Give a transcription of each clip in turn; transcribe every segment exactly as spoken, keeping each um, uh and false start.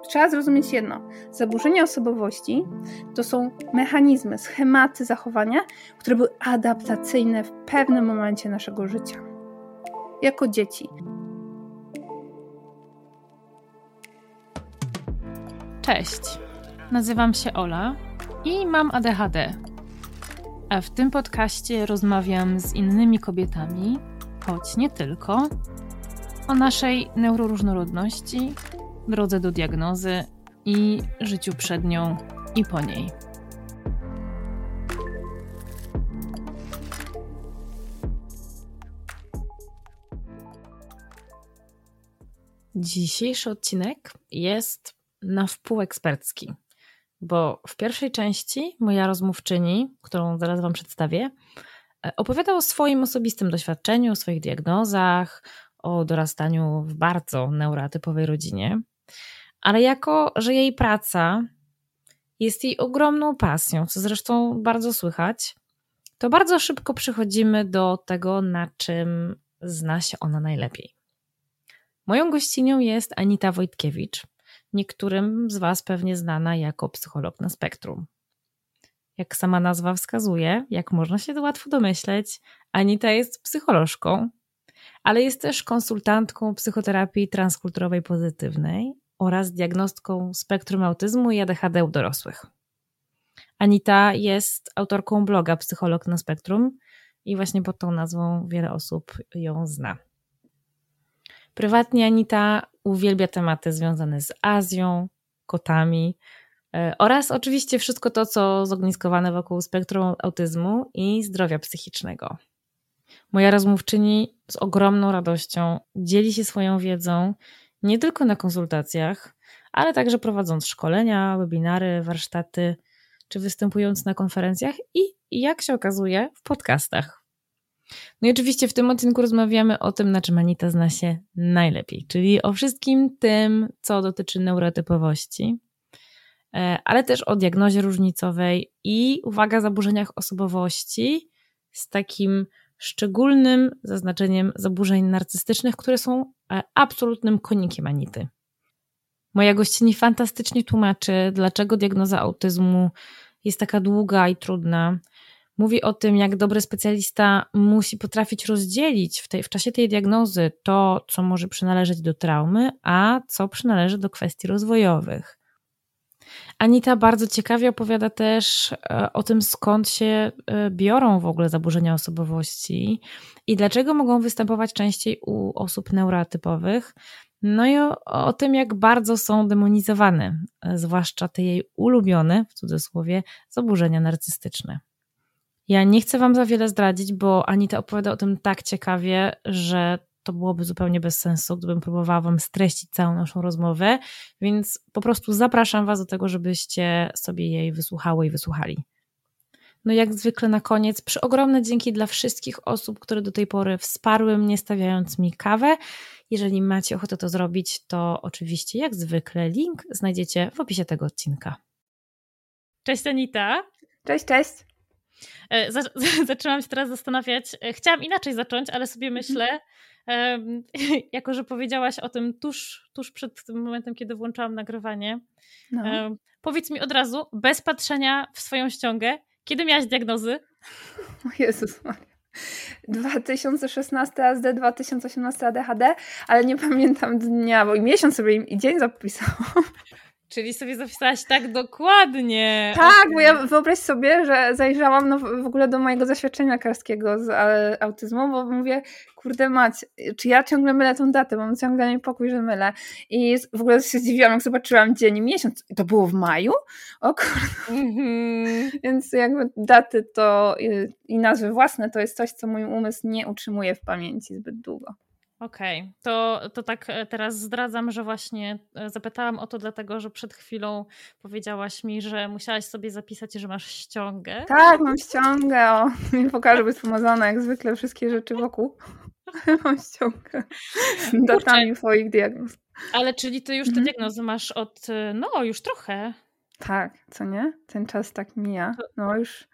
trzeba zrozumieć jedno. Zaburzenia osobowości to są mechanizmy, schematy zachowania, które były adaptacyjne w pewnym momencie naszego życia. Jako dzieci. Cześć, nazywam się Ola i mam A D H D. A w tym podcaście rozmawiam z innymi kobietami, choć nie tylko, o naszej neuroróżnorodności, drodze do diagnozy i życiu przed nią i po niej. Dzisiejszy odcinek jest na wpół ekspercki, bo w pierwszej części moja rozmówczyni, którą zaraz Wam przedstawię, opowiada o swoim osobistym doświadczeniu, o swoich diagnozach, o dorastaniu w bardzo neuroatypowej rodzinie, ale jako, że jej praca jest jej ogromną pasją, co zresztą bardzo słychać, to bardzo szybko przechodzimy do tego, na czym zna się ona najlepiej. Moją gościnią jest Anita Wojtkiewicz, niektórym z Was pewnie znana jako psycholog na spektrum. Jak sama nazwa wskazuje, jak można się to łatwo domyśleć, Anita jest psycholożką, ale jest też konsultantką psychoterapii transkulturowej pozytywnej oraz diagnostką spektrum autyzmu i A D H D u dorosłych. Anita jest autorką bloga Psycholog na spektrum i właśnie pod tą nazwą wiele osób ją zna. Prywatnie Anita uwielbia tematy związane z Azją, kotami oraz oczywiście wszystko to, co zogniskowane wokół spektrum autyzmu i zdrowia psychicznego. Moja rozmówczyni z ogromną radością dzieli się swoją wiedzą nie tylko na konsultacjach, ale także prowadząc szkolenia, webinary, warsztaty, czy występując na konferencjach i, jak się okazuje, w podcastach. No i oczywiście w tym odcinku rozmawiamy o tym, na czym Anita zna się najlepiej, czyli o wszystkim tym, co dotyczy neurotypowości, ale też o diagnozie różnicowej i, uwaga, zaburzeniach osobowości z takim szczególnym zaznaczeniem zaburzeń narcystycznych, które są absolutnym konikiem Anity. Moja gościni fantastycznie tłumaczy, dlaczego diagnoza autyzmu jest taka długa i trudna. Mówi o tym, jak dobry specjalista musi potrafić rozdzielić w, tej, w czasie tej diagnozy to, co może przynależeć do traumy, a co przynależy do kwestii rozwojowych. Anita bardzo ciekawie opowiada też o tym, skąd się biorą w ogóle zaburzenia osobowości i dlaczego mogą występować częściej u osób neuroatypowych, no i o, o tym, jak bardzo są demonizowane, zwłaszcza te jej ulubione, w cudzysłowie, zaburzenia narcystyczne. Ja nie chcę Wam za wiele zdradzić, bo Anita opowiada o tym tak ciekawie, że to byłoby zupełnie bez sensu, gdybym próbowała Wam streścić całą naszą rozmowę, więc po prostu zapraszam Was do tego, żebyście sobie jej wysłuchały i wysłuchali. No jak zwykle na koniec, przeogromne dzięki dla wszystkich osób, które do tej pory wsparły mnie, stawiając mi kawę. Jeżeli macie ochotę to zrobić, to oczywiście jak zwykle link znajdziecie w opisie tego odcinka. Cześć Anita. Cześć, cześć. Zaczęłam się teraz zastanawiać, chciałam inaczej zacząć, ale sobie myślę, jako że powiedziałaś o tym tuż, tuż przed tym momentem, kiedy włączałam nagrywanie, no. Powiedz mi od razu, bez patrzenia w swoją ściągę, kiedy miałaś diagnozy? O Jezus Maria. dwa tysiące szesnasty A S D, dwa tysiące osiemnasty A D H D, ale nie pamiętam dnia, bo i miesiąc sobie i dzień zapisałam. Czyli sobie zapisałaś tak dokładnie. Tak, bo ja wyobraź sobie, że zajrzałam no w ogóle do mojego zaświadczenia lekarskiego z autyzmu, bo mówię, kurde mać, czy ja ciągle mylę tą datę, bo mam ciągle niepokój, że mylę. I w ogóle się zdziwiłam, jak zobaczyłam dzień i miesiąc. To było w maju? O kurde. Mm-hmm. Więc jakby daty to i nazwy własne to jest coś, co mój umysł nie utrzymuje w pamięci zbyt długo. Okej, okay. to, to tak teraz zdradzam, że właśnie zapytałam o to dlatego, że przed chwilą powiedziałaś mi, że musiałaś sobie zapisać, że masz ściągę. Tak, mam ściągę, o, nie pokażę, być pomazana jak zwykle wszystkie rzeczy wokół. Mam ściągę z datami Kurczę. Twoich diagnoz. Ale czyli ty już te mhm. diagnozy masz od, no już trochę. Tak, co nie? Ten czas tak mija. No już...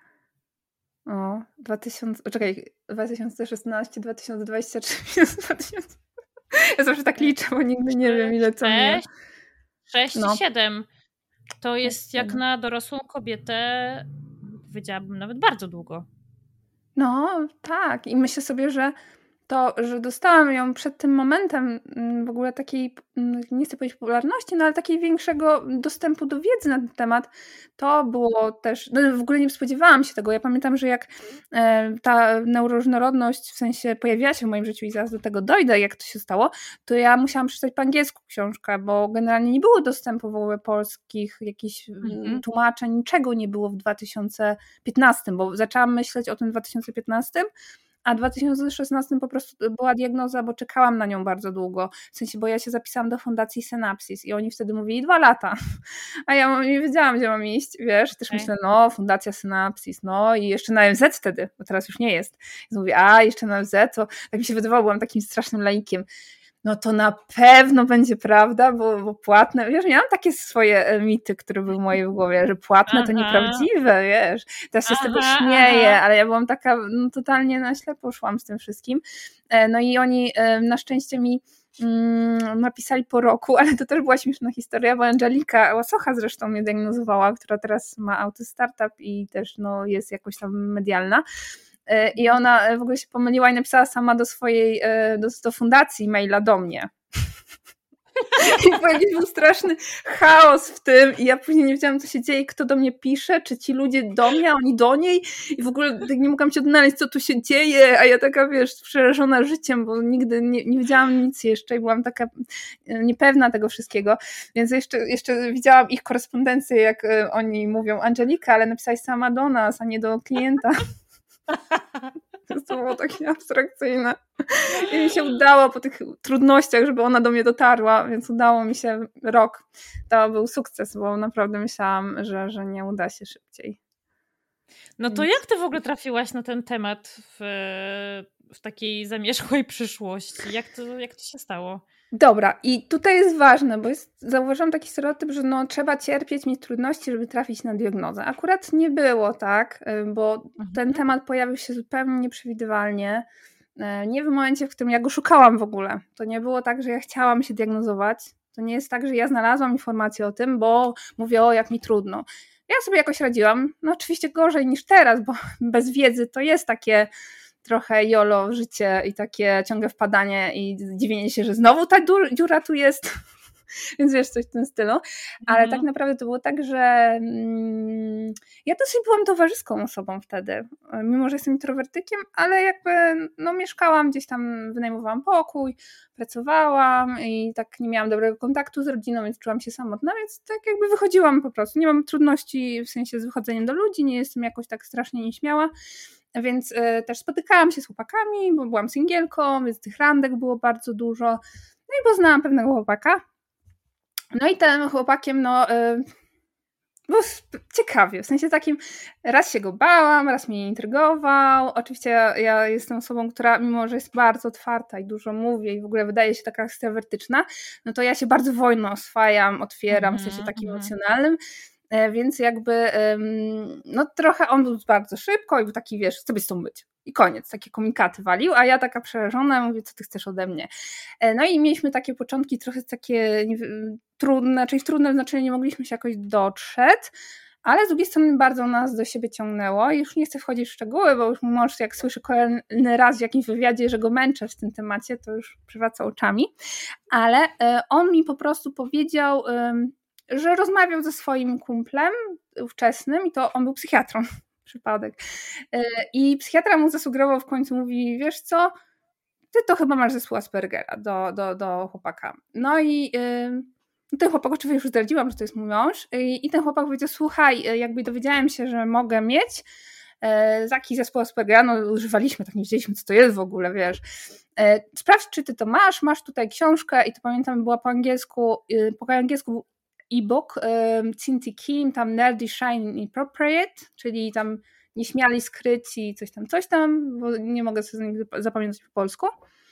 O, dwa tysiące, czekaj, dwa tysiące szesnasty, dwa tysiące dwudziesty trzeci, dwa tysiące Ja zawsze tak liczę, bo nigdy nie wiem, ile co mnie. sześć, No. siedem. To jest jak na dorosłą kobietę, powiedziałabym nawet bardzo długo. No, tak. I myślę sobie, że to, że dostałam ją przed tym momentem w ogóle takiej, nie chcę powiedzieć popularności, no ale takiej większego dostępu do wiedzy na ten temat, to było też, no w ogóle nie spodziewałam się tego. Ja pamiętam, że jak e, ta neuroróżnorodność w sensie pojawiła się w moim życiu i zaraz do tego dojdę, jak to się stało, to ja musiałam przeczytać po angielsku książkę, bo generalnie nie było dostępu w ogóle polskich jakichś mhm. tłumaczeń, niczego nie było w dwa tysiące piętnastym, bo zaczęłam myśleć o tym w dwa tysiące piętnastym, a w dwa tysiące szesnastym po prostu była diagnoza, bo czekałam na nią bardzo długo. W sensie, bo ja się zapisałam do Fundacji Synapsis i oni wtedy mówili dwa lata. A ja nie wiedziałam, gdzie mam iść, wiesz. Też okay. myślę, no, Fundacja Synapsis, no i jeszcze na M Z wtedy, bo teraz już nie jest. I mówię, a, jeszcze na M Z, to tak mi się wydawało, byłam takim strasznym laikiem. No to na pewno będzie prawda, bo, bo płatne, wiesz, miałam takie swoje mity, które były w mojej głowie, że płatne aha. to nieprawdziwe, wiesz, teraz się aha, z tego śmieję, aha. ale ja byłam taka, no totalnie na ślepo szłam z tym wszystkim, no i oni na szczęście mi mm, napisali po roku, ale to też była śmieszna historia, bo Angelika Łasocha zresztą mnie diagnozowała, która teraz ma Auty Startup i też no, jest jakoś tam medialna. I ona w ogóle się pomyliła i napisała sama do swojej, do, do fundacji maila do mnie. I jakiś był straszny chaos w tym i ja później nie wiedziałam, co się dzieje, kto do mnie pisze, czy ci ludzie do mnie, a oni do niej i w ogóle nie mogłam się odnaleźć, co tu się dzieje, a ja taka, wiesz, przerażona życiem, bo nigdy nie, nie wiedziałam nic jeszcze i byłam taka niepewna tego wszystkiego, więc jeszcze, jeszcze widziałam ich korespondencję, jak oni mówią Angelika, ale napisałeś sama do nas, a nie do klienta. To było takie abstrakcyjne. I mi się udało po tych trudnościach, żeby ona do mnie dotarła, więc udało mi się rok. To był sukces, bo naprawdę myślałam, że, że nie uda się szybciej. No to jak ty w ogóle trafiłaś na ten temat w, w takiej zamierzchłej przyszłości? Jak to, jak to się stało? Dobra, i tutaj jest ważne, bo jest, zauważyłam taki stereotyp, że no, trzeba cierpieć, mieć trudności, żeby trafić na diagnozę. Akurat nie było tak, bo mhm. ten temat pojawił się zupełnie nieprzewidywalnie. Nie w momencie, w którym ja go szukałam w ogóle. To nie było tak, że ja chciałam się diagnozować. To nie jest tak, że ja znalazłam informację o tym, bo mówię, o jak mi trudno. Ja sobie jakoś radziłam. No oczywiście gorzej niż teraz, bo bez wiedzy to jest takie trochę jolo życie i takie ciągle wpadanie i zdziwienie się, że znowu ta dziura tu jest. Więc wiesz, coś w tym stylu. Ale mhm. tak naprawdę to było tak, że mm, ja dosyć byłam towarzyską osobą wtedy. Mimo że jestem introwertykiem, ale jakby no, mieszkałam gdzieś tam, wynajmowałam pokój, pracowałam i tak nie miałam dobrego kontaktu z rodziną, więc czułam się samotna, więc tak jakby wychodziłam po prostu. Nie mam trudności w sensie z wychodzeniem do ludzi, nie jestem jakoś tak strasznie nieśmiała. Więc y, też spotykałam się z chłopakami, bo byłam singielką, więc tych randek było bardzo dużo. No i poznałam pewnego chłopaka. No i tym chłopakiem, no, y, było ciekawie, w sensie takim, raz się go bałam, raz mnie intrygował. Oczywiście ja, ja jestem osobą, która mimo, że jest bardzo otwarta i dużo mówię i w ogóle wydaje się taka ekstrawertyczna, no to ja się bardzo wolno oswajam, otwieram, mm-hmm, w sensie takim mm-hmm. emocjonalnym. Więc jakby, no trochę on był bardzo szybko i był taki, wiesz, chcę być z tą być. I koniec, takie komunikaty walił, a ja taka przerażona, mówię, co ty chcesz ode mnie. No i mieliśmy takie początki trochę takie nie, trudne, czyli w trudnym znaczeniu nie mogliśmy się jakoś dotrzeć, ale z drugiej strony bardzo nas do siebie ciągnęło i już nie chcę wchodzić w szczegóły, bo już mój mąż jak słyszy kolejny raz w jakimś wywiadzie, że go męczę w tym temacie, to już przywraca oczami, ale on mi po prostu powiedział, że rozmawiał ze swoim kumplem ówczesnym i to on był psychiatrą, przypadek. I psychiatra mu zasugerował w końcu, mówi, wiesz co, ty to chyba masz zespół Aspergera do, do, do chłopaka. No i yy, ten chłopak, oczywiście już zdradziłam, że to jest mój mąż i, i ten chłopak powiedział, słuchaj, jakby dowiedziałem się, że mogę mieć yy, taki zespół Aspergera, no używaliśmy, tak nie wiedzieliśmy, co to jest w ogóle, wiesz. Yy, sprawdź, czy ty to masz, masz tutaj książkę i to pamiętam, była po angielsku, yy, po angielsku e-book um, Cindy Kim, tam Nerdy, Shiny Inappropriate, czyli tam nieśmiali, skryci, coś tam, coś tam, bo nie mogę sobie zapamiętać po polsku.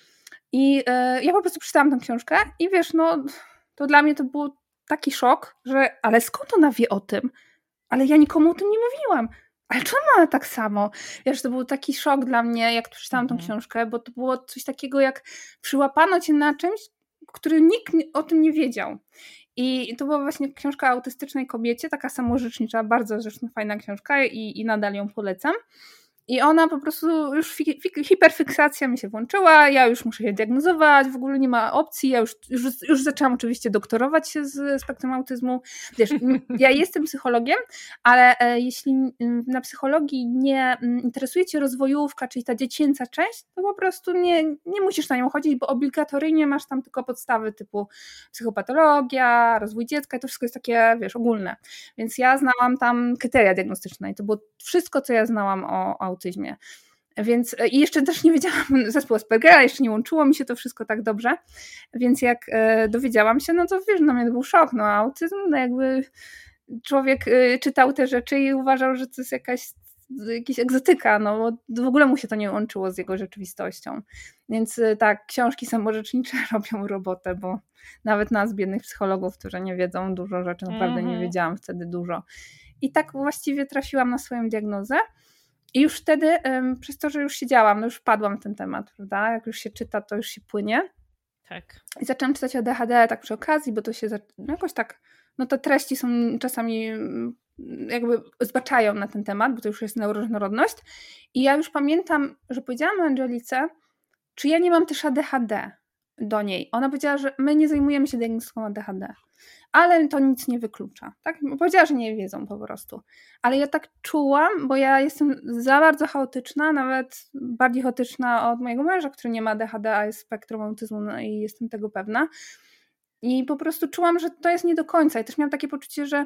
I e, ja po prostu przeczytałam tę książkę i wiesz, no to dla mnie to był taki szok, że ale skąd ona wie o tym? Ale ja nikomu o tym nie mówiłam. Ale czy ona ma tak samo? Wiesz, to był taki szok dla mnie, jak przeczytałam tę książkę, bo to było coś takiego, jak przyłapano cię na czymś, który nikt o tym nie wiedział. I to była właśnie książka o autystycznej kobiecie, taka samorzecznicza, bardzo zresztą fajna książka i, i nadal ją polecam. I ona po prostu już fi- fi- hiperfiksacja mi się włączyła, ja już muszę się diagnozować, w ogóle nie ma opcji, ja już, już, już zaczęłam oczywiście doktorować się z spektrum autyzmu. Wiesz, ja jestem psychologiem, ale e, jeśli na psychologii nie interesuje cię rozwojówka, czyli ta dziecięca część, to po prostu nie, nie musisz na nią chodzić, bo obligatoryjnie masz tam tylko podstawy typu psychopatologia, rozwój dziecka i to wszystko jest takie, wiesz, ogólne. Więc ja znałam tam kryteria diagnostyczne i to było wszystko, co ja znałam o autyzmie. Więc i jeszcze też nie wiedziałam zespół Aspergera, jeszcze nie łączyło mi się to wszystko tak dobrze, więc jak e, dowiedziałam się, no to wiesz, no mnie to był szok, no autyzm, no jakby człowiek e, czytał te rzeczy i uważał, że to jest jakaś jakaś egzotyka, no bo w ogóle mu się to nie łączyło z jego rzeczywistością. Więc e, tak, książki samorzecznicze robią robotę, bo nawet nas, biednych psychologów, którzy nie wiedzą dużo rzeczy, naprawdę mm-hmm. nie wiedziałam wtedy dużo. I tak właściwie trafiłam na swoją diagnozę. I już wtedy, um, przez to, że już siedziałam, no już wpadłam w ten temat, prawda? Jak już się czyta, to już się płynie. Tak. I zaczęłam czytać o D H D tak przy okazji, bo to się no jakoś tak, no te treści są czasami jakby zbaczają na ten temat, bo to już jest neuroróżnorodność. I ja już pamiętam, że powiedziałam Angelice, czy ja nie mam też A D H D do niej. Ona powiedziała, że my nie zajmujemy się diagnostyką A D H D. Ale to nic nie wyklucza. Tak? Powiedziała, że nie wiedzą po prostu. Ale ja tak czułam, bo ja jestem za bardzo chaotyczna, nawet bardziej chaotyczna od mojego męża, który nie ma D H D, a jest spektrum autyzmu, no i jestem tego pewna. I po prostu czułam, że to jest nie do końca. I też miałam takie poczucie, że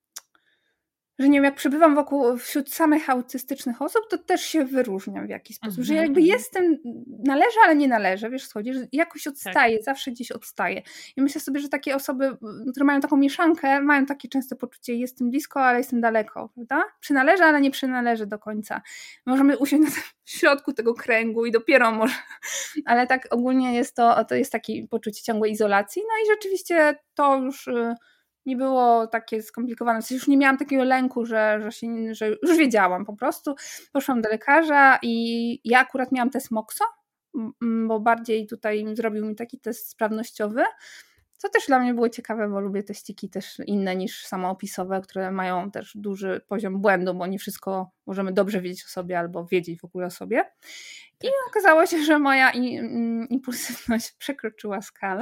że nie wiem, jak przebywam wokół, wśród samych autystycznych osób, to też się wyróżniam w jakiś sposób, mm-hmm. że jakby jestem, należę, ale nie należę, wiesz, schodzi, że jakoś odstaję, tak. zawsze gdzieś odstaję. I myślę sobie, że takie osoby, które mają taką mieszankę, mają takie częste poczucie, jestem blisko, ale jestem daleko, prawda? Przynależę, ale nie przynależę do końca. Możemy usiąść na w środku tego kręgu i dopiero może, ale tak ogólnie jest to, to jest takie poczucie ciągłej izolacji, no i rzeczywiście to już nie było takie skomplikowane, w sensie już nie miałam takiego lęku, że, że, się, że już wiedziałam po prostu. Poszłam do lekarza i ja akurat miałam test Moxo, bo bardziej tutaj zrobił mi taki test sprawnościowy, co też dla mnie było ciekawe, bo lubię teściki też inne niż samoopisowe, które mają też duży poziom błędu, bo nie wszystko możemy dobrze wiedzieć o sobie albo wiedzieć w ogóle o sobie. I okazało się, że moja impulsywność przekroczyła skalę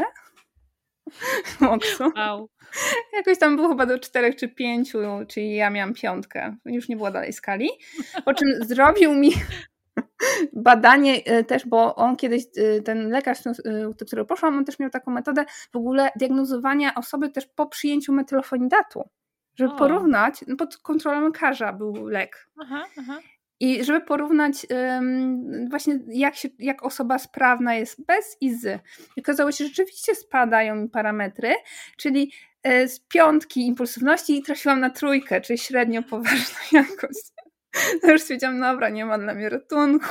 Moxu. Wow. Jakoś tam było chyba do czterech czy pięciu, czyli ja miałam piątkę. Już nie było dalej skali. Po czym zrobił mi badanie też, bo on kiedyś, ten lekarz, do którego poszłam, on też miał taką metodę w ogóle diagnozowania osoby też po przyjęciu metylfonidatu. Żeby o. porównać, no pod kontrolą lekarza był lek. Aha, aha. I żeby porównać um, właśnie jak, się, jak osoba sprawna jest bez i z. I okazało się, że rzeczywiście spadają mi parametry, czyli e, z piątki impulsywności trafiłam na trójkę, czyli średnio poważną jakość. To już stwierdziłam, dobra, nie ma dla mnie ratunku.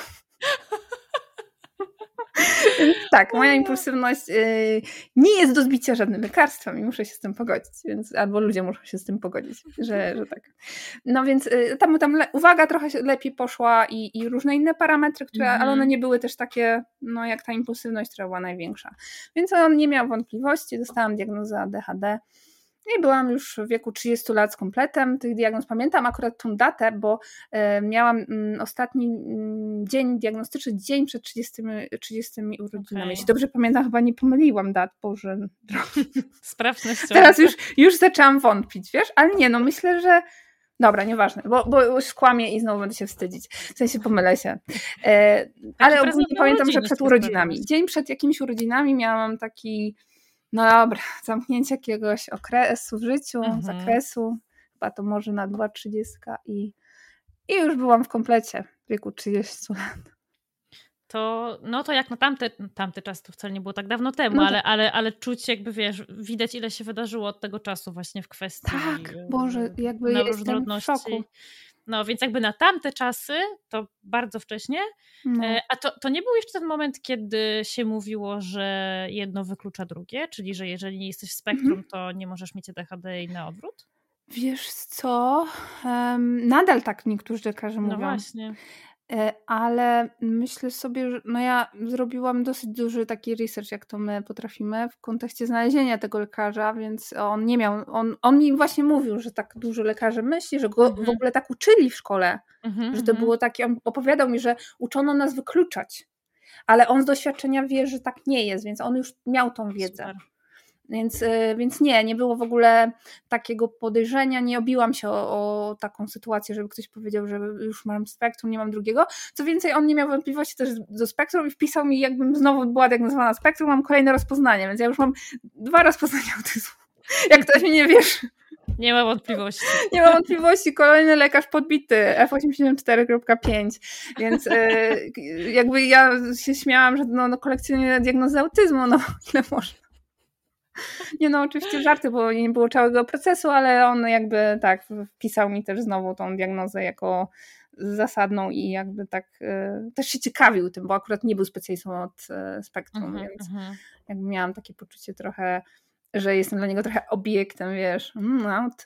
Tak, moja impulsywność yy, nie jest do zbicia żadnym lekarstwem i muszę się z tym pogodzić, więc albo ludzie muszą się z tym pogodzić, że, że tak. No więc yy, tam, tam le- uwaga trochę lepiej poszła i, i różne inne parametry, które, mm-hmm. ale one nie były też takie, no jak ta impulsywność, która była największa. Więc on nie miał wątpliwości, dostałam diagnozę A D H D. I byłam już w wieku trzydziestu lat z kompletem tych diagnoz. Pamiętam akurat tą datę, bo e, miałam m, ostatni m, dzień diagnostyczny, dzień przed trzydziestymi, trzydziestymi urodzinami. Okay. Jeśli dobrze pamiętam, chyba nie pomyliłam dat, Boże. Sprawność. Teraz już, już zaczęłam wątpić, wiesz? Ale nie, no myślę, że dobra, nieważne, bo, bo skłamię i znowu będę się wstydzić. W sensie pomylę się. E, ale ogólnie pamiętam, że przed urodzinami. Dzień przed jakimiś urodzinami miałam taki no dobra, zamknięcie jakiegoś okresu w życiu, mhm. zakresu, chyba to może na dwa trzydziestka i, i już byłam w komplecie w wieku trzydziestu lat. To, no to jak na tamte, tamty czas, to wcale nie było tak dawno temu, no ale, ale, ale czuć jakby, wiesz, widać ile się wydarzyło od tego czasu właśnie w kwestii tak, Boże, jakby jestem w szoku. No więc jakby na tamte czasy, to bardzo wcześnie, no. A to, to nie był jeszcze ten moment, kiedy się mówiło, że jedno wyklucza drugie, czyli że jeżeli nie jesteś w spektrum, mhm. to nie możesz mieć A D H D i na odwrót? Wiesz co, um, nadal tak niektórzy lekarze mówią. No właśnie. Ale myślę sobie, że no ja zrobiłam dosyć duży taki research, jak to my potrafimy w kontekście znalezienia tego lekarza, więc on nie miał, on, on mi właśnie mówił, że tak dużo lekarzy myśli, że go Mhm. w ogóle tak uczyli w szkole, Mhm, że to mhm. było takie, on opowiadał mi, że uczono nas wykluczać, ale on z doświadczenia wie, że tak nie jest, więc on już miał tą wiedzę. Super. Więc, więc nie, nie było w ogóle takiego podejrzenia, nie obiłam się o, o taką sytuację, żeby ktoś powiedział, że już mam spektrum, nie mam drugiego. Co więcej, on nie miał wątpliwości też do spektrum i wpisał mi, jakbym znowu była diagnozowana spektrum, mam kolejne rozpoznanie, więc ja już mam dwa rozpoznania autyzmu. Jak ktoś mi nie wierzy. Nie ma wątpliwości. Nie ma wątpliwości, kolejny lekarz podbity, F osiemdziesiąt cztery kropka pięć, więc jakby ja się śmiałam, że no, no kolekcjonuję diagnozę autyzmu, no ile można. Nie no, oczywiście żarty, bo nie było całego procesu, ale on jakby tak wpisał mi też znowu tą diagnozę jako zasadną i jakby tak y, też się ciekawił tym, bo akurat nie był specjalistą od y, spektrum, mm-hmm, więc mm-hmm. jakby miałam takie poczucie trochę, że jestem dla niego trochę obiektem, wiesz, no ty...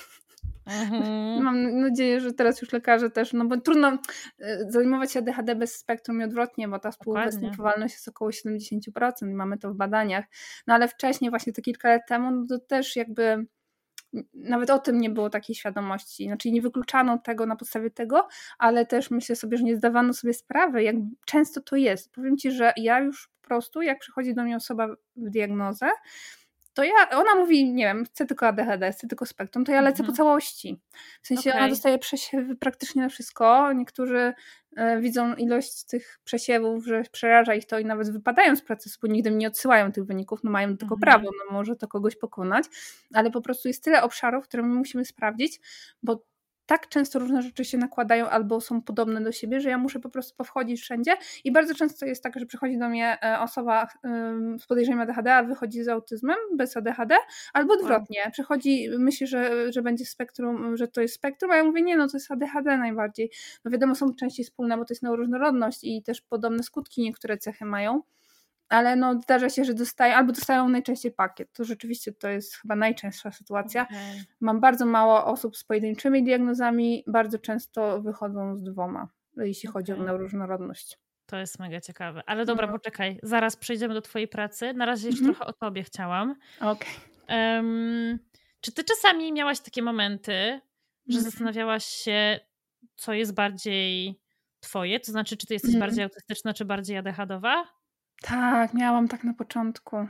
Mhm. Mam nadzieję, że teraz już lekarze też, no bo trudno zajmować się A D H D bez spektrum i odwrotnie, bo ta współwystępowalność jest około siedemdziesiąt procent i mamy to w badaniach. No ale wcześniej, właśnie to kilka lat temu, no to też jakby nawet o tym nie było takiej świadomości. Znaczy nie wykluczano tego na podstawie tego, ale też myślę sobie, że nie zdawano sobie sprawy, jak często to jest. Powiem Ci, że ja już po prostu, jak przychodzi do mnie osoba w diagnozę, to ja, ona mówi, nie wiem, chcę tylko A D H D, chcę tylko spektrum, to ja lecę mhm. po całości. W sensie okay. ona dostaje przesiewy praktycznie na wszystko. Niektórzy y, widzą ilość tych przesiewów, że przeraża ich to i nawet wypadają z procesu, bo nigdy nie odsyłają tych wyników, no mają tylko mhm. prawo, no może to kogoś pokonać, ale po prostu jest tyle obszarów, które my musimy sprawdzić, bo tak często różne rzeczy się nakładają albo są podobne do siebie, że ja muszę po prostu powchodzić wszędzie i bardzo często jest tak, że przychodzi do mnie osoba z podejrzeniem A D H D, a wychodzi z autyzmem bez A D H D, albo odwrotnie. Wow. Przychodzi, myśli, że, że będzie spektrum, że to jest spektrum, a ja mówię, nie, no to jest A D H D najbardziej. No wiadomo, są części wspólne, bo to jest neuroróżnorodność i też podobne skutki niektóre cechy mają. Ale no zdarza się, że dostają, albo dostają najczęściej pakiet. To rzeczywiście to jest chyba najczęstsza sytuacja. Okay. Mam bardzo mało osób z pojedynczymi diagnozami, bardzo często wychodzą z dwoma, jeśli okay. chodzi o neuroróżnorodność. To jest mega ciekawe. Ale dobra, no. poczekaj, zaraz przejdziemy do twojej pracy. Na razie jeszcze mm-hmm. trochę o tobie chciałam. Okay. Um, czy ty czasami miałaś takie momenty, że mm-hmm. zastanawiałaś się, co jest bardziej twoje? To znaczy, czy ty jesteś mm-hmm. bardziej autystyczna, czy bardziej A D H D-owa? Tak, miałam tak na początku.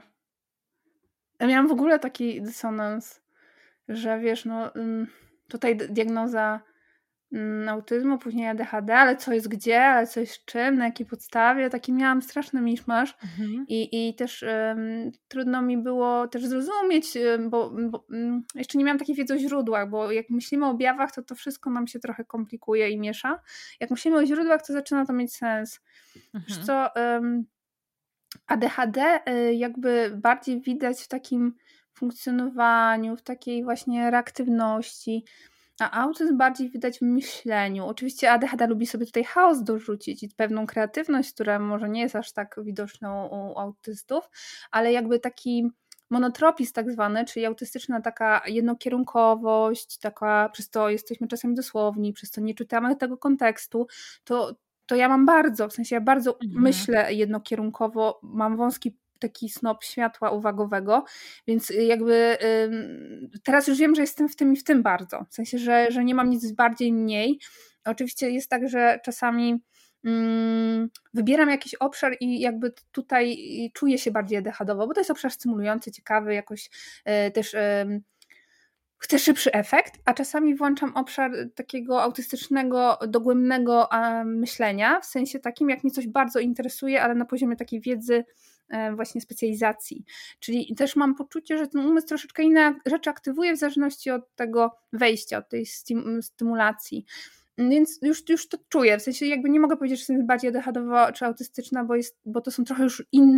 Ja miałam w ogóle taki dysonans, że wiesz, no tutaj diagnoza autyzmu, później A D H D, ale co jest gdzie, ale co jest czym, na jakiej podstawie, taki miałam straszny miszmasz mhm. i, i też um, trudno mi było też zrozumieć, bo, bo um, jeszcze nie miałam takiej wiedzy o źródłach, bo jak myślimy o objawach, to to wszystko nam się trochę komplikuje i miesza. Jak myślimy o źródłach, to zaczyna to mieć sens. Mhm. Wiesz co, um, A D H D jakby bardziej widać w takim funkcjonowaniu, w takiej właśnie reaktywności, a autyzm bardziej widać w myśleniu. Oczywiście A D H D lubi sobie tutaj chaos dorzucić i pewną kreatywność, która może nie jest aż tak widoczną u autystów, ale jakby taki monotropizm tak zwany, czyli autystyczna taka jednokierunkowość, taka, przez to jesteśmy czasami dosłowni, przez to nie czytamy tego kontekstu, to to ja mam bardzo, w sensie ja bardzo mhm. myślę jednokierunkowo, mam wąski taki snop światła uwagowego, więc jakby ym, teraz już wiem, że jestem w tym i w tym bardzo, w sensie, że, że nie mam nic bardziej mniej. Oczywiście jest tak, że czasami ym, wybieram jakiś obszar i jakby tutaj czuję się bardziej A D H D-owo, bo to jest obszar stymulujący, ciekawy, jakoś y, też... Y, Chcę szybszy efekt, a czasami włączam obszar takiego autystycznego, dogłębnego myślenia, w sensie takim, jak mnie coś bardzo interesuje, ale na poziomie takiej wiedzy właśnie specjalizacji. Czyli też mam poczucie, że ten umysł troszeczkę inne rzeczy aktywuje w zależności od tego wejścia, od tej stymulacji. Więc już, już to czuję, w sensie jakby nie mogę powiedzieć, że jestem bardziej A D H D-owa czy autystyczna, bo, jest, bo to są trochę już inne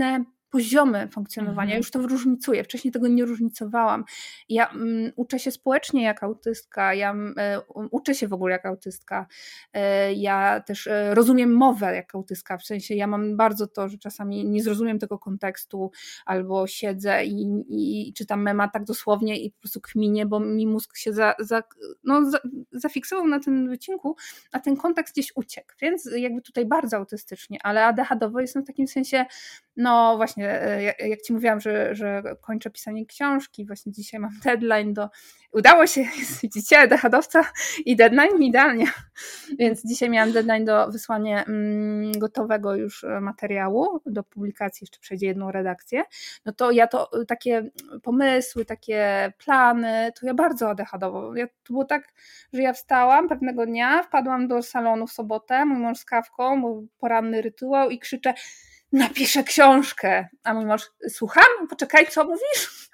poziomy funkcjonowania, Mhm. już to różnicuję, wcześniej tego nie różnicowałam. Ja um, uczę się społecznie jak autystka, ja um, uczę się w ogóle jak autystka, e, ja też e, rozumiem mowę jak autystka, w sensie ja mam bardzo to, że czasami nie zrozumiem tego kontekstu, albo siedzę i, i, i czytam mema tak dosłownie i po prostu kminię, bo mi mózg się za, za, no, za, zafiksował na tym wycinku, a ten kontekst gdzieś uciekł, więc jakby tutaj bardzo autystycznie, ale A D H D-owo jestem w takim sensie, no właśnie, jak, jak Ci mówiłam, że, że kończę pisanie książki, właśnie dzisiaj mam deadline do, udało się, widzicie, A D H D-owca i deadline idealnie, więc dzisiaj miałam deadline do wysłania mm, gotowego już materiału do publikacji, jeszcze przejdzie jedną redakcję, no to ja to takie pomysły, takie plany, to ja bardzo A D H D-owo, ja, to było tak, że ja wstałam pewnego dnia, wpadłam do salonu w sobotę, mój mąż z kawką, był poranny rytuał i krzyczę: napiszę książkę, a mój mąż: słucham? Poczekaj, co mówisz?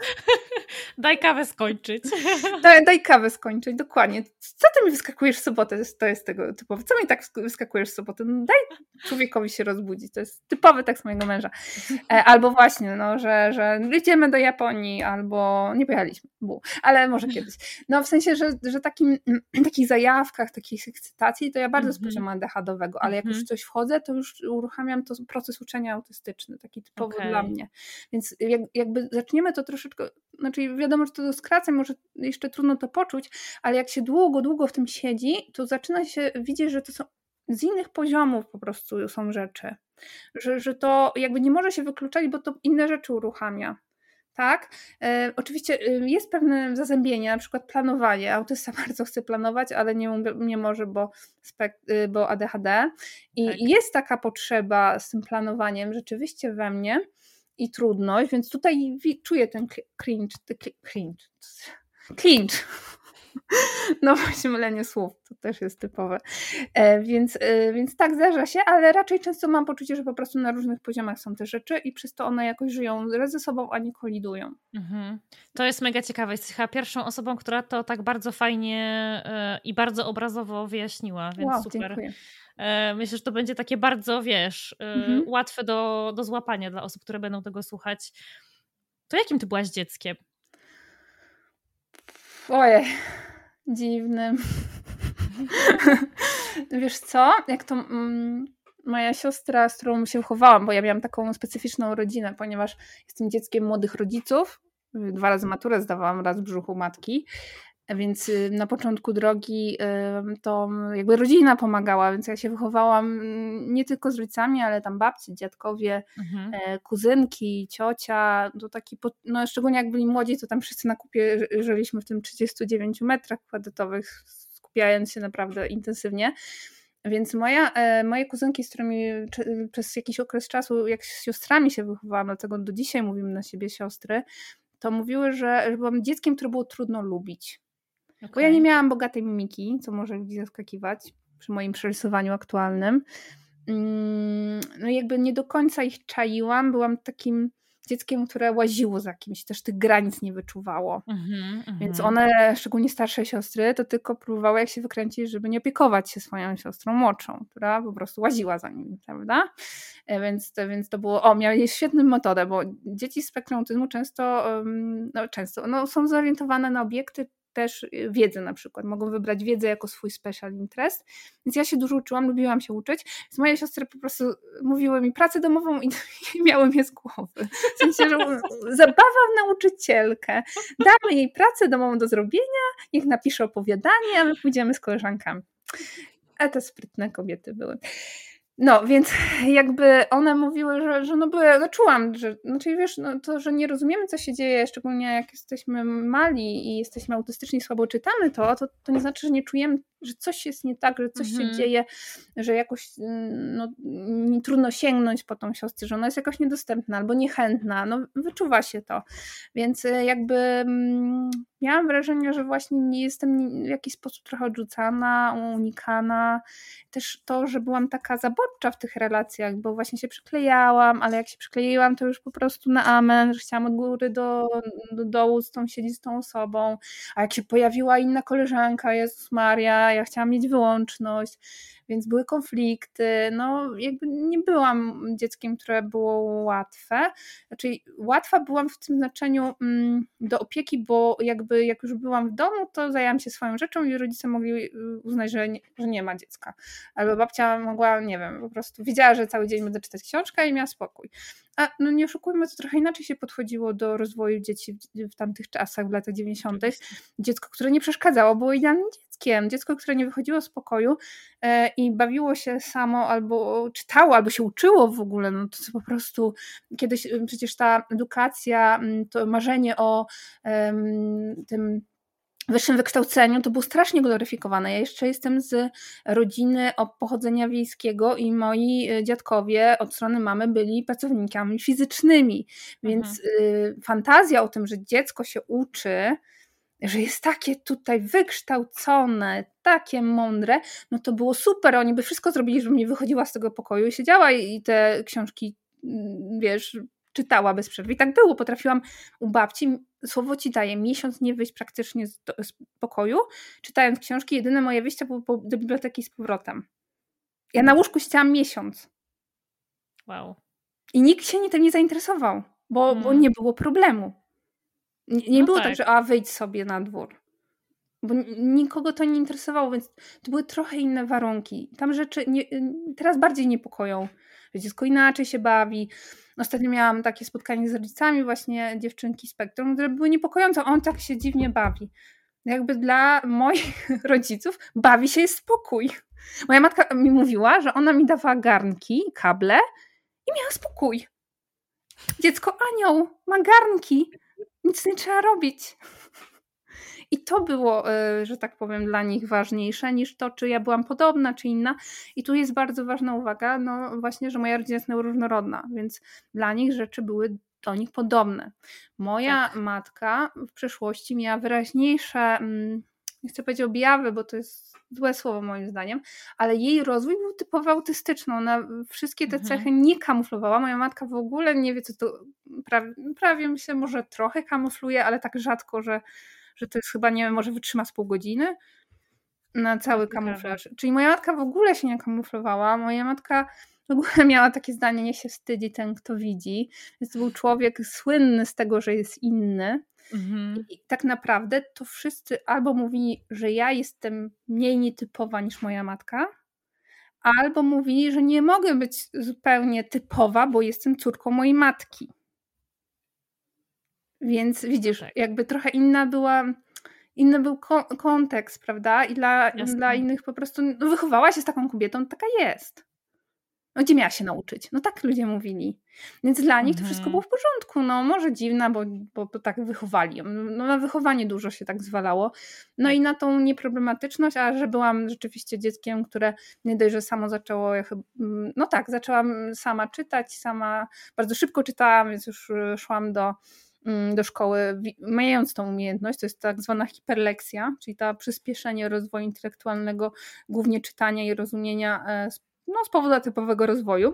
Daj kawę skończyć. Daj, daj kawę skończyć, dokładnie. Co ty mi wyskakujesz w sobotę? To jest tego typowe. Co mi tak wyskakujesz w sobotę? No daj człowiekowi się rozbudzić. To jest typowy tekst mojego męża. Albo właśnie, no, że, że jedziemy do Japonii, albo nie pojechaliśmy, bu, ale może kiedyś. No w sensie, że, że takim, takich zajawkach, takich ekscytacji, to ja bardzo z poziomu A D H D-owego, ale jak już w coś wchodzę, to już uruchamiam to proces uczenia autystyczny, taki typowy Okay. dla mnie. Więc jak, jakby zaczniemy to troszeczkę, znaczy wiadomo, że to skraca, może jeszcze trudno to poczuć, ale jak się długo, długo w tym siedzi, to zaczyna się widzieć, że to są z innych poziomów po prostu są rzeczy. Że, że to jakby nie może się wykluczać, bo to inne rzeczy uruchamia. Tak? E, oczywiście jest pewne zazębienie, na przykład planowanie. Autysta bardzo chce planować, ale nie, nie może, bo, spek- bo A D H D. I tak. Jest taka potrzeba z tym planowaniem rzeczywiście we mnie i trudność, więc tutaj czuję ten cringe, cringe, cringe. No właśnie, mylenie słów, to też jest typowe. E, więc, e, więc tak, zdarza się, ale raczej często mam poczucie, że po prostu na różnych poziomach są te rzeczy i przez to one jakoś żyją ze sobą, a nie kolidują. Mhm. To jest mega ciekawe. Jesteś chyba pierwszą osobą, która to tak bardzo fajnie e, i bardzo obrazowo wyjaśniła, więc wow, super. Dziękuję. E, myślę, że to będzie takie bardzo, wiesz, e, mhm. łatwe do, do złapania dla osób, które będą tego słuchać. To jakim ty byłaś dzieckiem? Ojej, dziwnym. Wiesz co, jak to mm, moja siostra, z którą się wychowałam, bo ja miałam taką specyficzną rodzinę, ponieważ jestem dzieckiem młodych rodziców, dwa razy maturę zdawałam, raz w brzuchu matki, więc na początku drogi to jakby rodzina pomagała, więc ja się wychowałam nie tylko z rodzicami, ale tam babci, dziadkowie, mhm. kuzynki, ciocia, to taki, no szczególnie jak byli młodzi, to tam wszyscy na kupie żyliśmy w tym trzydziestu dziewięciu metrach kwadratowych, skupiając się naprawdę intensywnie. Więc moja, moje kuzynki, z którymi przez jakiś okres czasu, jak z siostrami się wychowałam, dlatego do dzisiaj mówimy na siebie siostry, to mówiły, że, że byłam dzieckiem, które było trudno lubić. Okay. Bo ja nie miałam bogatej mimiki, co może ludzi zaskakiwać przy moim przerysowaniu aktualnym. No i jakby nie do końca ich czaiłam. Byłam takim dzieckiem, które łaziło za kimś, też tych granic nie wyczuwało. Mm-hmm, mm-hmm. Więc one, szczególnie starsze siostry, to tylko próbowały jak się wykręcić, żeby nie opiekować się swoją siostrą młodszą, która po prostu łaziła za nimi, prawda? Więc to, więc to było, o, miały świetną metodę, bo dzieci z spektrum autyzmu często, no często, no są zorientowane na obiekty, też wiedzę na przykład, mogą wybrać wiedzę jako swój special interest, więc ja się dużo uczyłam, lubiłam się uczyć, więc moje siostry po prostu mówiły mi pracę domową i, i miały mnie z głowy. W sensie, że zabawa w nauczycielkę, damy jej pracę domową do zrobienia, niech napisze opowiadanie, a my pójdziemy z koleżankami. A te sprytne kobiety były. No, więc jakby one mówiły, że, że no były, no czułam, że, znaczy wiesz, no to, że nie rozumiemy, co się dzieje, szczególnie jak jesteśmy mali i jesteśmy autystyczni, słabo czytamy to, to, to nie znaczy, że nie czujemy, że coś jest nie tak, że coś mhm. się dzieje, że jakoś no, nie, trudno sięgnąć po tą siostrę, że ona jest jakoś niedostępna albo niechętna, no wyczuwa się to, więc jakby mm, miałam wrażenie, że właśnie nie jestem w jakiś sposób trochę odrzucana, unikana, też to, że byłam taka zabawcza w tych relacjach, bo właśnie się przyklejałam, ale jak się przykleiłam, to już po prostu na amen, że chciałam od góry do, do dołu z tą siedzieć z tą osobą, a jak się pojawiła inna koleżanka, Jezus Maria, ja chciałam mieć wyłączność, więc były konflikty, no jakby nie byłam dzieckiem, które było łatwe, znaczy łatwa byłam w tym znaczeniu mm, do opieki, bo jakby jak już byłam w domu, to zajęłam się swoją rzeczą i rodzice mogli uznać, że nie, że nie ma dziecka, albo babcia mogła, nie wiem, po prostu wiedziała, że cały dzień będę czytać książkę i miała spokój. A no nie oszukujmy, to trochę inaczej się podchodziło do rozwoju dzieci w, w tamtych czasach, w latach dziewięćdziesiątych. Dziecko, które nie przeszkadzało, było idealnym dzieckiem. Dziecko, które nie wychodziło z pokoju e, i bawiło się samo, albo czytało, albo się uczyło w ogóle, no to po prostu kiedyś przecież ta edukacja, to marzenie o um, tym wyższym wykształceniu to było strasznie gloryfikowane. Ja jeszcze jestem z rodziny o pochodzenia wiejskiego i moi dziadkowie od strony mamy byli pracownikami fizycznymi, więc mhm. fantazja o tym, że dziecko się uczy, że jest takie tutaj wykształcone, takie mądre, no to było super, oni by wszystko zrobili, żebym nie wychodziła z tego pokoju i siedziała i te książki, wiesz, czytała bez przerwy. I tak było, potrafiłam u babci, słowo ci daję, miesiąc nie wyjść praktycznie z, z pokoju, czytając książki, jedyne moje wyjścia było do biblioteki z powrotem. Ja na łóżku siedziałam miesiąc. Wow. I nikt się tym nie zainteresował, bo, hmm. bo nie było problemu. Nie, nie no było tak. tak, że a wyjdź sobie na dwór. Bo nikogo to nie interesowało, więc to były trochę inne warunki. Tam rzeczy nie, teraz bardziej niepokoją, że dziecko inaczej się bawi. Ostatnio miałam takie spotkanie z rodzicami właśnie dziewczynki Spektrum, które były niepokojące. On tak się dziwnie bawi. Jakby dla moich rodziców bawi się jest spokój. Moja matka mi mówiła, że ona mi dawała garnki, kable i miała spokój. Dziecko anioł, ma garnki. Nic nie trzeba robić. I to było, że tak powiem, dla nich ważniejsze niż to, czy ja byłam podobna, czy inna. I tu jest bardzo ważna uwaga, no właśnie, że moja rodzina jest neuróżnorodna, więc dla nich rzeczy były do nich podobne. Moja tak. matka w przeszłości miała wyraźniejsze, nie chcę powiedzieć objawy, bo to jest złe słowo moim zdaniem, ale jej rozwój był typowo autystyczny. Ona wszystkie te cechy mhm. nie kamuflowała. Moja matka w ogóle nie wie, co to prawie, prawie myślę, może trochę kamufluje, ale tak rzadko, że że to jest chyba, nie wiem, może wytrzyma z pół godziny na cały kamuflaż. Czyli moja matka w ogóle się nie kamuflowała. Moja matka w ogóle miała takie zdanie, niech się wstydzi ten, kto widzi. Więc to był człowiek słynny z tego, że jest inny. Mhm. I tak naprawdę to wszyscy albo mówili, że ja jestem mniej nietypowa niż moja matka, albo mówili, że nie mogę być zupełnie typowa, bo jestem córką mojej matki. Więc widzisz, tak. jakby trochę inna była, inny był ko- kontekst, prawda? I dla, dla innych po prostu no, wychowała się z taką kobietą, taka jest. No gdzie miała się nauczyć? No tak ludzie mówili. Więc dla nich to mhm. wszystko było w porządku. No może dziwna, bo, bo, bo tak wychowali. No na wychowanie dużo się tak zwalało. No tak. i na tą nieproblematyczność, a że byłam rzeczywiście dzieckiem, które nie dość, że samo zaczęło, ja chyba, no tak, zaczęłam sama czytać, sama bardzo szybko czytałam, więc już szłam do do szkoły, mając tą umiejętność, to jest tak zwana hiperleksja, czyli to przyspieszenie rozwoju intelektualnego, głównie czytania i rozumienia no, z powodu typowego rozwoju.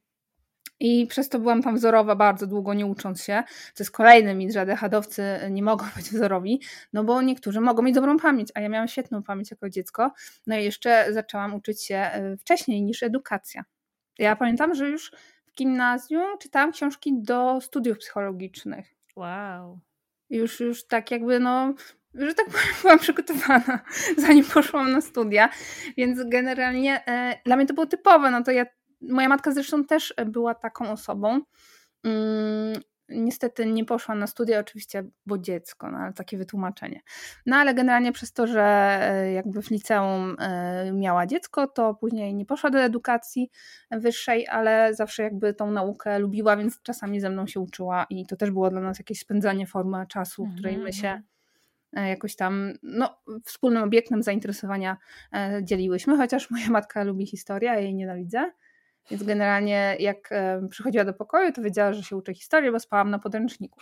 I przez to byłam tam wzorowa bardzo długo, nie ucząc się. To jest kolejny mit, że A D H D-owcy nie mogą być wzorowi, no bo niektórzy mogą mieć dobrą pamięć, a ja miałam świetną pamięć jako dziecko. No i jeszcze zaczęłam uczyć się wcześniej niż edukacja. Ja pamiętam, że już w gimnazjum czytałam książki do studiów psychologicznych. Wow. Już, już tak jakby, no, że tak powiem, byłam przygotowana, zanim poszłam na studia, więc generalnie e, dla mnie to było typowe, no to ja, moja matka zresztą też była taką osobą, mm, niestety nie poszła na studia oczywiście, bo dziecko, no ale takie wytłumaczenie. No ale generalnie przez to, że jakby w liceum miała dziecko, to później nie poszła do edukacji wyższej, ale zawsze jakby tą naukę lubiła, więc czasami ze mną się uczyła i to też było dla nas jakieś spędzanie formy czasu, w której my się jakoś tam no, wspólnym obiektem zainteresowania dzieliłyśmy, chociaż moja matka lubi historię, a jej nienawidzę. Więc generalnie jak e, przychodziła do pokoju, to wiedziała, że się uczy historii, bo spałam na podręczniku.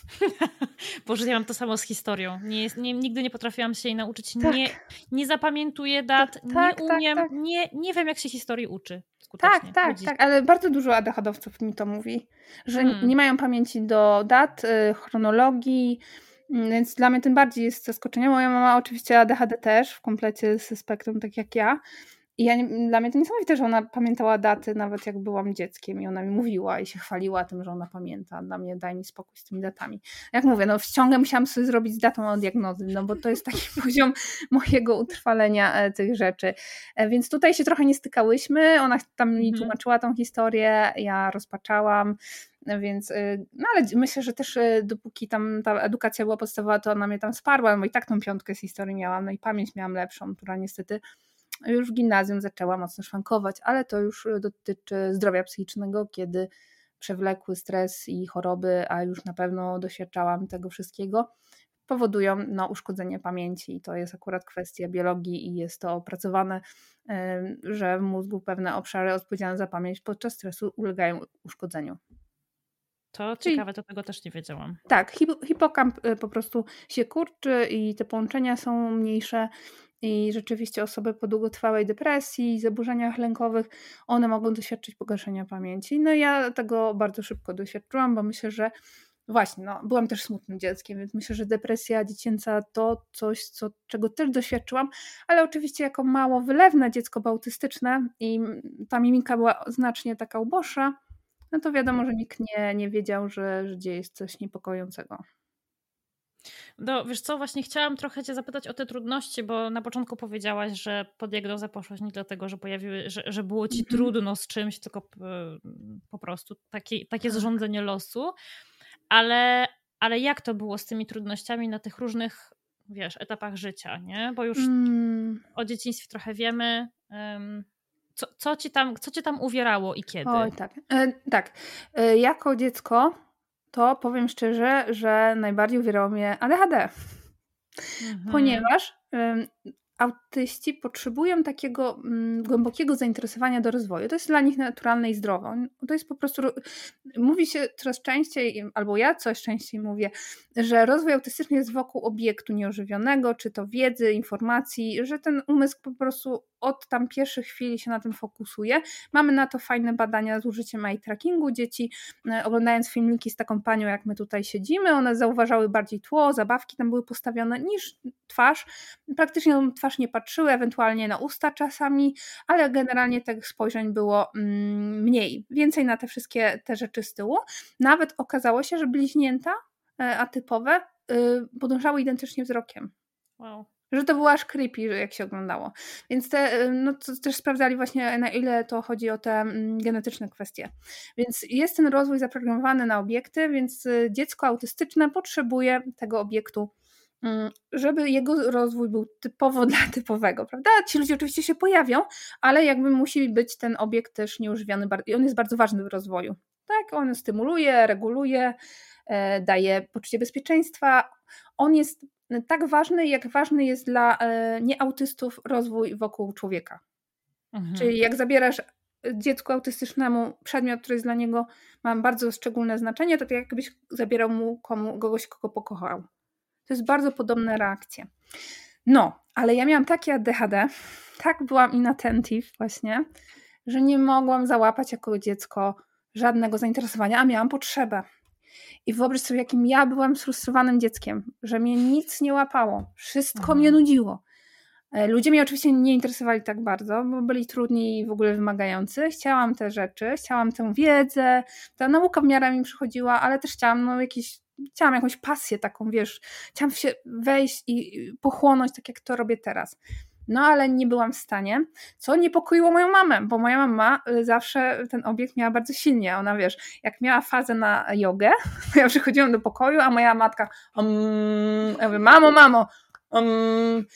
Boże, ja mam to samo z historią. Nie, nie, nigdy nie potrafiłam się jej nauczyć. Tak. Nie, nie zapamiętuję dat, tak, nie umiem, tak, tak. Nie, nie wiem jak się historii uczy. Skutecznie. Tak, tak, tak, ale bardzo dużo A D H D-owców mi to mówi, że hmm. nie mają pamięci do dat, chronologii, Więc dla mnie tym bardziej jest zaskoczenie. Moja mama oczywiście A D H D też, w komplecie ze spektrum, tak jak ja. I ja nie, dla mnie to niesamowite, że ona pamiętała daty, nawet jak byłam dzieckiem i ona mi mówiła i się chwaliła tym, że ona pamięta. Dla mnie daj mi spokój z tymi datami. Jak mówię, no ściągę musiałam sobie zrobić z datą o diagnozy, no bo to jest taki poziom mojego utrwalenia tych rzeczy. Więc tutaj się trochę nie stykałyśmy, ona tam mi tłumaczyła tą historię, ja rozpaczałam. Więc, no ale myślę, że też dopóki tam ta edukacja była podstawowa, to ona mnie tam wsparła, bo i tak tą piątkę z historii miałam, no i pamięć miałam lepszą, która niestety już w gimnazjum zaczęła mocno szwankować, ale to już dotyczy zdrowia psychicznego, kiedy przewlekły stres i choroby, a już na pewno doświadczałam tego wszystkiego, powodują no, uszkodzenie pamięci. I to jest akurat kwestia biologii i jest to opracowane, że w mózgu pewne obszary odpowiedzialne za pamięć podczas stresu ulegają uszkodzeniu. To ciekawe, to tego też nie wiedziałam. Tak, hipokamp po prostu się kurczy i te połączenia są mniejsze i rzeczywiście osoby po długotrwałej depresji, zaburzeniach lękowych, one mogą doświadczyć pogorszenia pamięci. No ja tego bardzo szybko doświadczyłam, bo myślę, że właśnie, no, byłam też smutnym dzieckiem, więc myślę, że depresja dziecięca to coś, co, czego też doświadczyłam, ale oczywiście jako mało wylewne dziecko autystyczne i ta mimika była znacznie taka uboższa, no to wiadomo, że nikt nie, nie wiedział, że, że dzieje się coś niepokojącego. No wiesz co, właśnie chciałam trochę cię zapytać o te trudności, bo na początku powiedziałaś, że po diagnozę poszłaś nie dlatego, że pojawiły, że, że było ci mhm. trudno z czymś, tylko po prostu takie, takie zarządzanie losu, ale, ale jak to było z tymi trudnościami na tych różnych, wiesz, etapach życia, nie? Bo już mm. o dzieciństwie trochę wiemy. Um, co, co, ci tam, co cię tam uwierało i kiedy? Oj, tak. E, tak. E, jako dziecko to powiem szczerze, że najbardziej uwierało mnie A D H D, mhm. ponieważ y, autyści potrzebują takiego y, głębokiego zainteresowania do rozwoju. To jest dla nich naturalne i zdrowe. To jest po prostu, mówi się coraz częściej, albo ja coraz częściej mówię, że rozwój autystyczny jest wokół obiektu nieożywionego, czy to wiedzy, informacji, że ten umysł po prostu od tam pierwszych chwili się na tym fokusuje. Mamy na to fajne badania z użyciem eye trackingu. Dzieci oglądając filmiki z taką panią, jak my tutaj siedzimy, one zauważały bardziej tło, zabawki tam były postawione niż twarz. Praktycznie na twarz nie patrzyły, ewentualnie na usta czasami, ale generalnie tych spojrzeń było mm, mniej. Więcej na te wszystkie te rzeczy z tyłu. Nawet okazało się, że bliźnięta e, atypowe y, podążały identycznie wzrokiem. Wow. Że to było aż creepy, jak się oglądało. Więc te, no to też sprawdzali właśnie, na ile to chodzi o te mm, genetyczne kwestie. Więc jest ten rozwój zaprogramowany na obiekty, więc dziecko autystyczne potrzebuje tego obiektu, mm, żeby jego rozwój był typowo dla typowego, prawda? Ci ludzie oczywiście się pojawią, ale jakby musi być ten obiekt też nieużywiony i on jest bardzo ważny w rozwoju. Tak, on stymuluje, reguluje, e, daje poczucie bezpieczeństwa. On jest tak ważny, jak ważny jest dla e, nieautystów rozwój wokół człowieka. Mhm. Czyli jak zabierasz dziecku autystycznemu przedmiot, który jest dla niego ma bardzo szczególne znaczenie, to tak jakbyś zabierał mu komu, kogoś, kogo pokochał. To jest bardzo podobna reakcja. No, ale ja miałam takie A D H D, tak byłam inattentive właśnie, że nie mogłam załapać jako dziecko żadnego zainteresowania, a miałam potrzebę. I wyobraź sobie, jakim ja byłam sfrustrowanym dzieckiem, że mnie nic nie łapało, wszystko mhm. mnie nudziło. Ludzie mnie oczywiście nie interesowali tak bardzo, bo byli trudni i w ogóle wymagający. Chciałam te rzeczy, chciałam tę wiedzę, ta nauka w miarę mi przychodziła, ale też chciałam no, jakieś, chciałam jakąś pasję taką, wiesz, chciałam się wejść i pochłonąć tak, jak to robię teraz. No ale nie byłam w stanie, co niepokoiło moją mamę, bo moja mama zawsze ten obiekt miała bardzo silnie. Ona, wiesz, jak miała fazę na jogę, to ja przychodziłam do pokoju, a moja matka um, ja mówię, mamo, mamo um,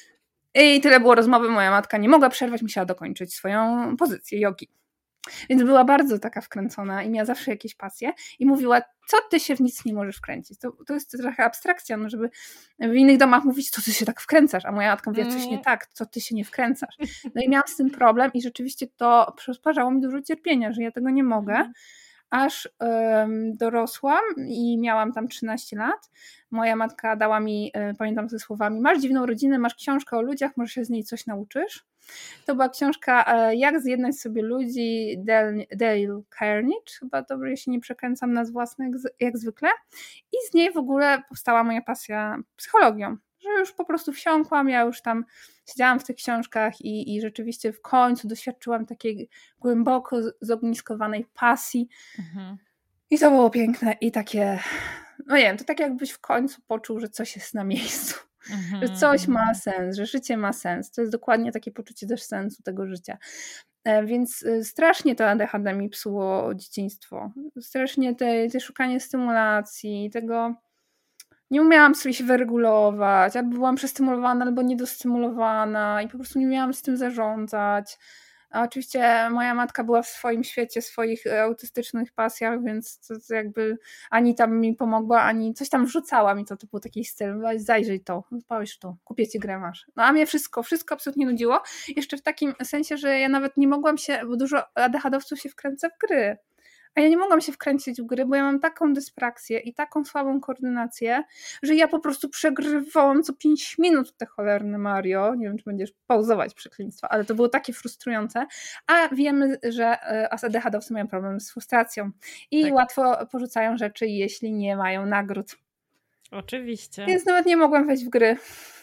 i tyle było rozmowy, moja matka nie mogła przerwać, musiała dokończyć swoją pozycję jogi. Więc była bardzo taka wkręcona i miała zawsze jakieś pasje i mówiła, co ty się w nic nie możesz wkręcić. To, to jest trochę abstrakcja, no żeby w innych domach mówić, co ty się tak wkręcasz, a moja matka mówiła, coś nie tak, co ty się nie wkręcasz. No i miałam z tym problem i rzeczywiście to przysparzało mi dużo cierpienia, że ja tego nie mogę, aż um, dorosłam i miałam tam trzynaście lat. Moja matka dała mi, pamiętam ze słowami, masz dziwną rodzinę, masz książkę o ludziach, może się z niej coś nauczysz. To była książka Jak zjednać sobie ludzi Dale, Dale Carnegie, chyba dobrze, jeśli nie przekręcam nazw własnych jak zwykle. I z niej w ogóle powstała moja pasja psychologią, że już po prostu wsiąkłam, ja już tam siedziałam w tych książkach i, i rzeczywiście w końcu doświadczyłam takiej głęboko zogniskowanej pasji. Mhm. I to było piękne i takie, no nie wiem, to tak jakbyś w końcu poczuł, że coś jest na miejscu. Mhm. Że coś ma sens, że życie ma sens. To jest dokładnie takie poczucie też sensu tego życia. Więc strasznie to A D H D mi psuło dzieciństwo. Strasznie te, te szukanie stymulacji, tego nie umiałam sobie się wyregulować, albo byłam przestymulowana, albo niedostymulowana i po prostu nie umiałam z tym zarządzać. A oczywiście moja matka była w swoim świecie, swoich autystycznych pasjach, więc to, to jakby ani tam mi pomogła, ani coś tam wrzucała mi to, to był taki styl, zajrzyj to, spałeś to, kupię ci grę, masz. No a mnie wszystko, wszystko absolutnie nudziło. Jeszcze w takim sensie, że ja nawet nie mogłam się, bo dużo A D H D-owców się wkręca w gry. A ja nie mogłam się wkręcić w gry, bo ja mam taką dyspraksję i taką słabą koordynację, że ja po prostu przegrywałam co pięć minut te cholerne Mario. Nie wiem, czy będziesz pauzować przekleństwa, ale to było takie frustrujące. A wiemy, że A D H D-owcy mają problem z frustracją i tak. łatwo porzucają rzeczy, jeśli nie mają nagród. Oczywiście. Więc nawet nie mogłam wejść w gry.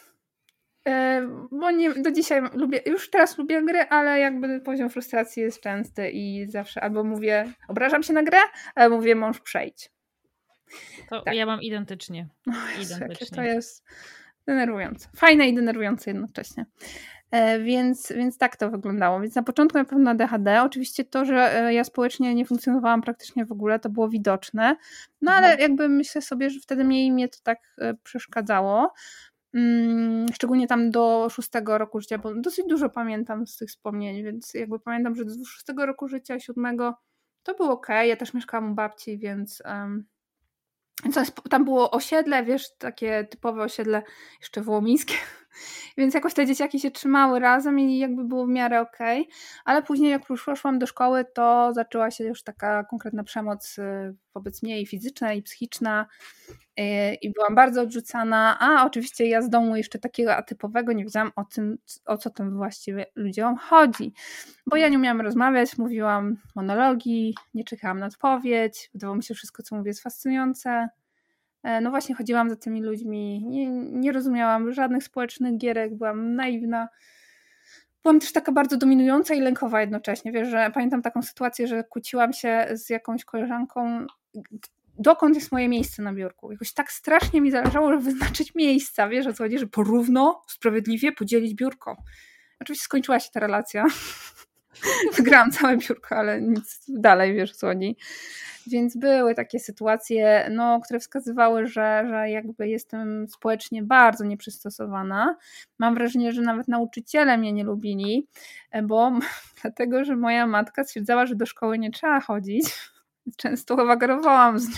Bo nie, do dzisiaj lubię, już teraz lubię gry, ale jakby poziom frustracji jest częsty i zawsze albo mówię, obrażam się na grę, albo mówię, mąż przejdź. To tak. Ja mam identycznie. O Jezu, identycznie. To jest denerwujące. Fajne i denerwujące jednocześnie. Więc, więc tak to wyglądało. Więc na początku na pewno A D H D. Oczywiście to, że ja społecznie nie funkcjonowałam praktycznie w ogóle, to było widoczne. No ale mhm. jakby myślę sobie, że wtedy mniej mnie to tak przeszkadzało. Szczególnie tam do szóstego roku życia, bo dosyć dużo pamiętam z tych wspomnień, więc jakby pamiętam, że do szóstego roku życia, siódmego to było okej. Ja też mieszkałam u babci, więc um, tam było osiedle, wiesz, takie typowe osiedle jeszcze wołomińskie, więc jakoś te dzieciaki się trzymały razem i jakby było w miarę okej, okay. Ale później jak już poszłam do szkoły, to zaczęła się już taka konkretna przemoc wobec mnie i fizyczna i psychiczna i byłam bardzo odrzucana, a oczywiście ja z domu jeszcze takiego atypowego nie wiedziałam o tym, o co tym właściwie ludziom chodzi, bo ja nie umiałam rozmawiać, mówiłam monologi, nie czekałam na odpowiedź, wydawało mi się, że wszystko co mówię jest fascynujące. No właśnie chodziłam za tymi ludźmi, nie, nie rozumiałam żadnych społecznych gierek, byłam naiwna. Byłam też taka bardzo dominująca i lękowa jednocześnie. Wiesz, że pamiętam taką sytuację, że kłóciłam się z jakąś koleżanką, dokąd jest moje miejsce na biurku. Jakoś tak strasznie mi zależało, żeby wyznaczyć miejsca. Wiesz, o co chodzi, że porówno, sprawiedliwie podzielić biurko. Oczywiście skończyła się ta relacja. Wygrałam całe biurko, ale nic dalej, wiesz, o co chodzi. Więc były takie sytuacje, no, które wskazywały, że, że jakby jestem społecznie bardzo nieprzystosowana. Mam wrażenie, że nawet nauczyciele mnie nie lubili, bo dlatego, że moja matka stwierdzała, że do szkoły nie trzeba chodzić. Często wagarowałam z nią.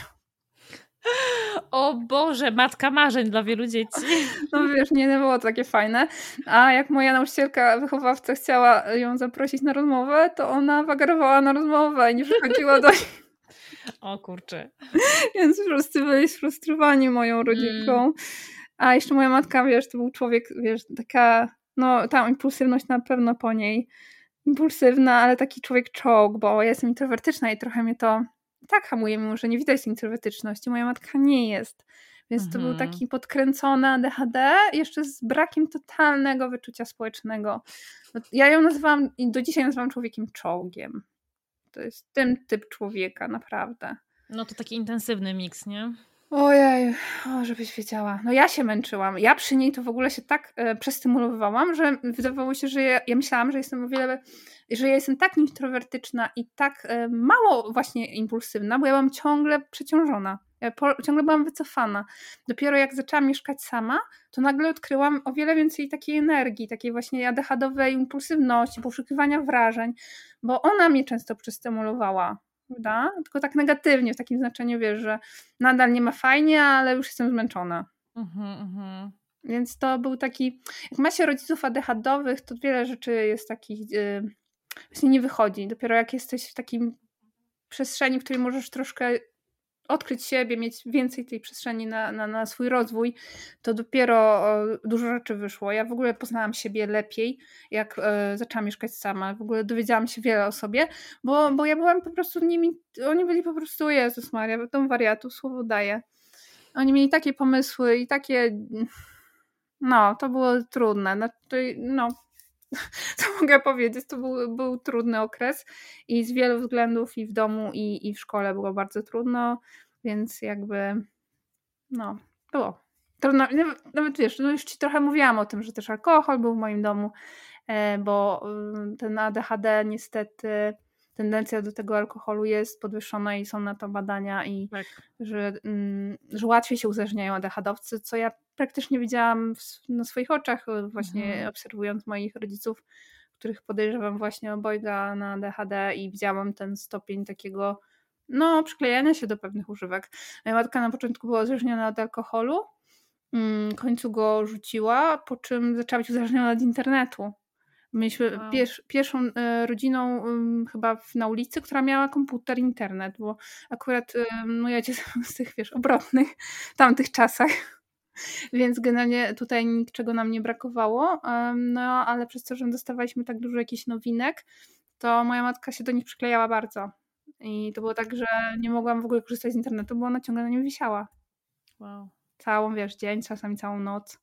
O Boże, matka marzeń dla wielu dzieci. No wiesz, nie było to takie fajne. A jak moja nauczycielka, wychowawca chciała ją zaprosić na rozmowę, to ona wagarowała na rozmowę i nie przychodziła do niej. O kurczę. Więc wszyscy byli sfrustrowani moją rodzinką. Mm. A jeszcze moja matka, wiesz, to był człowiek, wiesz, taka, no ta impulsywność na pewno po niej. Impulsywna, ale taki człowiek czołg, bo ja jestem introwertyczna i trochę mnie to tak hamuje, mimo że nie widać tej introwertyczności. Moja matka nie jest. Więc mhm. to był taki podkręcony A D H D, jeszcze z brakiem totalnego wyczucia społecznego. Ja ją nazywam, i do dzisiaj nazywam człowiekiem czołgiem. To jest ten typ człowieka, naprawdę. No to taki intensywny miks, nie? Ojej, o, żebyś wiedziała. No ja się męczyłam. Ja przy niej to w ogóle się tak e, przestymulowałam, że wydawało się, że ja, ja myślałam, że jestem o wiele, że ja jestem tak introwertyczna i tak e, mało właśnie impulsywna, bo ja byłam ciągle przeciążona. Ja po, ciągle byłam wycofana. Dopiero jak zaczęłam mieszkać sama, to nagle odkryłam o wiele więcej takiej energii, takiej właśnie A D H D-owej impulsywności, poszukiwania wrażeń, bo ona mnie często przestymulowała. Prawda? Tylko tak negatywnie, w takim znaczeniu, wiesz, że nadal nie ma fajnie, ale już jestem zmęczona. Uh-huh, uh-huh. Więc to był taki, jak ma się rodziców A D H D-owych, to wiele rzeczy jest takich, yy, właśnie nie wychodzi. Dopiero jak jesteś w takim przestrzeni, w której możesz troszkę odkryć siebie, mieć więcej tej przestrzeni na, na, na swój rozwój, to dopiero dużo rzeczy wyszło. Ja w ogóle poznałam siebie lepiej, jak e, zaczęłam mieszkać sama. W ogóle dowiedziałam się wiele o sobie, bo, bo ja byłam po prostu nimi, oni byli po prostu, Jezus Maria, dom wariatów, słowo daję. Oni mieli takie pomysły i takie, no, to było trudne. No, to, no co mogę powiedzieć, to był, był trudny okres i z wielu względów i w domu i, i w szkole było bardzo trudno, więc jakby no, było trudno, nawet, nawet wiesz, no już ci trochę mówiłam o tym, że też alkohol był w moim domu, bo ten A D H D niestety tendencja do tego alkoholu jest podwyższona i są na to badania i tak. że, że łatwiej się uzależniają A D H D-owcy, co ja praktycznie widziałam w, na swoich oczach, właśnie mhm. obserwując moich rodziców, których podejrzewam właśnie obojga na A D H D i widziałam ten stopień takiego no przyklejania się do pewnych używek. Moja matka na początku była uzależniona od alkoholu, w końcu go rzuciła, po czym zaczęła być uzależniona od internetu. Myliśmy wow. pier- pierwszą e, rodziną um, chyba w, na ulicy, która miała komputer, internet, bo akurat um, mój ojciec z tych, wiesz, obrotnych w tamtych czasach, więc generalnie tutaj niczego nam nie brakowało, um, no ale przez to, że dostawaliśmy tak dużo jakichś nowinek, to moja matka się do nich przyklejała bardzo i to było tak, że nie mogłam w ogóle korzystać z internetu, bo ona ciągle na nim wisiała. Wow. Całą, wiesz, dzień, czasami całą noc.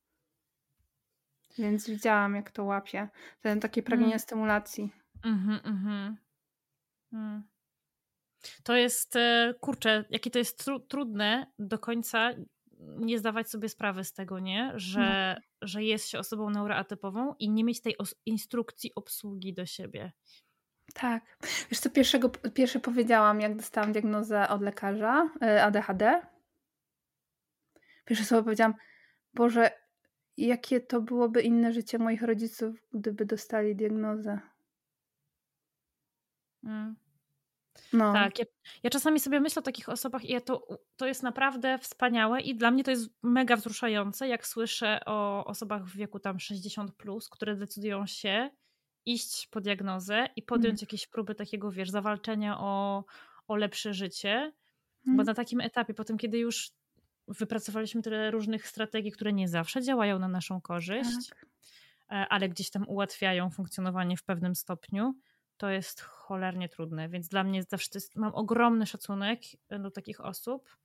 Więc widziałam, jak to łapie. Ten takie pragnienie mm. stymulacji. Mm-hmm, mm-hmm. Mm. To jest, kurczę, jakie to jest tru- trudne do końca nie zdawać sobie sprawy z tego, nie? Że, no. że jest się osobą neuroatypową i nie mieć tej os- instrukcji obsługi do siebie. Tak. Wiesz co, pierwszego, pierwsze powiedziałam, jak dostałam diagnozę od lekarza A D H D. Pierwsze słowo powiedziałam, Boże, jakie to byłoby inne życie moich rodziców, gdyby dostali diagnozę. Mm. No. Tak, ja, ja czasami sobie myślę o takich osobach i ja to, to jest naprawdę wspaniałe i dla mnie to jest mega wzruszające, jak słyszę o osobach w wieku tam sześćdziesiąt plus, które decydują się iść po diagnozę i podjąć mm. jakieś próby takiego, wiesz, zawalczenia o, o lepsze życie, mm. bo na takim etapie, potem kiedy już wypracowaliśmy tyle różnych strategii, które nie zawsze działają na naszą korzyść, tak. ale gdzieś tam ułatwiają funkcjonowanie w pewnym stopniu, to jest cholernie trudne, więc dla mnie zawsze to jest, mam ogromny szacunek do takich osób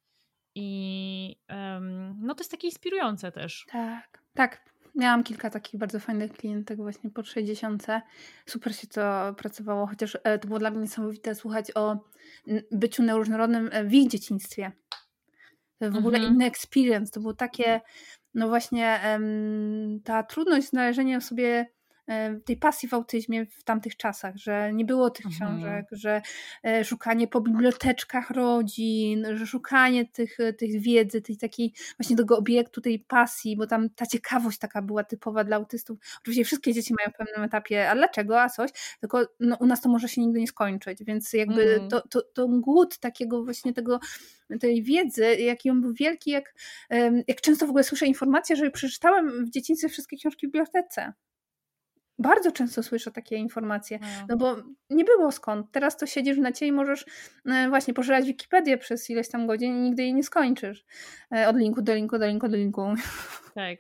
i um, no to jest takie inspirujące też. Tak, tak. Miałam kilka takich bardzo fajnych klientek właśnie po sześćdziesiątce. Super się to pracowało, chociaż to było dla mnie niesamowite słuchać o byciu neuroróżnorodnym w ich dzieciństwie. To w ogóle mhm. inny experience. To było takie, no właśnie um, ta trudność znalezienia sobie tej pasji w autyzmie w tamtych czasach, że nie było tych mhm. książek, że szukanie po biblioteczkach rodzin, że szukanie tych, tych wiedzy, tej takiej właśnie tego obiektu, tej pasji, bo tam ta ciekawość taka była typowa dla autystów. Oczywiście wszystkie dzieci mają w pewnym etapie, a dlaczego, a coś, tylko no, u nas to może się nigdy nie skończyć, więc jakby mhm. to, to, to głód takiego właśnie tego tej wiedzy, jaki on był wielki, jak, jak często w ogóle słyszę informacje, że przeczytałem w dzieciństwie wszystkie książki w bibliotece. Bardzo często słyszę takie informacje, no bo nie było skąd. Teraz to siedzisz w necie i możesz właśnie poszerzać Wikipedię przez ileś tam godzin i nigdy jej nie skończysz. Od linku do linku, do linku, do linku. Tak.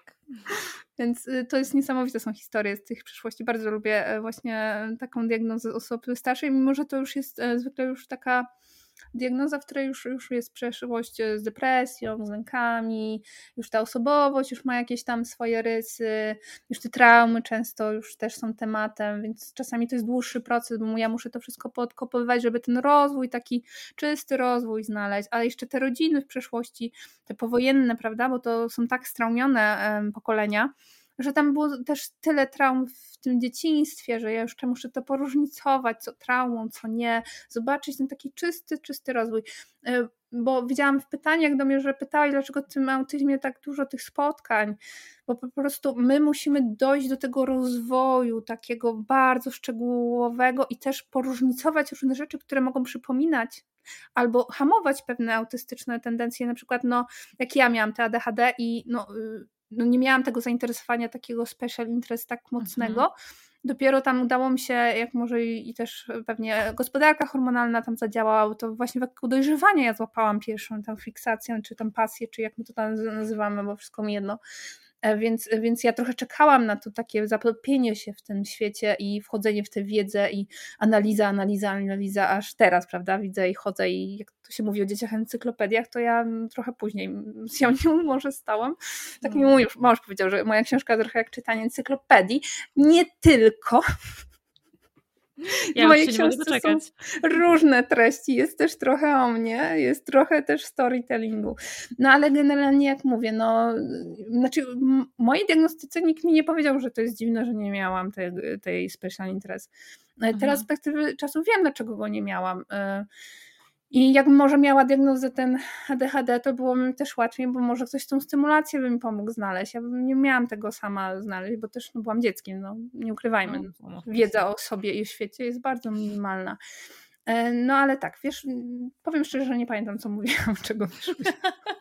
Więc to jest niesamowite, są historie z tych przyszłości. Bardzo lubię właśnie taką diagnozę osoby starszej, mimo że to już jest zwykle już taka diagnoza, w której już, już jest przeszłość z depresją, z lękami, już ta osobowość już ma jakieś tam swoje rysy, już te traumy często już też są tematem, więc czasami to jest dłuższy proces, bo ja muszę to wszystko podkopywać, żeby ten rozwój, taki czysty rozwój znaleźć, ale jeszcze te rodziny w przeszłości, te powojenne, prawda, bo to są tak straumione um, pokolenia, że tam było też tyle traum w tym dzieciństwie, że ja jeszcze muszę to poróżnicować, co traumą, co nie, zobaczyć ten taki czysty, czysty rozwój. Bo widziałam w pytaniach do mnie, że pytałeś, dlaczego w tym autyzmie tak dużo tych spotkań, bo po prostu my musimy dojść do tego rozwoju takiego bardzo szczegółowego i też poróżnicować różne rzeczy, które mogą przypominać albo hamować pewne autystyczne tendencje, na przykład no, jak ja miałam te A D H D i no no nie miałam tego zainteresowania takiego special interest tak mocnego, dopiero tam udało mi się, jak może i też pewnie gospodarka hormonalna tam zadziałała, to właśnie wokół dojrzewania ja złapałam pierwszą tam fiksację, czy tam pasję, czy jak my to tam nazywamy, bo wszystko mi jedno. Więc, więc ja trochę czekałam na to takie zatopienie się w tym świecie i wchodzenie w tę wiedzę i analiza, analiza, analiza, aż teraz, prawda, widzę i chodzę i jak to się mówi o dzieciach encyklopediach, to ja trochę później się nią może stałam. Tak mi mój mąż powiedział, że moja książka trochę jak czytanie encyklopedii. Nie tylko. Ja już się nie mogę doczekać. Są różne treści, jest też trochę o mnie, jest trochę też storytellingu. No ale generalnie jak mówię, no znaczy w mojej diagnostyce nikt mi nie powiedział, że to jest dziwne, że nie miałam tej, tej special interest. Teraz z perspektywy czasu wiem, dlaczego go nie miałam. I jakbym może miała diagnozę ten A D H D, to było mi też łatwiej, bo może ktoś tą stymulację by mi pomógł znaleźć. Ja bym nie miałam tego sama znaleźć, bo też no, byłam dzieckiem, no nie ukrywajmy. No, wiedza o sobie i o świecie jest bardzo minimalna. No ale tak, wiesz, powiem szczerze, że nie pamiętam, co mówiłam, czego wyszło.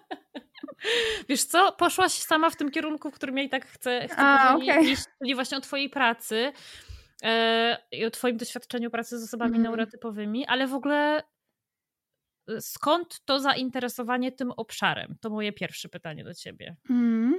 Wiesz co, poszłaś sama w tym kierunku, w którym ja i tak chcę, chcę A, okay. iść, czyli właśnie o twojej pracy e, i o twoim doświadczeniu pracy z osobami mm. neurotypowymi, ale w ogóle skąd to zainteresowanie tym obszarem? To moje pierwsze pytanie do ciebie. Mm.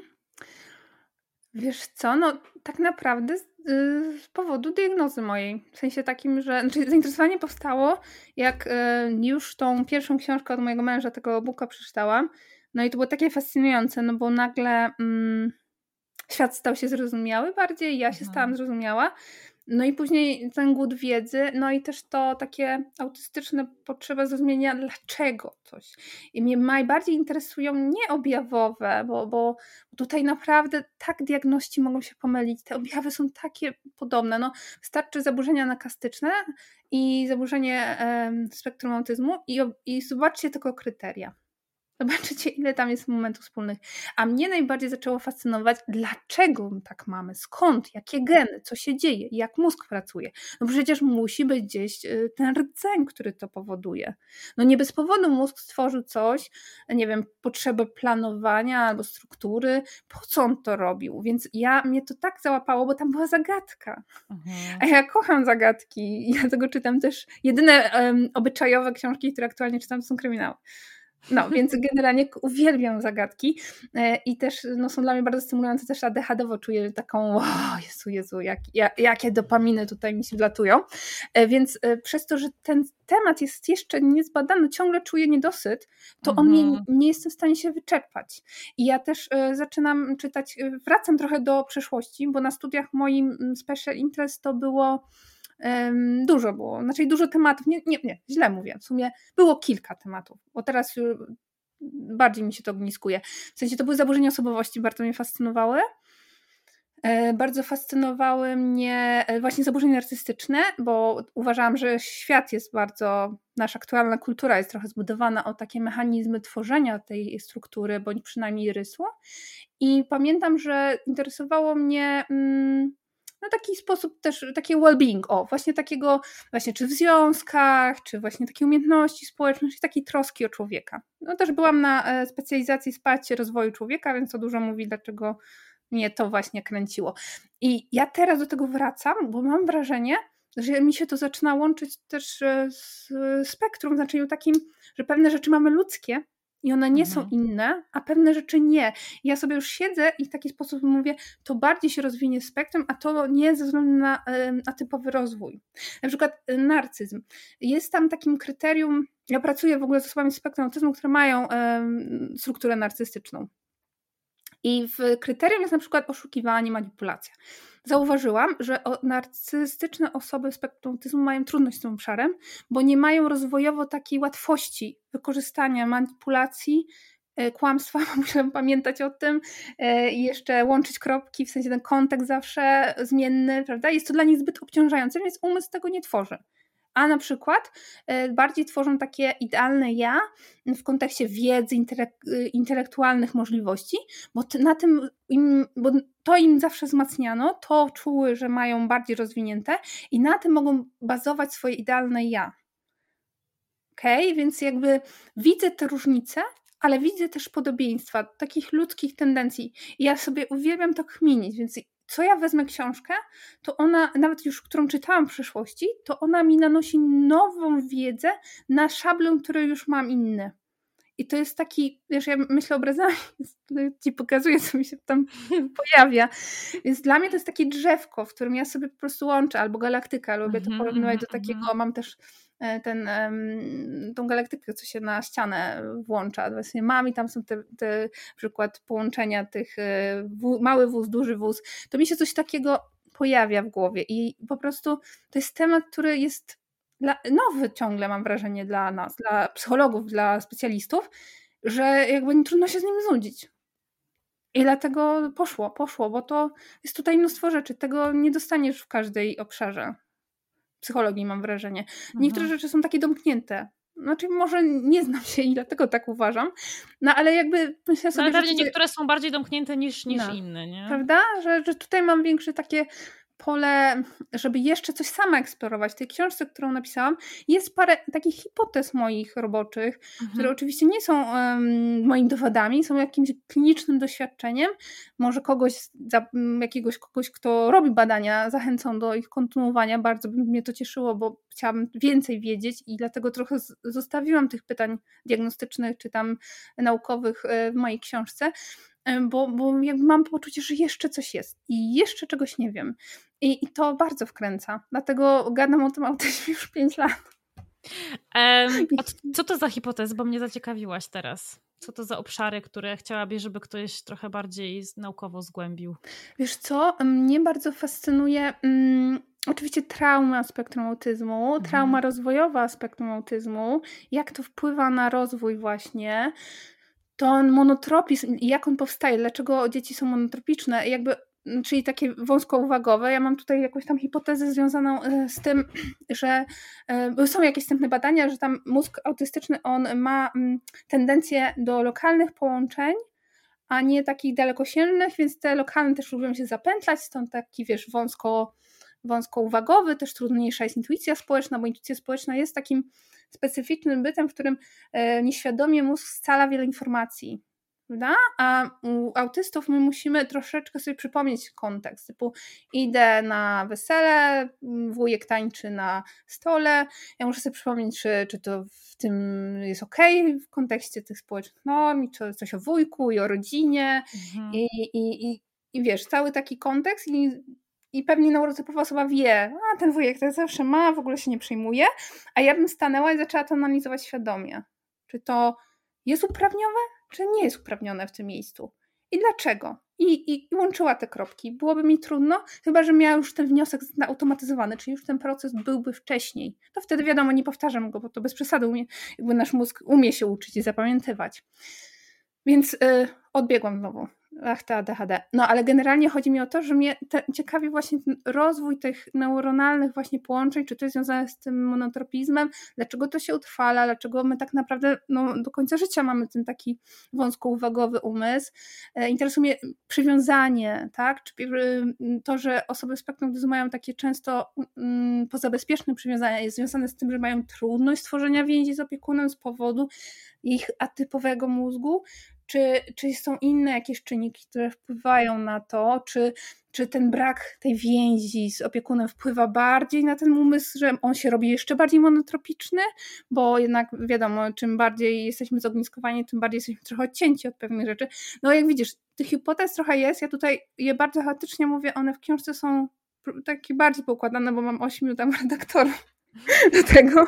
Wiesz co, no tak naprawdę z, z powodu diagnozy mojej. W sensie takim, że znaczy zainteresowanie powstało, jak y, już tą pierwszą książkę od mojego męża, tego e-booka przeczytałam. No i to było takie fascynujące, no bo nagle mm, świat stał się zrozumiały bardziej, ja się stałam zrozumiała. No i później ten głód wiedzy, no i też to takie autystyczne potrzeba zrozumienia, dlaczego coś. I mnie najbardziej interesują nie objawowe, bo, bo tutaj naprawdę tak diagności mogą się pomylić. Te objawy są takie podobne. No, wystarczy zaburzenia nakastyczne i zaburzenie e, spektrum autyzmu i, i zobaczcie tylko kryteria. Zobaczycie, ile tam jest momentów wspólnych. A mnie najbardziej zaczęło fascynować, dlaczego tak mamy, skąd, jakie geny, co się dzieje, jak mózg pracuje. No przecież musi być gdzieś ten rdzeń, który to powoduje. No nie bez powodu mózg stworzył coś, nie wiem, potrzebę planowania albo struktury, po co on to robił. Więc ja, mnie to tak załapało, bo tam była zagadka. Mhm. A ja kocham zagadki. Ja tego czytam też. Jedyne um, obyczajowe książki, które aktualnie czytam, to są kryminały. No, więc generalnie uwielbiam zagadki i też no, są dla mnie bardzo stymulujące, też A D H D-owo czuję taką, o Jezu, Jezu, jak, jak, jakie dopaminy tutaj mi się wlatują, więc przez to, że ten temat jest jeszcze niezbadany, ciągle czuję niedosyt, to mhm. on nie, nie jestem w stanie się wyczerpać. I ja też zaczynam czytać, wracam trochę do przeszłości, bo na studiach moim special interest to było Um, dużo było, znaczy dużo tematów, nie, nie, nie, źle mówię, w sumie było kilka tematów, bo teraz już bardziej mi się to ogniskuje. W sensie to były zaburzenia osobowości, bardzo mnie fascynowały. E, bardzo fascynowały mnie właśnie zaburzenia narcystyczne, bo uważałam, że świat jest bardzo, nasza aktualna kultura jest trochę zbudowana o takie mechanizmy tworzenia tej struktury, bądź przynajmniej rysu. I pamiętam, że interesowało mnie mm, no taki sposób też, taki well-being, o właśnie takiego, właśnie czy w związkach, czy właśnie takiej umiejętności społecznej, czy takiej troski o człowieka. No też byłam na specjalizacji wsparcie rozwoju człowieka, więc to dużo mówi, dlaczego mnie to właśnie kręciło. I ja teraz do tego wracam, bo mam wrażenie, że mi się to zaczyna łączyć też z spektrum, w znaczeniu takim, że pewne rzeczy mamy ludzkie, i one nie mhm. są inne, a pewne rzeczy nie. Ja sobie już siedzę i w taki sposób mówię, to bardziej się rozwinie spektrum, a to nie ze względu na um, atypowy rozwój. Na przykład narcyzm. Jest tam takim kryterium, ja pracuję w ogóle z osobami z spektrum autyzmu, które mają um, strukturę narcystyczną. I w kryterium jest na przykład oszukiwanie, manipulacja. Zauważyłam, że narcystyczne osoby z spektrum autyzmu mają trudność z tym obszarem, bo nie mają rozwojowo takiej łatwości wykorzystania manipulacji, kłamstwa, muszę pamiętać o tym i jeszcze łączyć kropki, w sensie ten kontekst zawsze zmienny, prawda? Jest to dla nich zbyt obciążające, więc umysł tego nie tworzy. A na przykład bardziej tworzą takie idealne ja w kontekście wiedzy, intelek- intelektualnych możliwości, bo na tym im, bo to im zawsze wzmacniano, to czuły, że mają bardziej rozwinięte i na tym mogą bazować swoje idealne ja. Okej, okay? Więc jakby widzę te różnice, ale widzę też podobieństwa, takich ludzkich tendencji. I ja sobie uwielbiam to kminić, więc co ja wezmę książkę, to ona, nawet już którą czytałam w przeszłości, to ona mi nanosi nową wiedzę na szablę, który już mam inny. I to jest taki, wiesz, ja myślę obrazami, ci pokazuję, co mi się tam pojawia. Więc dla mnie to jest takie drzewko, w którym ja sobie po prostu łączę, albo galaktyka, lubię to porównywać do takiego, mam też ten, tą galaktykę, co się na ścianę włącza. Właśnie mam i tam są te, te przykład połączenia tych wóz, mały wóz, duży wóz. To mi się coś takiego pojawia w głowie i po prostu to jest temat, który jest Dla, nowy ciągle mam wrażenie dla nas, dla psychologów, dla specjalistów, że jakby nie trudno się z nim znudzić. I dlatego poszło, poszło, bo to jest tutaj mnóstwo rzeczy. Tego nie dostaniesz w każdej obszarze psychologii, mam wrażenie. Niektóre mhm. rzeczy są takie domknięte. Znaczy może nie znam się i dlatego tak uważam, no ale jakby myślę sobie... No, ale pewnie że niektóre są bardziej domknięte niż, niż no, inne, nie? Prawda? Że, że tutaj mam większe takie pole, żeby jeszcze coś sama eksplorować. W tej książce, którą napisałam, jest parę takich hipotez moich roboczych, mhm. które oczywiście nie są um, moimi dowodami, są jakimś klinicznym doświadczeniem. Może kogoś, za, jakiegoś kogoś, kto robi badania, zachęcą do ich kontynuowania. Bardzo by mnie to cieszyło, bo chciałabym więcej wiedzieć i dlatego trochę z, zostawiłam tych pytań diagnostycznych czy tam naukowych w mojej książce. Bo, bo jakby mam poczucie, że jeszcze coś jest i jeszcze czegoś nie wiem. I, i to bardzo wkręca. Dlatego gadam o tym autyzmie już pięć lat. Um, a co to za hipotezy? Bo mnie zaciekawiłaś teraz. Co to za obszary, które chciałabyś, żeby ktoś trochę bardziej naukowo zgłębił? Wiesz co? Mnie bardzo fascynuje um, oczywiście trauma spektrum autyzmu, mhm. trauma rozwojowa spektrum autyzmu, jak to wpływa na rozwój właśnie. Ten monotropizm, jak on powstaje, dlaczego dzieci są monotropiczne, jakby, czyli takie wąskouwagowe. Ja mam tutaj jakąś tam hipotezę związaną z tym, że są jakieś wstępne badania, że tam mózg autystyczny, on ma tendencję do lokalnych połączeń, a nie takich dalekosiężnych, więc te lokalne też lubią się zapętlać, stąd taki, wiesz, wąsko, wąskouwagowy, też trudniejsza jest intuicja społeczna, bo intuicja społeczna jest takim specyficznym bytem, w którym nieświadomie mózg scala wiele informacji, prawda? A u autystów my musimy troszeczkę sobie przypomnieć kontekst, typu idę na wesele, wujek tańczy na stole, ja muszę sobie przypomnieć, czy, czy to w tym jest okej okay w kontekście tych społecznych norm, i czy coś o wujku i o rodzinie mhm. i, i, i, i wiesz, cały taki kontekst i I pewnie neurotypowa osoba wie, a ten wujek tak zawsze ma, w ogóle się nie przejmuje, a ja bym stanęła i zaczęła to analizować świadomie. Czy to jest uprawnione, czy nie jest uprawnione w tym miejscu? I dlaczego? I, i, i łączyła te kropki. Byłoby mi trudno, chyba że miała już ten wniosek zautomatyzowany, czyli już ten proces byłby wcześniej. To wtedy wiadomo, nie powtarzam go, bo to bez przesady umie, jakby nasz mózg umie się uczyć i zapamiętywać. Więc yy, odbiegłam znowu. Ach, ta A D H D. No ale generalnie chodzi mi o to, że mnie te, ciekawi właśnie ten rozwój tych neuronalnych właśnie połączeń, czy to jest związane z tym monotropizmem, dlaczego to się utrwala, dlaczego my tak naprawdę no, do końca życia mamy ten taki wąskouwagowy umysł. E, interesuje mnie przywiązanie, tak? Czy to, że osoby z spektrum autyzmu mają takie często mm, pozabezpieczne przywiązania, jest związane z tym, że mają trudność stworzenia więzi z opiekunem z powodu ich atypowego mózgu, Czy, czy są inne jakieś czynniki, które wpływają na to, czy, czy ten brak tej więzi z opiekunem wpływa bardziej na ten umysł, że on się robi jeszcze bardziej monotropiczny, bo jednak wiadomo, czym bardziej jesteśmy zogniskowani, tym bardziej jesteśmy trochę odcięci od pewnych rzeczy. No jak widzisz, tych hipotez trochę jest, ja tutaj je bardzo chaotycznie mówię, one w książce są takie bardziej poukładane, bo mam ośmiu tam redaktorów do tego.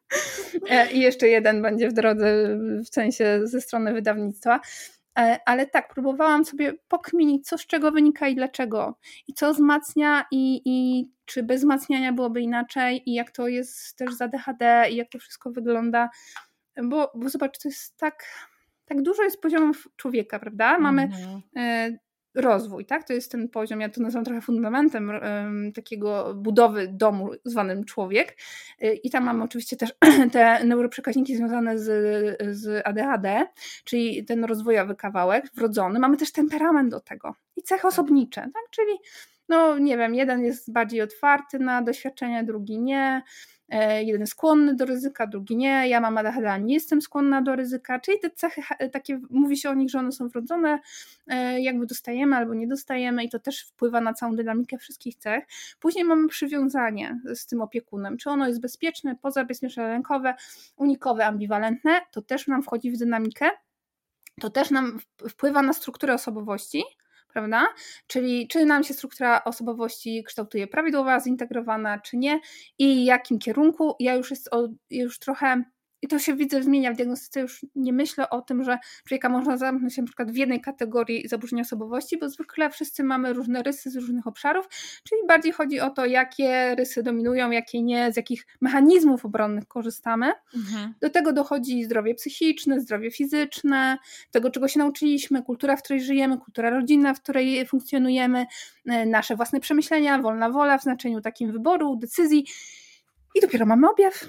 I jeszcze jeden będzie w drodze, w sensie ze strony wydawnictwa. Ale tak, próbowałam sobie pokminić, co z czego wynika i dlaczego. I co wzmacnia i, i czy bez wzmacniania byłoby inaczej i jak to jest też z A D H D i jak to wszystko wygląda. Bo, bo zobacz, to jest tak, tak dużo jest poziomów człowieka, prawda? Mamy mm-hmm. rozwój, tak? To jest ten poziom, ja to nazywam trochę fundamentem um, takiego budowy domu zwanym człowiek i tam mamy oczywiście też te neuroprzekaźniki związane z, z A D H D, czyli ten rozwojowy kawałek wrodzony. Mamy też temperament do tego i cechy osobnicze, tak? Czyli no nie wiem, jeden jest bardziej otwarty na doświadczenia, drugi nie. jeden jest skłonny do ryzyka, drugi nie, ja mam A D H D, nie jestem skłonna do ryzyka, czyli te cechy takie, mówi się o nich, że one są wrodzone, jakby dostajemy albo nie dostajemy i to też wpływa na całą dynamikę wszystkich cech. Później mamy przywiązanie z tym opiekunem, czy ono jest bezpieczne, pozabezpieczne, lękowe, unikowe, ambiwalentne, to też nam wchodzi w dynamikę, to też nam wpływa na strukturę osobowości, prawda? Czyli czy nam się struktura osobowości kształtuje prawidłowa, zintegrowana, czy nie i w jakim kierunku. Ja już jest o, już trochę, i to się widzę, zmienia w diagnostyce, już nie myślę o tym, że człowieka można zamknąć na przykład w jednej kategorii zaburzenia osobowości, bo zwykle wszyscy mamy różne rysy z różnych obszarów, czyli bardziej chodzi o to, jakie rysy dominują, jakie nie, z jakich mechanizmów obronnych korzystamy. Mhm. Do tego dochodzi zdrowie psychiczne, zdrowie fizyczne, tego, czego się nauczyliśmy, kultura, w której żyjemy, kultura rodzinna, w której funkcjonujemy, nasze własne przemyślenia, wolna wola w znaczeniu takim wyboru, decyzji i dopiero mamy objaw.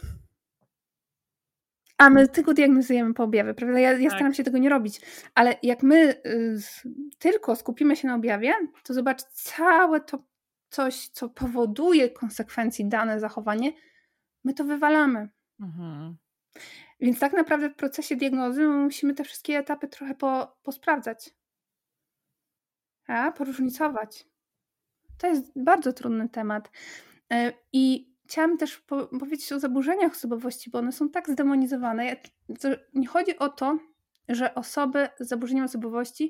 A my tylko diagnozujemy po objawie, prawda? Ja, ja tak. staram się tego nie robić, ale jak my y, tylko skupimy się na objawie, to zobacz, całe to coś, co powoduje konsekwencji dane zachowanie, my to wywalamy. Mhm. Więc tak naprawdę w procesie diagnozy musimy te wszystkie etapy trochę po, posprawdzać. A, poróżnicować. To jest bardzo trudny temat. Y, I chciałam też po- powiedzieć o zaburzeniach osobowości, bo one są tak zdemonizowane. Nie chodzi o to, że osoby z zaburzeniem osobowości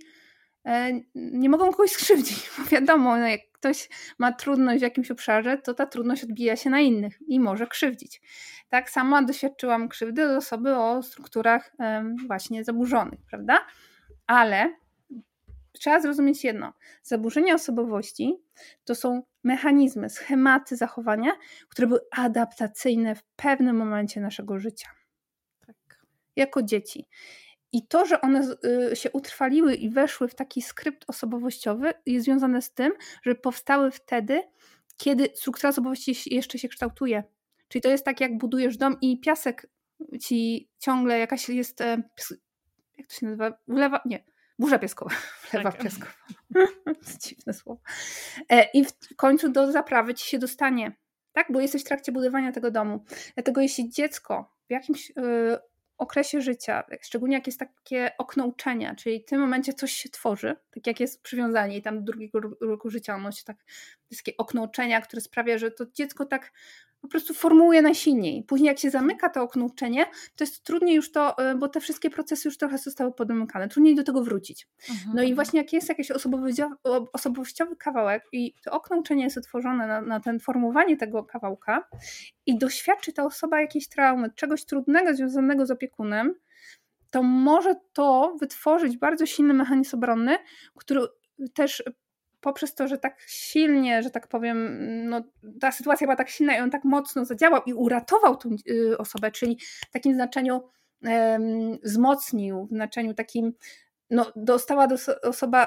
nie mogą kogoś skrzywdzić. Bo wiadomo, no jak ktoś ma trudność w jakimś obszarze, to ta trudność odbija się na innych i może krzywdzić. Tak, sama doświadczyłam krzywdy od osoby o strukturach właśnie zaburzonych, prawda? Ale trzeba zrozumieć jedno. Zaburzenia osobowości to są mechanizmy, schematy zachowania, które były adaptacyjne w pewnym momencie naszego życia. Tak. Jako dzieci. I to, że one się utrwaliły i weszły w taki skrypt osobowościowy, jest związane z tym, że powstały wtedy, kiedy struktura osobowości jeszcze się kształtuje. Czyli to jest tak, jak budujesz dom i piasek ci ciągle jakaś jest, jak to się nazywa, wlewa, nie, burza piaskowa, wlewa tak. piaskowa. Dziwne słowo. I w końcu do zaprawy ci się dostanie, tak? Bo jesteś w trakcie budowania tego domu. Dlatego jeśli dziecko w jakimś y, okresie życia, szczególnie jak jest takie okno uczenia, czyli w tym momencie coś się tworzy, tak jak jest przywiązanie i tam do drugiego roku życia ono się tak, to jest takie okno uczenia, które sprawia, że to dziecko tak po prostu formułuje najsilniej. Później jak się zamyka to okno uczenia, to jest trudniej już to, bo te wszystkie procesy już trochę zostały podomykane. Trudniej do tego wrócić. Mhm. No i właśnie jak jest jakiś osobowościowy, osobowościowy kawałek i to okno uczenia jest otworzone na, na ten formułowanie tego kawałka i doświadczy ta osoba jakiejś traumy, czegoś trudnego związanego z opiekunem, to może to wytworzyć bardzo silny mechanizm obronny, który też poprzez to, że tak silnie, że tak powiem, no, ta sytuacja była tak silna i on tak mocno zadziałał i uratował tą y, osobę, czyli w takim znaczeniu y, wzmocnił, w znaczeniu takim, no, dostała do, osoba,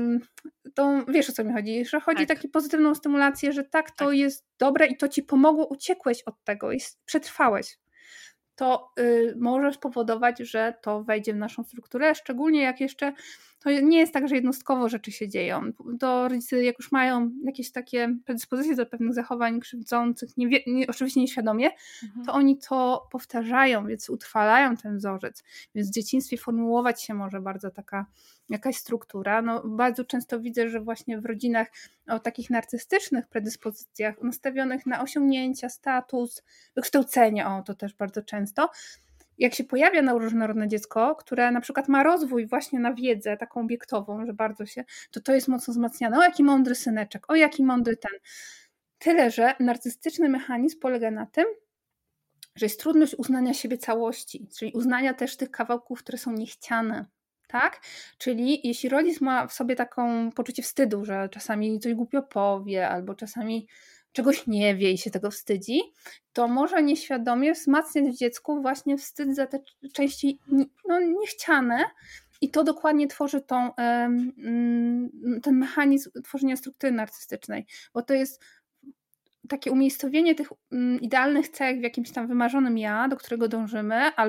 y, to wiesz o co mi chodzi, że chodzi tak. o taką pozytywną stymulację, że tak, to tak. jest dobre i to ci pomogło, uciekłeś od tego i przetrwałeś. To y, może spowodować, że to wejdzie w naszą strukturę, szczególnie jak jeszcze to nie jest tak, że jednostkowo rzeczy się dzieją. To rodzice jak już mają jakieś takie predyspozycje do pewnych zachowań krzywdzących, nie, nie, oczywiście nieświadomie, mhm. to oni to powtarzają, więc utrwalają ten wzorzec. Więc w dzieciństwie formułować się może bardzo taka jakaś struktura. No, bardzo często widzę, że właśnie w rodzinach o takich narcystycznych predyspozycjach nastawionych na osiągnięcia, status, wykształcenie, o to też bardzo często, jak się pojawia neuroróżnorodne dziecko, które na przykład ma rozwój właśnie na wiedzę taką obiektową, że bardzo się, to to jest mocno wzmacniane. O jaki mądry syneczek, o jaki mądry ten. Tyle, że narcystyczny mechanizm polega na tym, że jest trudność uznania siebie całości, czyli uznania też tych kawałków, które są niechciane. Tak? Czyli jeśli rodzic ma w sobie taką poczucie wstydu, że czasami coś głupio powie, albo czasami czegoś nie wie i się tego wstydzi, to może nieświadomie wzmacniać w dziecku właśnie wstyd za te części no, niechciane i to dokładnie tworzy tą, ten mechanizm tworzenia struktury narcystycznej, bo to jest takie umiejscowienie tych idealnych cech w jakimś tam wymarzonym ja, do którego dążymy, albo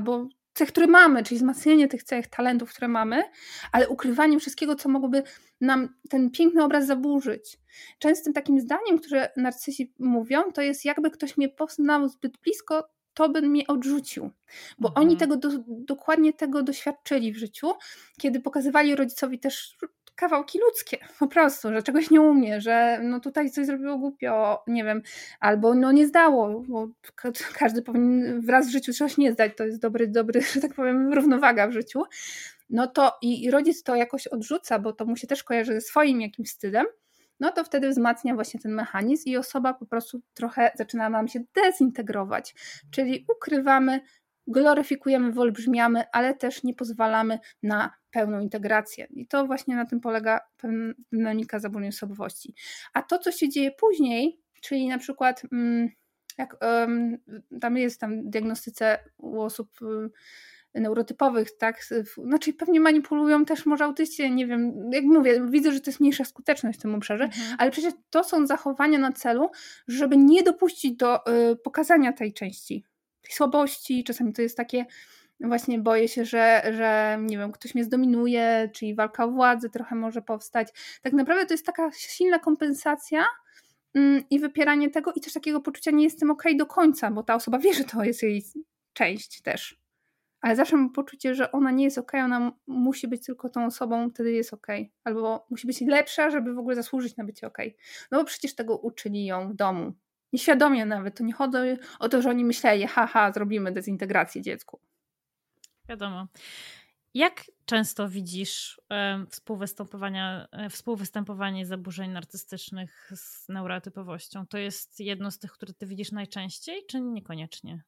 cech, które mamy, czyli wzmacnianie tych cech, talentów, które mamy, ale ukrywanie wszystkiego, co mogłoby nam ten piękny obraz zaburzyć. Częstym takim zdaniem, które narcysi mówią, to jest jakby ktoś mnie poznał zbyt blisko, to by mnie odrzucił. Bo Mhm. oni tego do, dokładnie tego doświadczyli w życiu, kiedy pokazywali rodzicowi też kawałki ludzkie, po prostu, że czegoś nie umie, że no tutaj coś zrobiło głupio, nie wiem, albo no nie zdało, bo każdy powinien wraz w życiu coś nie zdać, to jest dobry, dobry, że tak powiem, równowaga w życiu, no to i, i rodzic to jakoś odrzuca, bo to mu się też kojarzy ze swoim jakimś stylem, no to wtedy wzmacnia właśnie ten mechanizm i osoba po prostu trochę zaczyna nam się dezintegrować, czyli ukrywamy, gloryfikujemy, wyolbrzymiamy, ale też nie pozwalamy na pełną integrację. I to właśnie na tym polega pewna dynamika zaburzeń osobowości. A to, co się dzieje później, czyli na przykład jak tam jest tam w diagnostyce u osób neurotypowych, tak, znaczy pewnie manipulują też może autyści, nie wiem, jak mówię, widzę, że to jest mniejsza skuteczność w tym obszarze, mhm. ale przecież to są zachowania na celu, żeby nie dopuścić do y, pokazania tej części, tej słabości, czasami to jest takie, właśnie boję się, że, że nie wiem, ktoś mnie zdominuje, czyli walka o władzę trochę może powstać. Tak naprawdę to jest taka silna kompensacja y, i wypieranie tego i też takiego poczucia nie jestem okej do końca, bo ta osoba wie, że to jest jej część też. Ale zawsze mam poczucie, że ona nie jest okej, ona musi być tylko tą osobą, wtedy jest okej. Albo musi być lepsza, żeby w ogóle zasłużyć na bycie okej. No bo przecież tego uczyli ją w domu. Nieświadomie nawet. To nie chodzi o to, że oni myśleli, haha, zrobimy dezintegrację dziecku. Wiadomo. Jak często widzisz e, współwystępowania, e, współwystępowanie zaburzeń narcystycznych z neurotypowością? To jest jedno z tych, które ty widzisz najczęściej, czy niekoniecznie?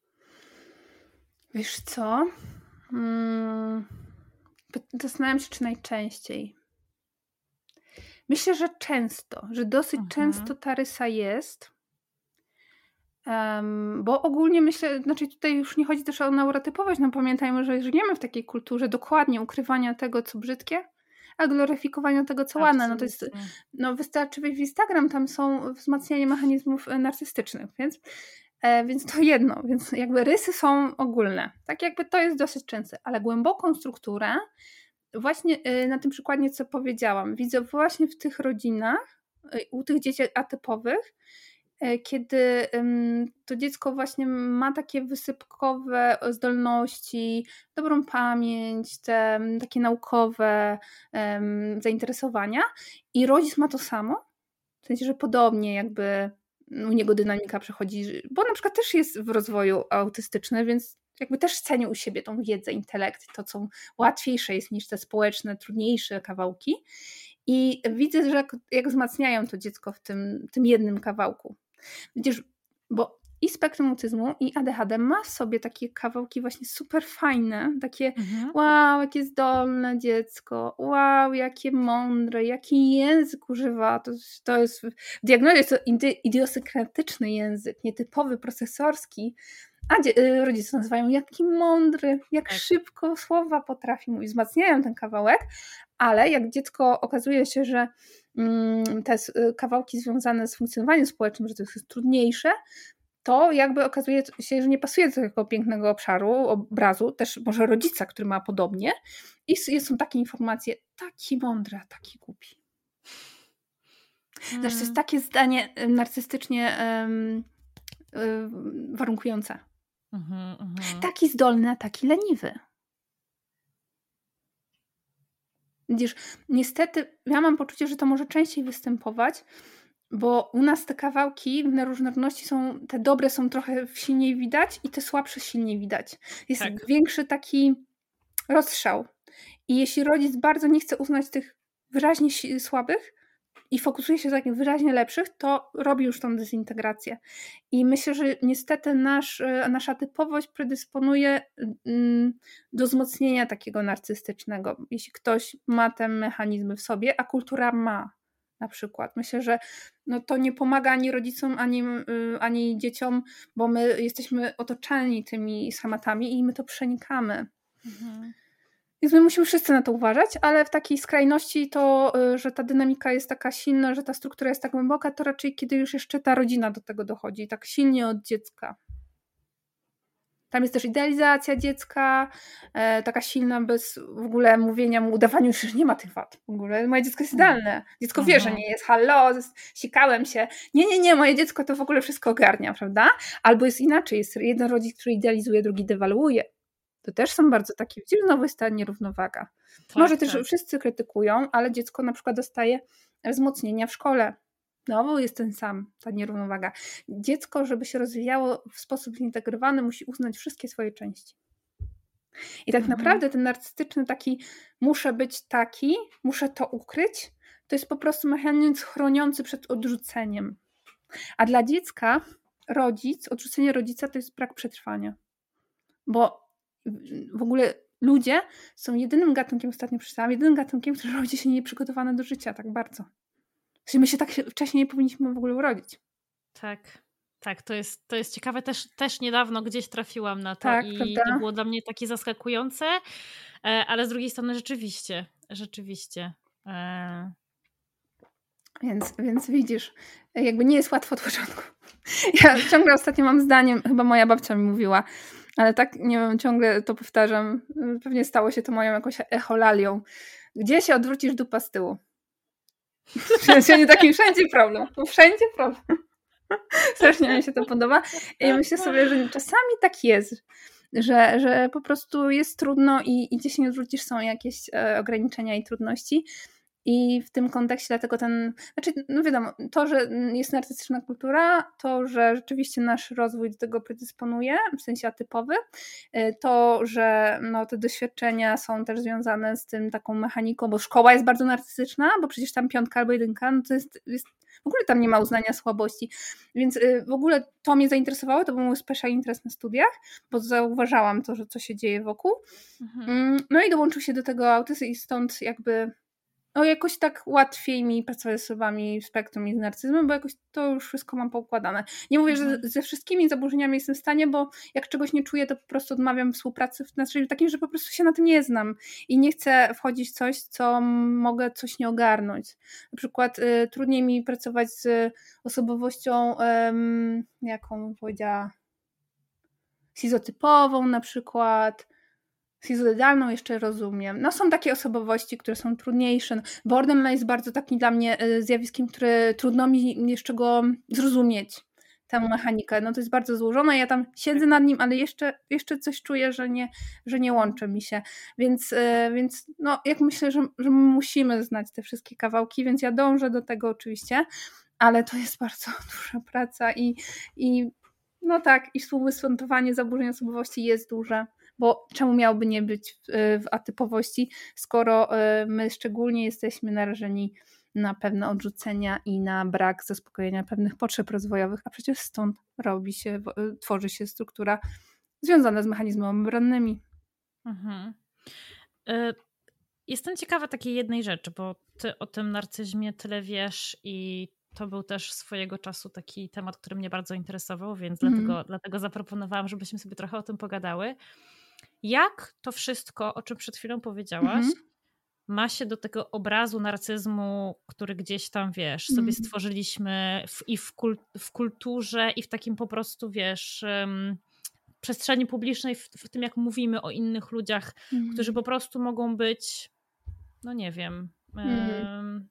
Wiesz co? Hmm. Zastanawiam się, czy najczęściej. Myślę, że często, że dosyć mhm. często ta rysa jest, um, bo ogólnie myślę, znaczy tutaj już nie chodzi też o neurotypowość, no pamiętajmy, że żyjemy w takiej kulturze dokładnie ukrywania tego, co brzydkie, a gloryfikowania tego, co ładne. No to jest, no wystarczy wejść w Instagram, tam są wzmacnianie mechanizmów narcystycznych, więc Więc to jedno, więc jakby rysy są ogólne, tak jakby to jest dosyć częste, ale głęboką strukturę właśnie na tym przykładzie, co powiedziałam, widzę właśnie w tych rodzinach, u tych dzieci atypowych, kiedy to dziecko właśnie ma takie wysypkowe zdolności, dobrą pamięć, te takie naukowe zainteresowania i rodzic ma to samo, w sensie, że podobnie jakby u niego dynamika przechodzi, bo na przykład też jest w rozwoju autystyczny, więc jakby też ceni u siebie tą wiedzę, intelekt, to co łatwiejsze jest niż te społeczne, trudniejsze kawałki i widzę, że jak, jak wzmacniają to dziecko w tym, tym jednym kawałku. Widzisz, bo i spektrum autyzmu i A D H D ma w sobie takie kawałki właśnie super fajne, takie mhm. wow, jakie zdolne dziecko, wow, jakie mądre, jaki język używa, to, to jest w diagnozie jest to idiosynkratyczny język, nietypowy, procesorski, a dzie- rodzice nazywają jaki mądry, jak tak. szybko słowa potrafi mówić, wzmacniają ten kawałek, ale jak dziecko okazuje się, że mm, te kawałki związane z funkcjonowaniem społecznym, że to jest trudniejsze, to jakby okazuje się, że nie pasuje do tego pięknego obszaru, obrazu, też może rodzica, który ma podobnie i są takie informacje, taki mądry, a taki głupi. Hmm. Zresztą to jest takie zdanie narcystycznie um, um, warunkujące. Uh-huh, uh-huh. Taki zdolny, a taki leniwy. Widzisz, niestety ja mam poczucie, że to może częściej występować, bo u nas te kawałki w różnorodności są, te dobre są trochę silniej widać i te słabsze silniej widać. Jest tak. większy taki rozstrzał. I jeśli rodzic bardzo nie chce uznać tych wyraźnie słabych i fokusuje się na takich wyraźnie lepszych, to robi już tą dezintegrację. I myślę, że niestety nasz, nasza typowość predysponuje do wzmocnienia takiego narcystycznego. Jeśli ktoś ma te mechanizmy w sobie, a kultura ma. Na przykład. Myślę, że no to nie pomaga ani rodzicom, ani, ani dzieciom, bo my jesteśmy otoczeni tymi schematami i my to przenikamy. Mhm. Więc my musimy wszyscy na to uważać, ale w takiej skrajności to, że ta dynamika jest taka silna, że ta struktura jest tak głęboka, to raczej kiedy już jeszcze ta rodzina do tego dochodzi, tak silnie od dziecka. Tam jest też idealizacja dziecka, e, taka silna, bez w ogóle mówienia mu, udawaniu, że nie ma tych wad. W ogóle moje dziecko jest idealne. Dziecko Mhm. wie, że nie jest, hallo, sikałem się. Nie, nie, nie, moje dziecko to w ogóle wszystko ogarnia, prawda? Albo jest inaczej, jest jeden rodzic, który idealizuje, drugi dewaluuje. To też są bardzo takie, widzisz, znowu jest ta nierównowaga. Tak, Może tak. też wszyscy krytykują, ale dziecko na przykład dostaje wzmocnienia w szkole. Znowu jest ten sam, ta nierównowaga. Dziecko, żeby się rozwijało w sposób zintegrowany, musi uznać wszystkie swoje części. I tak Mhm. naprawdę ten narcystyczny taki, muszę być taki, muszę to ukryć, to jest po prostu mechanizm chroniący przed odrzuceniem. A dla dziecka rodzic, odrzucenie rodzica to jest brak przetrwania. Bo w ogóle ludzie są jedynym gatunkiem, ostatnio przeczytałam, jedynym gatunkiem, który rodzi się nieprzygotowany do życia tak bardzo. My się tak wcześniej nie powinniśmy w ogóle urodzić. Tak, tak, to jest, to jest ciekawe. Też, też niedawno gdzieś trafiłam na to Tak, i prawda? to było dla mnie takie zaskakujące, ale z drugiej strony rzeczywiście, rzeczywiście. E... Więc, więc widzisz, jakby nie jest łatwo od początku. Ja ciągle ostatnio mam zdanie, chyba moja babcia mi mówiła, ale tak, nie wiem, ciągle to powtarzam, pewnie stało się to moją jakąś echolalią. Gdzie się odwrócisz, dupa z tyłu? Wszędzie taki, wszędzie problem. Wszędzie problem. Strasznie mi się to podoba. I myślę sobie, że czasami tak jest, że, że po prostu jest trudno i, i gdzie się nie odwrócisz, są jakieś e, ograniczenia i trudności. I w tym kontekście dlatego ten, znaczy no wiadomo, to, że jest narcystyczna kultura, to, że rzeczywiście nasz rozwój do tego predysponuje, w sensie atypowy, to, że no, te doświadczenia są też związane z tym taką mechaniką, bo szkoła jest bardzo narcystyczna, bo przecież tam piątka albo jedynka, no to jest, jest w ogóle tam nie ma uznania słabości, więc w ogóle to mnie zainteresowało, to był mój special interest na studiach, bo zauważałam to, że co się dzieje wokół. Mhm. No i dołączył się do tego autyzm i stąd jakby no jakoś tak łatwiej mi pracować z osobami w spektrum i z narcyzmem, bo jakoś to już wszystko mam poukładane. Nie mówię, mhm. że ze wszystkimi zaburzeniami jestem w stanie, bo jak czegoś nie czuję, to po prostu odmawiam współpracy w znaczeniu takim, że po prostu się na tym nie znam i nie chcę wchodzić w coś, co mogę coś nie ogarnąć. Na przykład y, trudniej mi pracować z osobowością, ym, jaką bym powiedziała, schizotypową na przykład, schizodydalną jeszcze rozumiem. No są takie osobowości, które są trudniejsze. Borderline jest bardzo taki dla mnie zjawiskiem, które trudno mi jeszcze go zrozumieć, tę mechanikę. No to jest bardzo złożone, ja tam siedzę nad nim, ale jeszcze, jeszcze coś czuję, że nie, że nie łączy mi się. Więc, więc no jak myślę, że, że musimy znać te wszystkie kawałki, więc ja dążę do tego oczywiście, ale to jest bardzo duża praca i, i no tak, i współwystępowanie zaburzeń osobowości jest duże. Bo czemu miałoby nie być w, w atypowości, skoro my szczególnie jesteśmy narażeni na pewne odrzucenia i na brak zaspokojenia pewnych potrzeb rozwojowych, a przecież stąd robi się, tworzy się struktura związana z mechanizmami obronnymi. Mhm. Jestem ciekawa takiej jednej rzeczy, bo ty o tym narcyzmie tyle wiesz i to był też swojego czasu taki temat, który mnie bardzo interesował, więc mm. dlatego, dlatego zaproponowałam, żebyśmy sobie trochę o tym pogadały. Jak to wszystko, o czym przed chwilą powiedziałaś, mm-hmm. ma się do tego obrazu narcyzmu, który gdzieś tam, wiesz, mm. sobie stworzyliśmy w, i w, kul, w kulturze i w takim po prostu, wiesz, um, przestrzeni publicznej, w, w tym jak mówimy o innych ludziach, mm. którzy po prostu mogą być, no nie wiem, mm. um,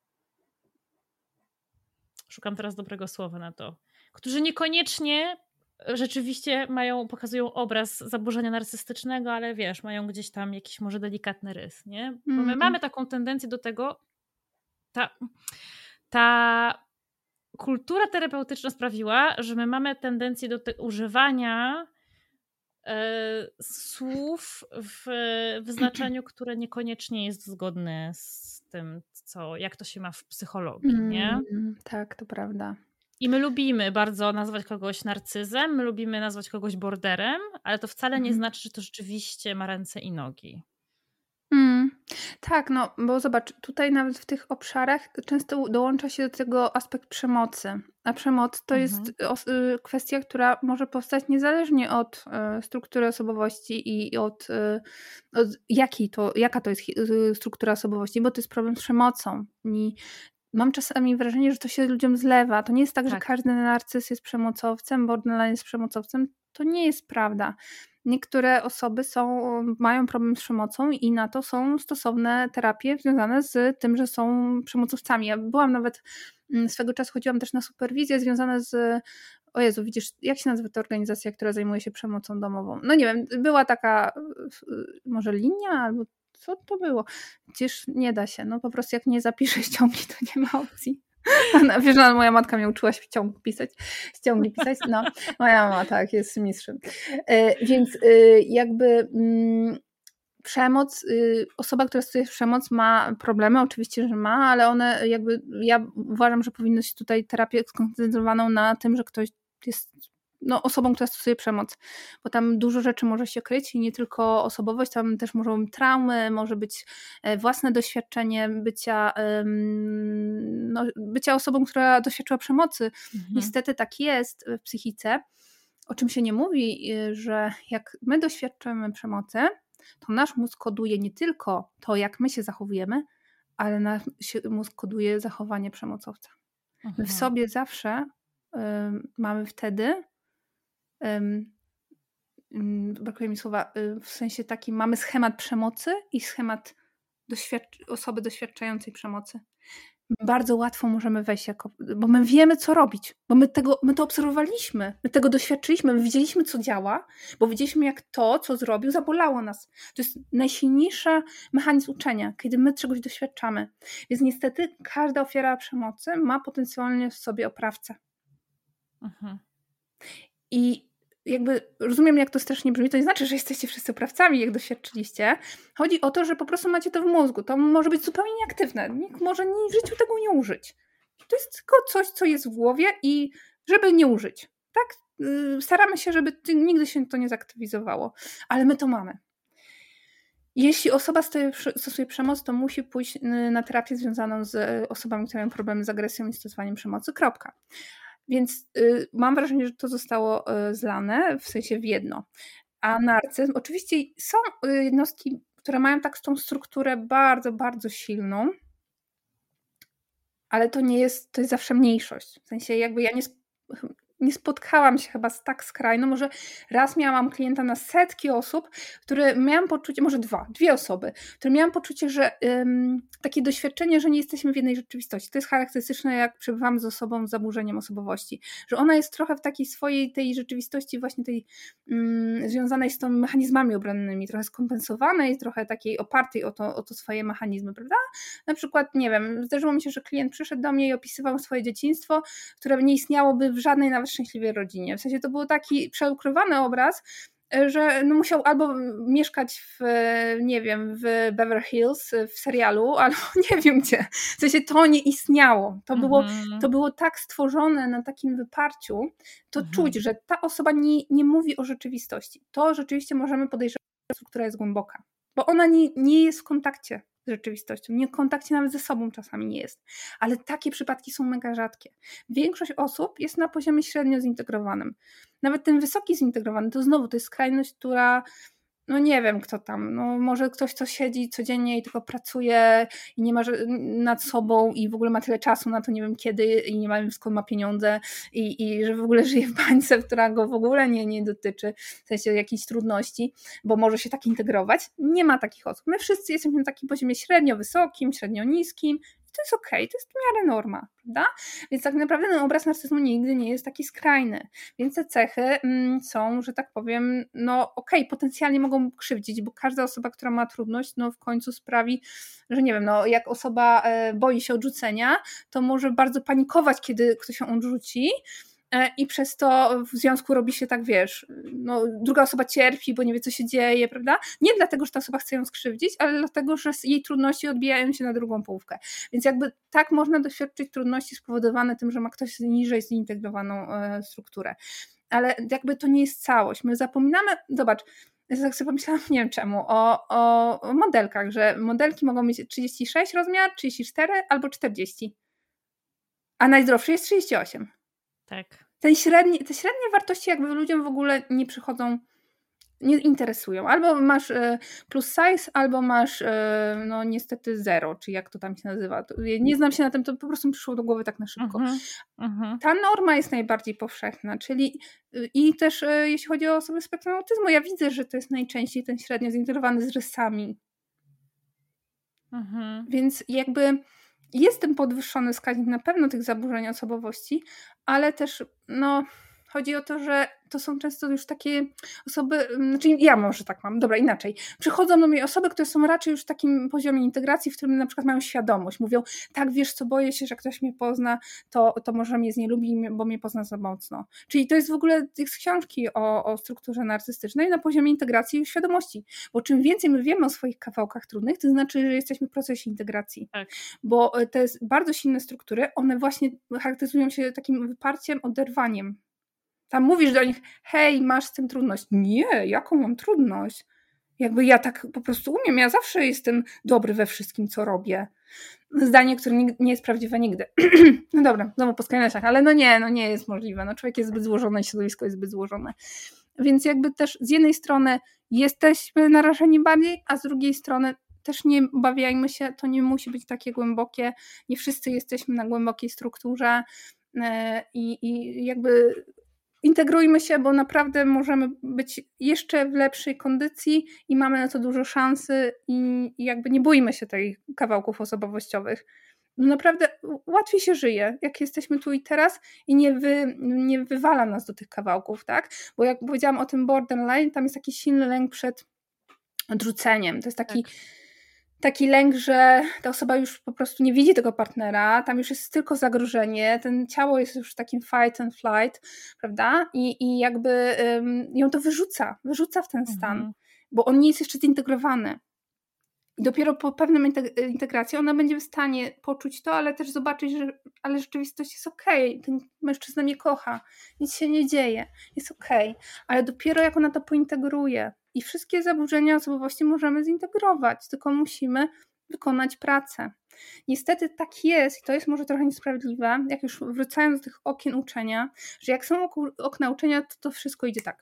szukam teraz dobrego słowa na to, którzy niekoniecznie rzeczywiście mają, pokazują obraz zaburzenia narcystycznego, ale wiesz, mają gdzieś tam jakiś może delikatny rys, nie? Bo my mm. mamy taką tendencję do tego, ta, ta kultura terapeutyczna sprawiła, że my mamy tendencję do te, używania e, słów w, w znaczeniu, które niekoniecznie jest zgodne z tym, co, jak to się ma w psychologii, mm. nie? Tak, to prawda. I my lubimy bardzo nazwać kogoś narcyzem, my lubimy nazwać kogoś borderem, ale to wcale nie mhm. znaczy, że to rzeczywiście ma ręce i nogi. Mm, tak, no bo zobacz, tutaj nawet w tych obszarach często dołącza się do tego aspekt przemocy. A przemoc to mhm. jest os- kwestia, która może powstać niezależnie od y, struktury osobowości i od, y, od jaki to, jaka to jest y, struktura osobowości, bo to jest problem z przemocą. I mam czasami wrażenie, że to się ludziom zlewa. To nie jest tak, tak. że każdy narcyz jest przemocowcem, borderline jest przemocowcem. To nie jest prawda. Niektóre osoby są, mają problem z przemocą i na to są stosowne terapie związane z tym, że są przemocowcami. Ja byłam nawet, swego czasu chodziłam też na superwizję związane z, o Jezu, widzisz, jak się nazywa ta organizacja, która zajmuje się przemocą domową? No nie wiem, była taka może linia albo co to było? Przecież nie da się, no po prostu jak nie zapiszę ściągi, to nie ma opcji. Wiesz, no, moja matka mnie uczyła się ciąg pisać, ściągi pisać, no moja mama tak, jest mistrzem. E, więc e, jakby mm, przemoc, y, osoba, która stosuje przemoc ma problemy, oczywiście, że ma, ale one jakby, ja uważam, że powinno się tutaj terapię skoncentrowaną na tym, że ktoś jest no, osobą, która stosuje przemoc, bo tam dużo rzeczy może się kryć i nie tylko osobowość, tam też mogą być traumy, może być własne doświadczenie bycia, no, bycia osobą, która doświadczyła przemocy. Mhm. Niestety tak jest w psychice, o czym się nie mówi, że jak my doświadczymy przemocy, to nasz mózg koduje nie tylko to, jak my się zachowujemy, ale nasz mózg koduje zachowanie przemocowca. Mhm. My w sobie zawsze um, mamy wtedy Um, um, brakuje mi słowa, um, w sensie takim mamy schemat przemocy i schemat doświadcz- osoby doświadczającej przemocy. Bardzo łatwo możemy wejść jako, bo my wiemy, co robić, bo my, tego, my to obserwowaliśmy, my tego doświadczyliśmy, my widzieliśmy, co działa, bo widzieliśmy, jak to, co zrobił, zabolało nas. To jest najsilniejszy mechanizm uczenia, kiedy my czegoś doświadczamy. Więc niestety każda ofiara przemocy ma potencjalnie w sobie oprawcę. Mhm. I jakby rozumiem, jak to strasznie brzmi, to nie znaczy, że jesteście wszyscy oprawcami, jak doświadczyliście. Chodzi o to, że po prostu macie to w mózgu. To może być zupełnie nieaktywne. Nikt może w życiu tego nie użyć. To jest tylko coś, co jest w głowie i żeby nie użyć. Tak? Staramy się, żeby nigdy się to nie zaktywizowało. Ale my to mamy. Jeśli osoba stosuje przemoc, to musi pójść na terapię związaną z osobami, które mają problemy z agresją i stosowaniem przemocy. Kropka. Więc y, mam wrażenie, że to zostało y, zlane w sensie w jedno. A narcyzm, oczywiście są y, jednostki, które mają tak tą strukturę bardzo, bardzo silną, ale to nie jest, to jest zawsze mniejszość. W sensie jakby ja nie, nie spotkałam się chyba z tak skrajną, może raz miałam klienta na setki osób, które miałam poczucie, może dwa, dwie osoby, które miałam poczucie, że ym, takie doświadczenie, że nie jesteśmy w jednej rzeczywistości. To jest charakterystyczne, jak przebywamy z osobą z zaburzeniem osobowości, że ona jest trochę w takiej swojej tej rzeczywistości właśnie tej ym, związanej z tą mechanizmami obronnymi, trochę skompensowanej, trochę takiej opartej o to, o to swoje mechanizmy, prawda? Na przykład, nie wiem, zdarzyło mi się, że klient przyszedł do mnie i opisywał swoje dzieciństwo, które nie istniałoby w żadnej nawet szczęśliwej rodzinie. W sensie to był taki przeukrywany obraz, że no musiał albo mieszkać w, nie wiem, w Beverly Hills w serialu, albo nie wiem gdzie. W sensie to nie istniało. To, było, mhm. to było tak stworzone na takim wyparciu, to mhm. czuć, że ta osoba nie, nie mówi o rzeczywistości. To rzeczywiście możemy podejrzewać, która jest głęboka. Bo ona nie, nie jest w kontakcie z rzeczywistością, nie w kontakcie nawet ze sobą czasami nie jest. Ale takie przypadki są mega rzadkie. Większość osób jest na poziomie średnio zintegrowanym. Nawet ten wysoki zintegrowany, to znowu to jest skrajność, która no nie wiem kto tam, no może ktoś, co siedzi codziennie i tylko pracuje i nie ma nad sobą i w ogóle ma tyle czasu na to, nie wiem kiedy i nie ma wiem skąd ma pieniądze i, i że w ogóle żyje w bańce, która go w ogóle nie, nie dotyczy, w sensie jakichś trudności, bo może się tak integrować. Nie ma takich osób. My wszyscy jesteśmy na takim poziomie średnio wysokim, średnio niskim. To jest okej, okay, to jest w miarę norma, prawda? Więc tak naprawdę ten obraz narcyzmu nigdy nie jest taki skrajny. Więc te cechy mm, są, że tak powiem, no okej, okay, potencjalnie mogą krzywdzić, bo każda osoba, która ma trudność, no w końcu sprawi, że nie wiem, no jak osoba e, boi się odrzucenia, to może bardzo panikować, kiedy ktoś ją odrzuci, i przez to w związku robi się tak, wiesz, no, druga osoba cierpi, bo nie wie, co się dzieje, prawda? Nie dlatego, że ta osoba chce ją skrzywdzić, ale dlatego, że jej trudności odbijają się na drugą połówkę. Więc jakby tak można doświadczyć trudności spowodowane tym, że ma ktoś niżej zintegrowaną e, strukturę. Ale jakby to nie jest całość. My zapominamy, zobacz, ja tak sobie pomyślałam, nie wiem czemu, o, o, o modelkach, że modelki mogą mieć trzydzieści sześć rozmiar, trzydzieści cztery albo czterdzieści. A najzdrowszy jest trzydzieści osiem. Tak. Ten średni, te średnie wartości jakby ludziom w ogóle nie przychodzą nie interesują. Albo masz plus size, albo masz no niestety zero, czy jak to tam się nazywa. Nie znam się na tym, to po prostu mi przyszło do głowy tak na szybko. Uh-huh, uh-huh. Ta norma jest najbardziej powszechna, czyli i też jeśli chodzi o osoby z spektrum autyzmu, ja widzę, że to jest najczęściej ten średnio zintegrowany z rysami. Uh-huh. Więc jakby jest ten podwyższony wskaźnik na pewno tych zaburzeń osobowości, ale też no chodzi o to, że to są często już takie osoby, znaczy ja może tak mam, dobra, inaczej. Przychodzą do mnie osoby, które są raczej już w takim poziomie integracji, w którym na przykład mają świadomość. Mówią, tak, wiesz co, boję się, że ktoś mnie pozna, to, to może mnie znielubi, bo mnie pozna za mocno. Czyli to jest w ogóle z książki o, o strukturze narcystycznej na poziomie integracji i świadomości. Bo czym więcej my wiemy o swoich kawałkach trudnych, to znaczy, że jesteśmy w procesie integracji. Tak. Bo te bardzo silne struktury, one właśnie charakteryzują się takim wyparciem, oderwaniem. Tam mówisz do nich, hej, masz z tym trudność. Nie, jaką mam trudność? Jakby ja tak po prostu umiem, ja zawsze jestem dobry we wszystkim, co robię. Zdanie, które nie jest prawdziwe nigdy. No dobra, znowu po skrajnościach, ale no nie, no nie jest możliwe. No człowiek jest zbyt złożony, środowisko jest zbyt złożone. Więc jakby też z jednej strony jesteśmy narażeni bardziej, a z drugiej strony też nie obawiajmy się, to nie musi być takie głębokie. Nie wszyscy jesteśmy na głębokiej strukturze i, i jakby integrujmy się, bo naprawdę możemy być jeszcze w lepszej kondycji i mamy na to dużo szansy i, i jakby nie boimy się tych kawałków osobowościowych. No naprawdę łatwiej się żyje, jak jesteśmy tu i teraz i nie, wy, nie wywala nas do tych kawałków, tak? Bo jak powiedziałam o tym borderline, tam jest taki silny lęk przed odrzuceniem. To jest taki tak. Taki lęk, że ta osoba już po prostu nie widzi tego partnera, tam już jest tylko zagrożenie, ten ciało jest już w takim fight and flight, prawda? I, i jakby um, ją to wyrzuca, wyrzuca w ten stan, mhm. bo on nie jest jeszcze zintegrowany. I dopiero po pewnej integracji ona będzie w stanie poczuć to, ale też zobaczyć, że ale rzeczywistość jest okej, okay. Ten mężczyzna mnie kocha, nic się nie dzieje, jest okej, okay. Ale dopiero jak ona to pointegruje i wszystkie zaburzenia osobowości możemy zintegrować, tylko musimy wykonać pracę. Niestety tak jest i to jest może trochę niesprawiedliwe, jak już wracając do tych okien uczenia, że jak są okna uczenia, to to wszystko idzie tak.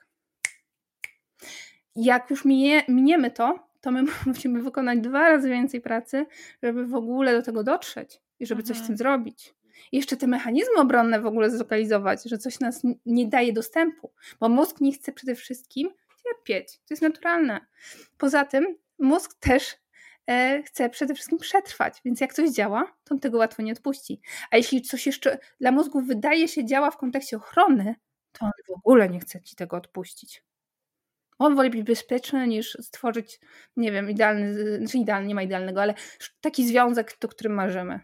Jak już minie, miniemy to, to my musimy wykonać dwa razy więcej pracy, żeby w ogóle do tego dotrzeć i żeby mhm. coś z tym zrobić. I jeszcze te mechanizmy obronne w ogóle zlokalizować, że coś nas nie daje dostępu, bo mózg nie chce przede wszystkim cierpieć. To jest naturalne. Poza tym mózg też e, chce przede wszystkim przetrwać, więc jak coś działa, to on tego łatwo nie odpuści. A jeśli coś jeszcze dla mózgu wydaje się działa w kontekście ochrony, to on w ogóle nie chce ci tego odpuścić. On woli być bezpieczny niż stworzyć, nie wiem, idealny, znaczy idealny, nie ma idealnego, ale taki związek, do którym marzymy.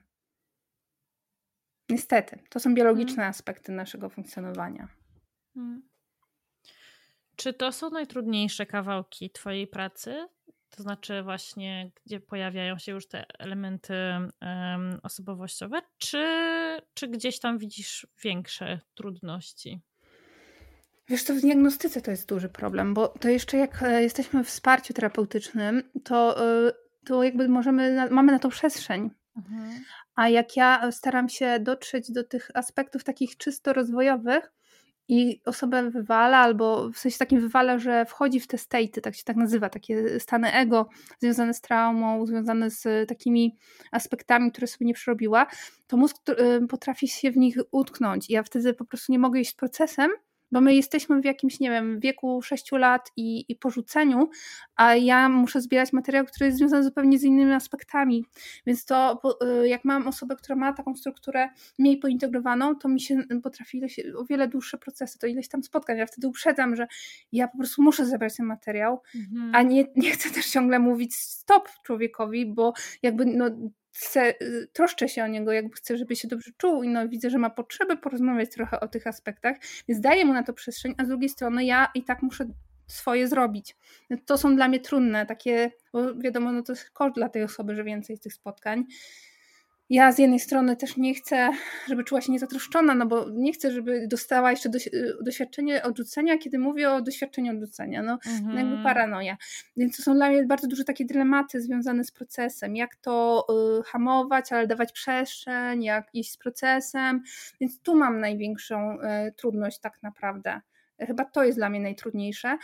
Niestety, to są biologiczne hmm. aspekty naszego funkcjonowania. Hmm. Czy to są najtrudniejsze kawałki twojej pracy? To znaczy właśnie, gdzie pojawiają się już te elementy um, osobowościowe, czy, czy gdzieś tam widzisz większe trudności? Wiesz, to w diagnostyce to jest duży problem, bo to jeszcze jak jesteśmy w wsparciu terapeutycznym, to, to jakby możemy, mamy na to przestrzeń. Mhm. A jak ja staram się dotrzeć do tych aspektów takich czysto rozwojowych i osobę wywala, albo w sensie takim wywala, że wchodzi w te state'y, tak się tak nazywa, takie stany ego związane z traumą, związane z takimi aspektami, które sobie nie przerobiła, to mózg potrafi się w nich utknąć i ja wtedy po prostu nie mogę iść z procesem, bo my jesteśmy w jakimś, nie wiem, wieku sześciu lat i, i porzuceniu, a ja muszę zbierać materiał, który jest związany zupełnie z innymi aspektami. Więc to, jak mam osobę, która ma taką strukturę mniej pointegrowaną, to mi się potrafi ileś, o wiele dłuższe procesy, to ileś tam spotkań. Ja wtedy uprzedzam, że ja po prostu muszę zebrać ten materiał, mhm. a nie, nie chcę też ciągle mówić stop człowiekowi, bo jakby no Chcę, troszczę się o niego, jakby chcę, żeby się dobrze czuł i no, widzę, że ma potrzebę porozmawiać trochę o tych aspektach, więc daję mu na to przestrzeń, a z drugiej strony ja i tak muszę swoje zrobić. To są dla mnie trudne, takie, bo wiadomo, no to jest koszt dla tej osoby, że więcej z tych spotkań. Ja z jednej strony też nie chcę, żeby czuła się niezatroszczona, no bo nie chcę, żeby dostała jeszcze doświadczenie odrzucenia, kiedy mówię o doświadczeniu odrzucenia, no mhm. jakby paranoja. Więc to są dla mnie bardzo duże takie dylematy związane z procesem, jak to y, hamować, ale dawać przestrzeń, jak iść z procesem, więc tu mam największą y, trudność tak naprawdę. Chyba to jest dla mnie najtrudniejsze.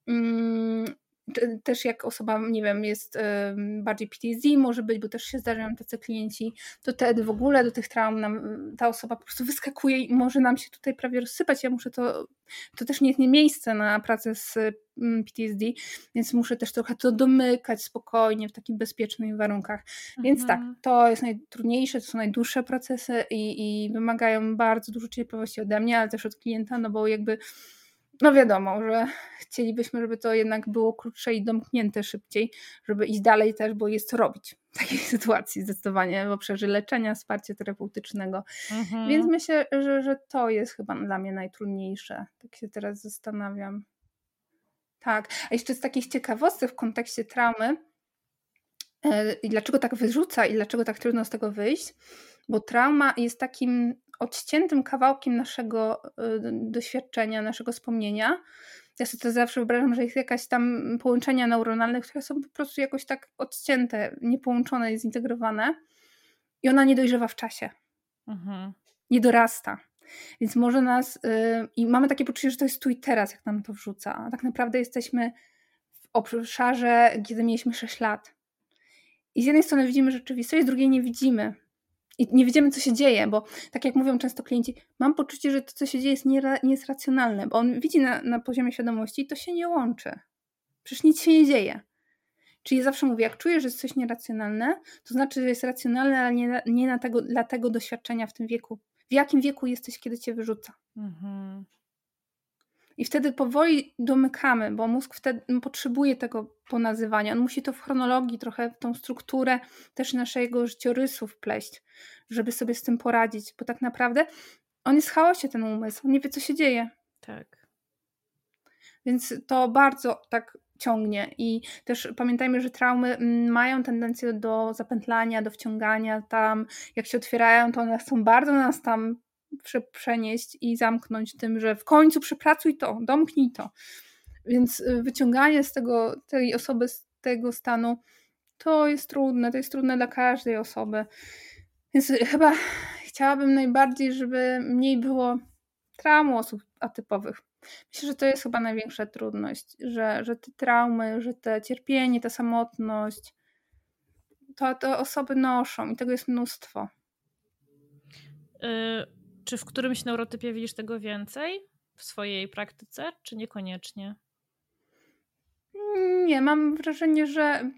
też jak osoba, nie wiem, jest bardziej P T S D może być, bo też się zdarzają tacy klienci, to wtedy w ogóle do tych traum nam, ta osoba po prostu wyskakuje i może nam się tutaj prawie rozsypać. Ja muszę to, to też nie jest nie miejsce na pracę z P T S D, więc muszę też trochę to domykać spokojnie w takich bezpiecznych warunkach. Mhm. Więc tak, to jest najtrudniejsze, to są najdłuższe procesy i, i wymagają bardzo dużo cierpliwości ode mnie, ale też od klienta, no bo jakby no wiadomo, że chcielibyśmy, żeby to jednak było krótsze i domknięte szybciej, żeby iść dalej też, bo jest co robić w takiej sytuacji zdecydowanie w obszarze leczenia, wsparcia terapeutycznego. Mhm. Więc myślę, że, że to jest chyba dla mnie najtrudniejsze. Tak się teraz zastanawiam. Tak, a jeszcze z takich ciekawostek w kontekście traumy i dlaczego tak wyrzuca i dlaczego tak trudno z tego wyjść, bo trauma jest takim odciętym kawałkiem naszego doświadczenia, naszego wspomnienia. Ja sobie to zawsze wyobrażam, że jest jakaś tam połączenia neuronalne, które są po prostu jakoś tak odcięte, niepołączone, zintegrowane i ona nie dojrzewa w czasie. Mhm. Nie dorasta. Więc może nas yy, i mamy takie poczucie, że to jest tu i teraz, jak nam to wrzuca. A tak naprawdę jesteśmy w obszarze, kiedy mieliśmy sześć lat. I z jednej strony widzimy rzeczywistość, z drugiej nie widzimy. I nie widzimy, co się dzieje, bo tak jak mówią często klienci, mam poczucie, że to, co się dzieje, jest nie, nie jest racjonalne, bo on widzi na, na poziomie świadomości i to się nie łączy. Przecież nic się nie dzieje. Czyli ja zawsze mówię, jak czuję, że jest coś nieracjonalne, to znaczy, że jest racjonalne, ale nie, nie na tego, dla tego doświadczenia w tym wieku. W jakim wieku jesteś, kiedy cię wyrzuca? Mhm. I wtedy powoli domykamy, bo mózg wtedy potrzebuje tego ponazywania. On musi to w chronologii, trochę w tą strukturę też naszego życiorysu wpleść, żeby sobie z tym poradzić, bo tak naprawdę on jest w chaosie, ten umysł, on nie wie, co się dzieje. Tak. Więc to bardzo tak ciągnie i też pamiętajmy, że traumy mają tendencję do zapętlania, do wciągania tam. Jak się otwierają, to one chcą bardzo nas tam przenieść i zamknąć tym, że w końcu przepracuj to, domknij to. Więc wyciąganie z tego, tej osoby z tego stanu to jest trudne, to jest trudne dla każdej osoby. Więc chyba chciałabym najbardziej, żeby mniej było traum osób atypowych. Myślę, że to jest chyba największa trudność, że, że te traumy, że te cierpienie, ta samotność, to te osoby noszą i tego jest mnóstwo. Y- Czy w którymś neurotypie widzisz tego więcej w swojej praktyce, czy niekoniecznie? Nie, mam wrażenie, że,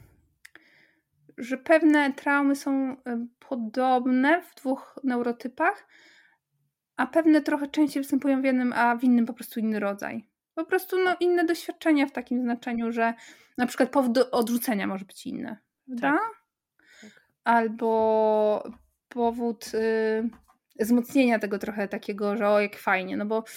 że pewne traumy są podobne w dwóch neurotypach, a pewne trochę częściej występują w jednym, a w innym po prostu inny rodzaj. Po prostu no, inne doświadczenia w takim znaczeniu, że na przykład powód do odrzucenia może być inny, prawda? Tak. Albo powód y, wzmocnienia tego trochę takiego, że o jak fajnie, no bo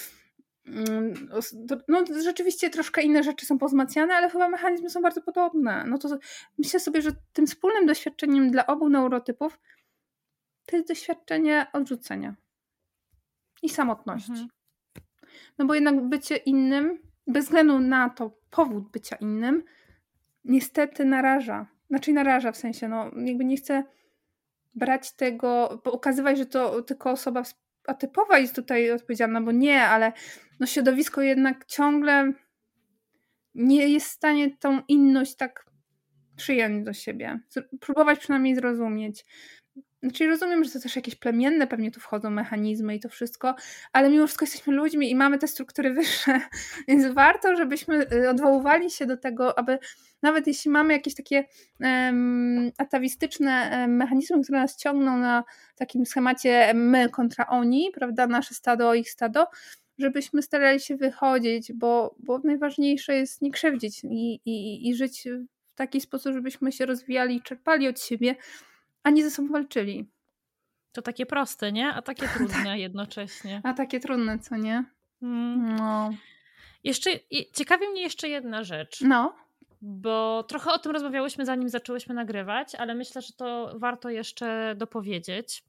no rzeczywiście troszkę inne rzeczy są pozmacniane, ale chyba mechanizmy są bardzo podobne. No to myślę sobie, że tym wspólnym doświadczeniem dla obu neurotypów to jest doświadczenie odrzucenia i samotności. Mhm. No bo jednak bycie innym, bez względu na to powód bycia innym, niestety naraża. Znaczy naraża w sensie, no jakby nie chcę brać tego, pokazywać, że to tylko osoba atypowa jest tutaj odpowiedzialna, bo nie, ale no środowisko jednak ciągle nie jest w stanie tą inność tak przyjąć do siebie. Próbować przynajmniej zrozumieć. Znaczy rozumiem, że to też jakieś plemienne pewnie tu wchodzą mechanizmy i to wszystko, ale mimo wszystko jesteśmy ludźmi i mamy te struktury wyższe, więc warto, żebyśmy odwoływali się do tego, aby nawet jeśli mamy jakieś takie um, atawistyczne mechanizmy, które nas ciągną na takim schemacie my kontra oni, prawda, nasze stado, ich stado, żebyśmy starali się wychodzić, bo, bo najważniejsze jest nie krzywdzić i, i, i żyć w taki sposób, żebyśmy się rozwijali i czerpali od siebie, a nie ze sobą walczyli. To takie proste, nie? A takie trudne jednocześnie. A takie trudne, co nie? Mm. No. Jeszcze, ciekawi mnie jeszcze jedna rzecz. No. Bo trochę o tym rozmawiałyśmy, zanim zaczęłyśmy nagrywać, ale myślę, że to warto jeszcze dopowiedzieć.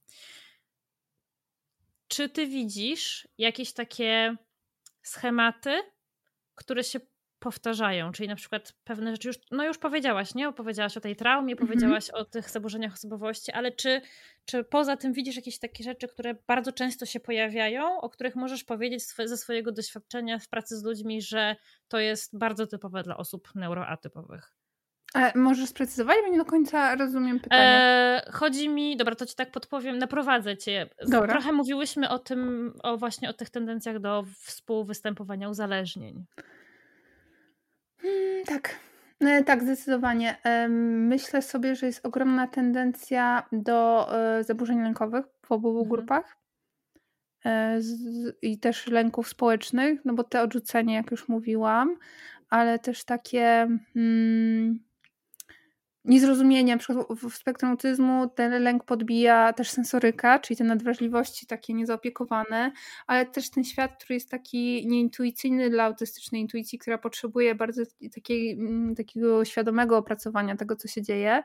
Czy ty widzisz jakieś takie schematy, które się powtarzają, czyli na przykład pewne rzeczy już, no już powiedziałaś, nie? Opowiedziałaś o tej traumie, mhm. powiedziałaś o tych zaburzeniach osobowości, ale czy, czy poza tym widzisz jakieś takie rzeczy, które bardzo często się pojawiają, o których możesz powiedzieć swe, ze swojego doświadczenia w pracy z ludźmi, że to jest bardzo typowe dla osób neuroatypowych? Ale możesz sprecyzować, bo nie do końca rozumiem pytanie. E, chodzi mi, dobra, to ci tak podpowiem, naprowadzę cię. Dobra. Trochę mówiłyśmy o tym, o właśnie o tych tendencjach do współwystępowania uzależnień. Hmm, tak, e, tak, zdecydowanie. E, myślę sobie, że jest ogromna tendencja do e, zaburzeń lękowych w obu mhm. grupach e, z, i też lęków społecznych, no bo te odrzucenie, jak już mówiłam, ale też takie... Hmm, niezrozumienie, na przykład w spektrum autyzmu ten lęk podbija też sensoryka, czyli te nadwrażliwości takie niezaopiekowane, ale też ten świat, który jest taki nieintuicyjny dla autystycznej intuicji, która potrzebuje bardzo takiej, takiego świadomego opracowania tego, co się dzieje.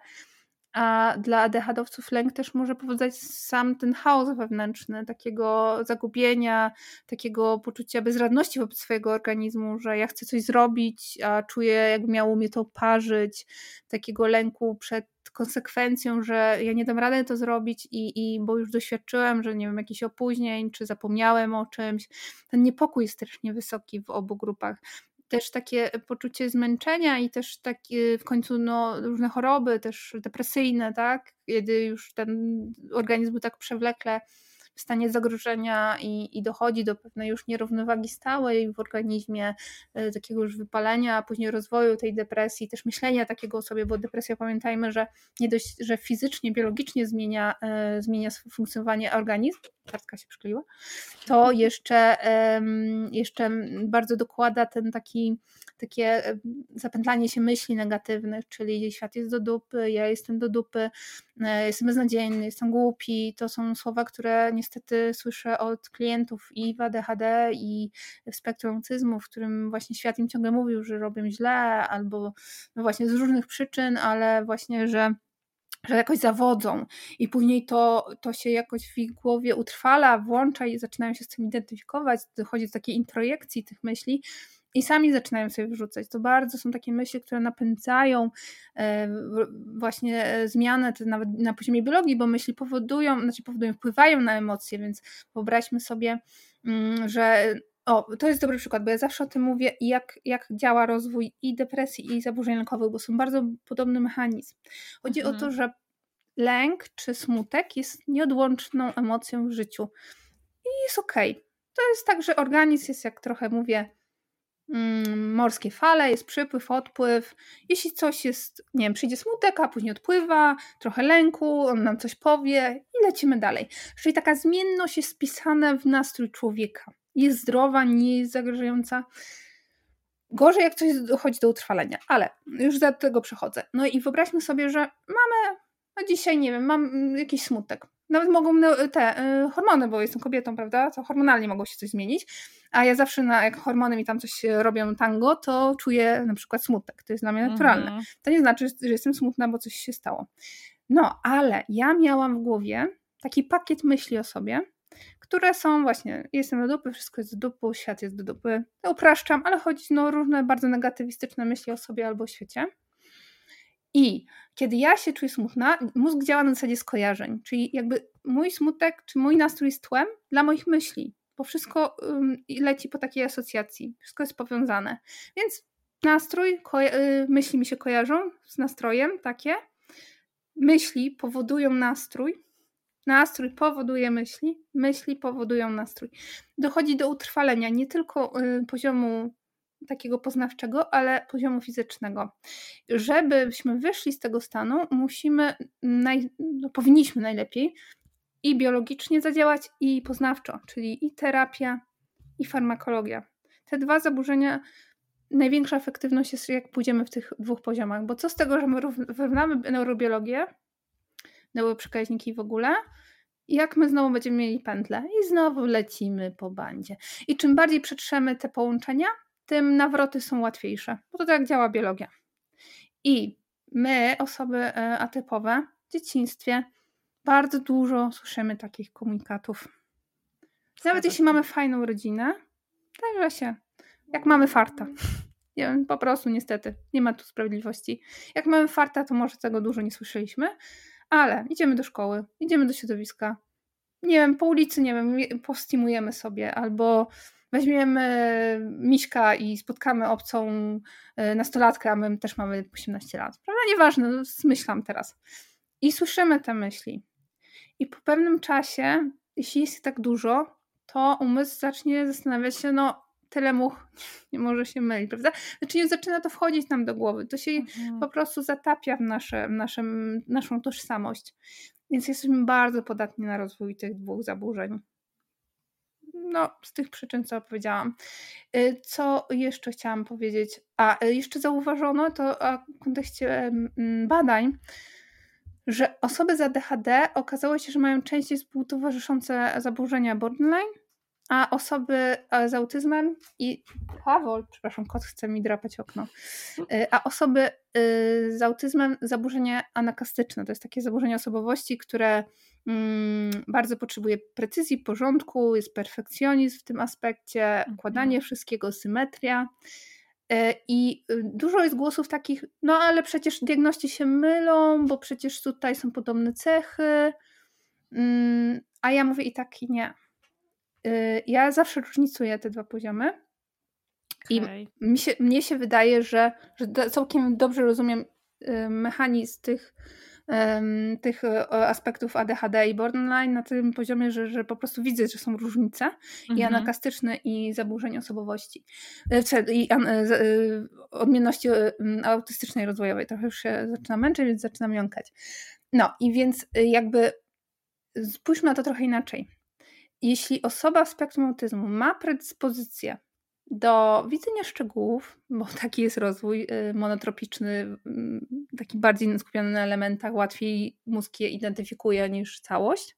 A dla A D H D-owców lęk też może powodować sam ten chaos wewnętrzny, takiego zagubienia, takiego poczucia bezradności wobec swojego organizmu, że ja chcę coś zrobić, a czuję, jakby miało mnie to parzyć, takiego lęku przed konsekwencją, że ja nie dam rady to zrobić i, i bo już doświadczyłem, że nie wiem, jakichś opóźnień, czy zapomniałem o czymś. Ten niepokój jest strasznie wysoki w obu grupach. Też takie poczucie zmęczenia i też takie w końcu no, różne choroby, też depresyjne, tak? Kiedy już ten organizm był tak przewlekle w stanie zagrożenia i, i dochodzi do pewnej już nierównowagi stałej w organizmie, e, takiego już wypalenia, a później rozwoju tej depresji, też myślenia takiego o sobie, bo depresja, pamiętajmy, że nie dość, że fizycznie, biologicznie zmienia, e, zmienia funkcjonowanie organizmu, kartka się przykleiła, to jeszcze, jeszcze bardzo dokłada ten taki, takie zapętlanie się myśli negatywnych, czyli świat jest do dupy, ja jestem do dupy, jestem beznadziejny, jestem głupi. To są słowa, które niestety słyszę od klientów i w A D H D, i w spektrum autyzmu, w którym właśnie świat im ciągle mówił, że robią źle, albo no właśnie z różnych przyczyn, ale właśnie, że że jakoś zawodzą i później to, to się jakoś w ich głowie utrwala, włącza i zaczynają się z tym identyfikować, dochodzi do takiej introjekcji tych myśli i sami zaczynają sobie wyrzucać. To bardzo są takie myśli, które napędzają e, właśnie zmianę to nawet na poziomie biologii, bo myśli powodują, znaczy powodują, wpływają na emocje, więc wyobraźmy sobie, mm, że o, to jest dobry przykład, bo ja zawsze o tym mówię, jak, jak działa rozwój i depresji, i zaburzeń lękowych, bo są bardzo podobny mechanizm. Chodzi mhm. o to, że lęk czy smutek jest nieodłączną emocją w życiu i jest okej. Okay. To jest tak, że organizm jest, jak trochę mówię, mm, morskie fale, jest przypływ, odpływ. Jeśli coś jest, nie wiem, przyjdzie smutek, a później odpływa, trochę lęku, on nam coś powie i lecimy dalej. Czyli taka zmienność jest wpisana w nastrój człowieka. Jest zdrowa, nie jest zagrażająca. Gorzej, jak coś dochodzi do utrwalenia, ale już do tego przechodzę. No i wyobraźmy sobie, że mamy, no dzisiaj nie wiem, mam jakiś smutek. Nawet mogą te y, hormony, bo jestem kobietą, prawda, to hormonalnie mogą się coś zmienić, a ja zawsze, na, jak hormony mi tam coś robią tango, to czuję na przykład smutek. To jest dla mnie naturalne. Mhm. To nie znaczy, że jestem smutna, bo coś się stało. No, ale ja miałam w głowie taki pakiet myśli o sobie, które są właśnie, jestem do dupy, wszystko jest do dupy, świat jest do dupy. Ja upraszczam, ale chodzi no różne bardzo negatywistyczne myśli o sobie albo o świecie. I kiedy ja się czuję smutna, mózg działa na zasadzie skojarzeń, czyli jakby mój smutek czy mój nastrój jest tłem dla moich myśli, bo wszystko um, leci po takiej asocjacji, wszystko jest powiązane. Więc nastrój, ko- y, myśli mi się kojarzą z nastrojem, takie. Myśli powodują nastrój, nastrój powoduje myśli, myśli powodują nastrój. Dochodzi do utrwalenia nie tylko y, poziomu takiego poznawczego, ale poziomu fizycznego. Żebyśmy wyszli z tego stanu, musimy, naj, no, powinniśmy najlepiej i biologicznie zadziałać, i poznawczo, czyli i terapia, i farmakologia. Te dwa zaburzenia, największa efektywność jest, jak pójdziemy w tych dwóch poziomach, bo co z tego, że my wyrównamy neurobiologię, neuroprzekaźniki w ogóle, jak my znowu będziemy mieli pętlę i znowu lecimy po bandzie. I czym bardziej przetrzemy te połączenia, tym nawroty są łatwiejsze, bo to tak działa biologia. I my, osoby atypowe, w dzieciństwie bardzo dużo słyszymy takich komunikatów. Nawet jeśli mamy fajną rodzinę, zdarza się, jak mamy farta. Nie wiem, po prostu niestety, nie ma tu sprawiedliwości. Jak mamy farta, to może tego dużo nie słyszeliśmy, ale idziemy do szkoły, idziemy do środowiska, nie wiem, po ulicy, nie wiem, postimujemy sobie, albo weźmiemy Miśka i spotkamy obcą nastolatkę, a my też mamy osiemnaście lat. Prawda? Nieważne, no, zmyślam teraz. I słyszymy te myśli. I po pewnym czasie, jeśli jest tak dużo, to umysł zacznie zastanawiać się, no tyle much nie może się mylić, prawda? Znaczy nie zaczyna to wchodzić nam do głowy, to się mhm. po prostu zatapia w, nasze, w naszym, naszą tożsamość. Więc jesteśmy bardzo podatni na rozwój tych dwóch zaburzeń. No, z tych przyczyn, co opowiedziałam. Co jeszcze chciałam powiedzieć? A, jeszcze zauważono to w kontekście badań, że osoby z A D H D okazało się, że mają częściej współtowarzyszące zaburzenia borderline, a osoby z autyzmem i Pawol, przepraszam, kot chce mi drapać okno, a osoby z autyzmem zaburzenie anakastyczne, to jest takie zaburzenie osobowości, które bardzo potrzebuje precyzji, porządku, jest perfekcjonizm w tym aspekcie, układanie wszystkiego, symetria. I dużo jest głosów takich, no ale przecież diagności się mylą, bo przecież tutaj są podobne cechy, a ja mówię i tak i nie. Ja zawsze różnicuję te dwa poziomy okay. i mi się, mnie się wydaje, że, że całkiem dobrze rozumiem mechanizm tych, tych aspektów A D H D i borderline na tym poziomie, że, że po prostu widzę, że są różnice mhm. i anakastyczne i zaburzeń osobowości i odmienności autystycznej rozwojowej. Trochę już się zaczyna męczyć, więc zaczynam jąkać. No i więc jakby spójrzmy na to trochę inaczej. Jeśli osoba w spektrum autyzmu ma predyspozycję do widzenia szczegółów, bo taki jest rozwój monotropiczny, taki bardziej skupiony na elementach, łatwiej mózg je identyfikuje niż całość,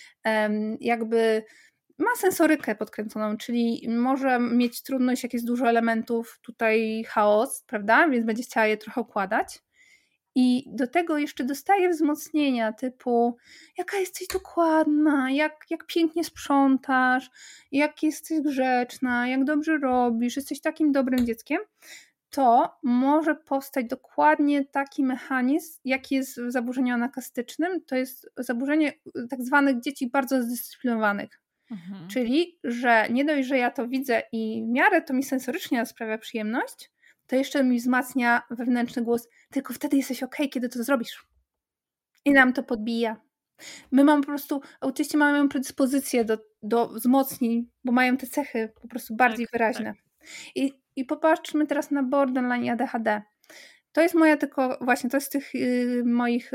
jakby ma sensorykę podkręconą, czyli może mieć trudność, jak jest dużo elementów, tutaj chaos, prawda, więc będzie chciała je trochę układać. I do tego jeszcze dostaje wzmocnienia typu jaka jesteś dokładna, jak, jak pięknie sprzątasz, jak jesteś grzeczna, jak dobrze robisz, jesteś takim dobrym dzieckiem, to może powstać dokładnie taki mechanizm, jaki jest w zaburzeniu anakastycznym. To jest zaburzenie tak zwanych dzieci bardzo zdyscyplinowanych. Mhm. Czyli, że nie dość, że ja to widzę i w miarę to mi sensorycznie sprawia przyjemność, to jeszcze mi wzmacnia wewnętrzny głos, tylko wtedy jesteś okej, kiedy to zrobisz. I nam to podbija. My mamy po prostu, autyści mają predyspozycję do, do wzmocnień, bo mają te cechy po prostu bardziej tak, wyraźne. Tak. I, I popatrzmy teraz na borderline i A D H D. To jest moja tylko, właśnie to jest z tych yy, moich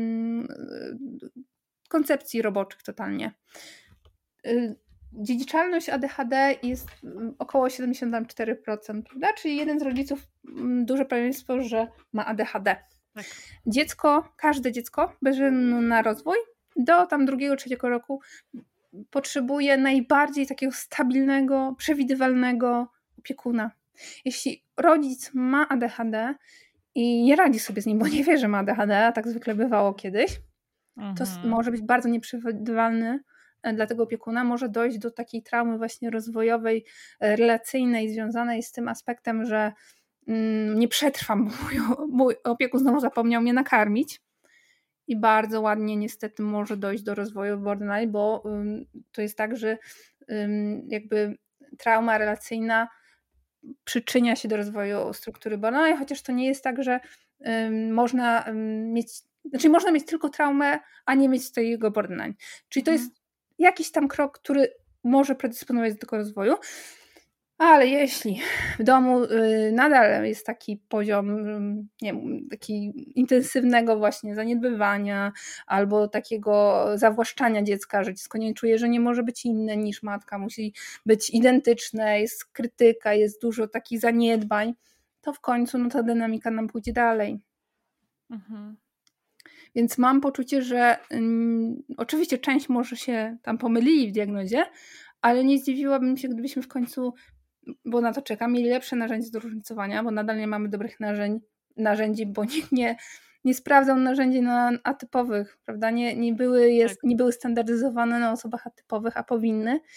yy, koncepcji roboczych totalnie. Yy, Dziedziczalność A D H D jest około siedemdziesiąt cztery procent, prawda? Czyli jeden z rodziców, duże prawdopodobieństwo, że ma A D H D. Tak. Dziecko, każde dziecko, bez względu na rozwój, do tam drugiego, trzeciego roku potrzebuje najbardziej takiego stabilnego, przewidywalnego opiekuna. Jeśli rodzic ma A D H D i nie radzi sobie z nim, bo nie wie, że ma A D H D, a tak zwykle bywało kiedyś, mhm. to może być bardzo nieprzewidywalny dla tego opiekuna, może dojść do takiej traumy właśnie rozwojowej, relacyjnej, związanej z tym aspektem, że mm, nie przetrwam, bo mój, mój opiekun znowu zapomniał mnie nakarmić i bardzo ładnie niestety może dojść do rozwoju borderline, bo um, to jest tak, że um, jakby trauma relacyjna przyczynia się do rozwoju struktury borderline, chociaż to nie jest tak, że um, można um, mieć, znaczy można mieć tylko traumę, a nie mieć tego borderline. Czyli to jest jakiś tam krok, który może predysponować do tego rozwoju, ale jeśli w domu y, nadal jest taki poziom y, nie wiem, taki intensywnego właśnie zaniedbywania albo takiego zawłaszczania dziecka, że dziecko nie czuje, że nie może być inne niż matka, musi być identyczne, jest krytyka, jest dużo takich zaniedbań, to w końcu no, ta dynamika nam pójdzie dalej. Mhm. Więc mam poczucie, że um, oczywiście część może się tam pomylili w diagnozie, ale nie zdziwiłabym się, gdybyśmy w końcu, bo na to czekam, mieli lepsze narzędzie do różnicowania, bo nadal nie mamy dobrych narzędzi, narzędzi bo nikt nie, nie sprawdzał narzędzi na atypowych, prawda? Nie, nie, były, jest, tak. nie były standaryzowane na osobach atypowych, a powinny.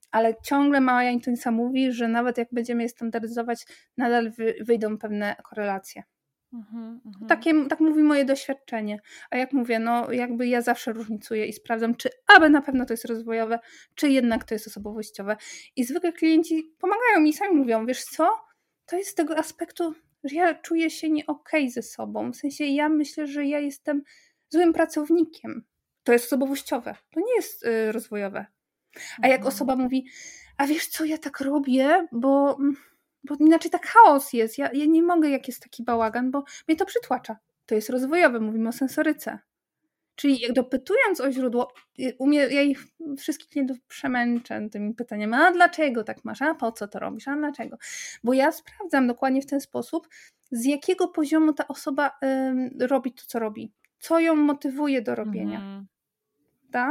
ale ciągle moja intuicja mówi, że nawet jak będziemy je standaryzować, nadal wy, wyjdą pewne korelacje. Mhm, mhm. Takie, tak mówi moje doświadczenie. A jak mówię, no jakby ja zawsze różnicuję i sprawdzam, czy aby na pewno to jest rozwojowe, czy jednak to jest osobowościowe. I zwykle klienci pomagają mi, sami mówią, wiesz co, to jest z tego aspektu, że ja czuję się nie okej ze sobą. W sensie ja myślę, że ja jestem złym pracownikiem. To jest osobowościowe. To nie jest y, rozwojowe. A jak osoba mówi, a wiesz co, ja tak robię, bo, bo inaczej tak chaos jest. Ja, ja nie mogę, jak jest taki bałagan, bo mnie to przytłacza. To jest rozwojowe, mówimy o sensoryce. Czyli jak dopytując o źródło, umie, ja ich wszystkich klientów przemęczę tymi pytaniami, a dlaczego tak masz, a po co to robisz, a dlaczego? Bo ja sprawdzam dokładnie w ten sposób, z jakiego poziomu ta osoba ym, robi to, co robi. Co ją motywuje do robienia. Mhm. Tak?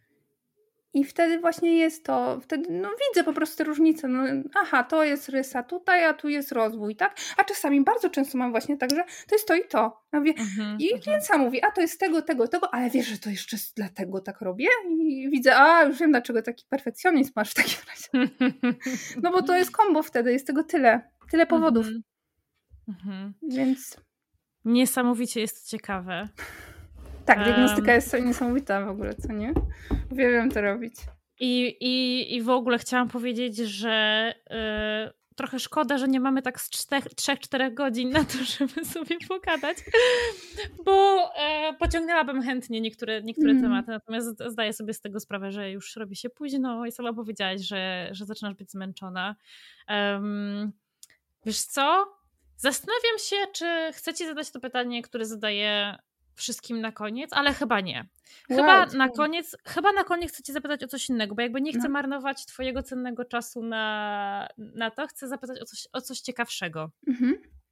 I wtedy właśnie jest to, wtedy no widzę po prostu te różnice. No, aha, to jest rysa tutaj, a tu jest rozwój, tak? A czasami bardzo często mam właśnie tak, że to jest to i to. Ja mówię, mm-hmm, i klient mm-hmm. sam mówi, a to jest tego, tego, tego, ale wiesz, że to jeszcze dlatego tak robię? I widzę, a już wiem, dlaczego taki perfekcjonizm masz w takim razie. No bo to jest kombo wtedy, jest tego tyle, tyle powodów. Mm-hmm. Więc... Niesamowicie jest to ciekawe. Tak, diagnostyka um, jest niesamowita w ogóle, co nie? Uwielbiam to robić. I, i, i w ogóle chciałam powiedzieć, że y, trochę szkoda, że nie mamy tak z trzech czterech godzin na to, żeby sobie pogadać, bo y, pociągnęłabym chętnie niektóre, niektóre mm. tematy, natomiast zdaję sobie z tego sprawę, że już robi się późno i sama powiedziałaś, że, że zaczynasz być zmęczona. Um, wiesz co? Zastanawiam się, czy chcę ci zadać to pytanie, które zadaję wszystkim na koniec, ale chyba nie. Chyba wow, na koniec, chyba na koniec chcę cię zapytać o coś innego, bo jakby nie chcę no. marnować twojego cennego czasu na, na to, chcę zapytać o coś, o coś ciekawszego. Mhm.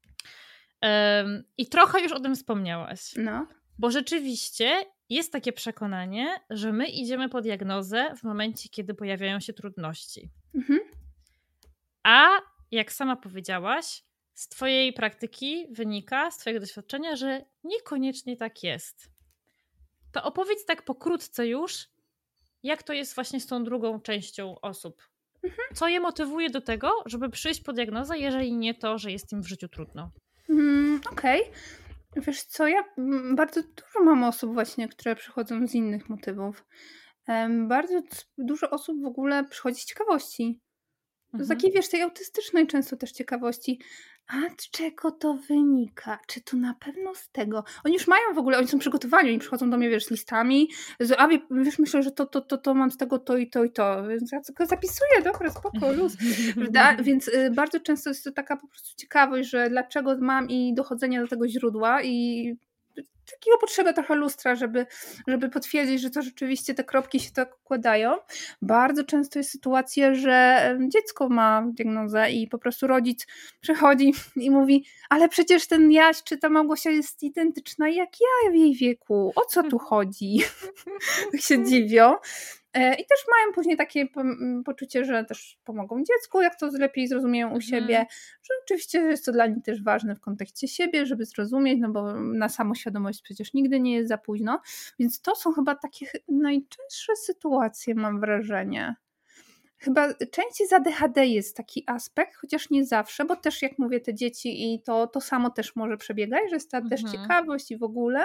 Um, I trochę już o tym wspomniałaś. No. Bo rzeczywiście jest takie przekonanie, że my idziemy po diagnozę w momencie, kiedy pojawiają się trudności. Mhm. A jak sama powiedziałaś, z twojej praktyki wynika, z twojego doświadczenia, że niekoniecznie tak jest. To opowiedz tak pokrótce już, jak to jest właśnie z tą drugą częścią osób. Mhm. Co je motywuje do tego, żeby przyjść po diagnozę, jeżeli nie to, że jest im w życiu trudno? Mm, Okej. Okay. Wiesz co, ja bardzo dużo mam osób właśnie, które przychodzą z innych motywów. Um, bardzo dużo osób w ogóle przychodzi z ciekawości. Z takiej, wiesz, tej autystycznej często też ciekawości. A z czego to wynika? Czy to na pewno z tego? Oni już mają w ogóle, oni są przygotowani, oni przychodzą do mnie, wiesz, z listami. A wiesz, myślę, że to, to, to, to mam z tego to i to i to. Więc ja tylko zapisuję, dobra, spoko, luz. Więc y, bardzo często jest to taka po prostu ciekawość, że dlaczego mam i dochodzenie do tego źródła i takiego potrzeba trochę lustra, żeby, żeby potwierdzić, że to rzeczywiście te kropki się tak układają. Bardzo często jest sytuacja, że dziecko ma diagnozę i po prostu rodzic przychodzi i mówi, ale przecież ten Jaś czy ta Małgosia jest identyczna jak ja w jej wieku. O co tu chodzi? Tak się dziwią. I też mają później takie poczucie, że też pomogą dziecku, jak to lepiej zrozumieją u siebie, mm. że oczywiście jest to dla nich też ważne w kontekście siebie, żeby zrozumieć, no bo na samoświadomość przecież nigdy nie jest za późno, więc to są chyba takie najczęstsze sytuacje, mam wrażenie. Chyba częściej z A D H D jest taki aspekt, chociaż nie zawsze, bo też jak mówię, te dzieci i to, to samo też może przebiegać, że jest ta mm. też ciekawość i w ogóle.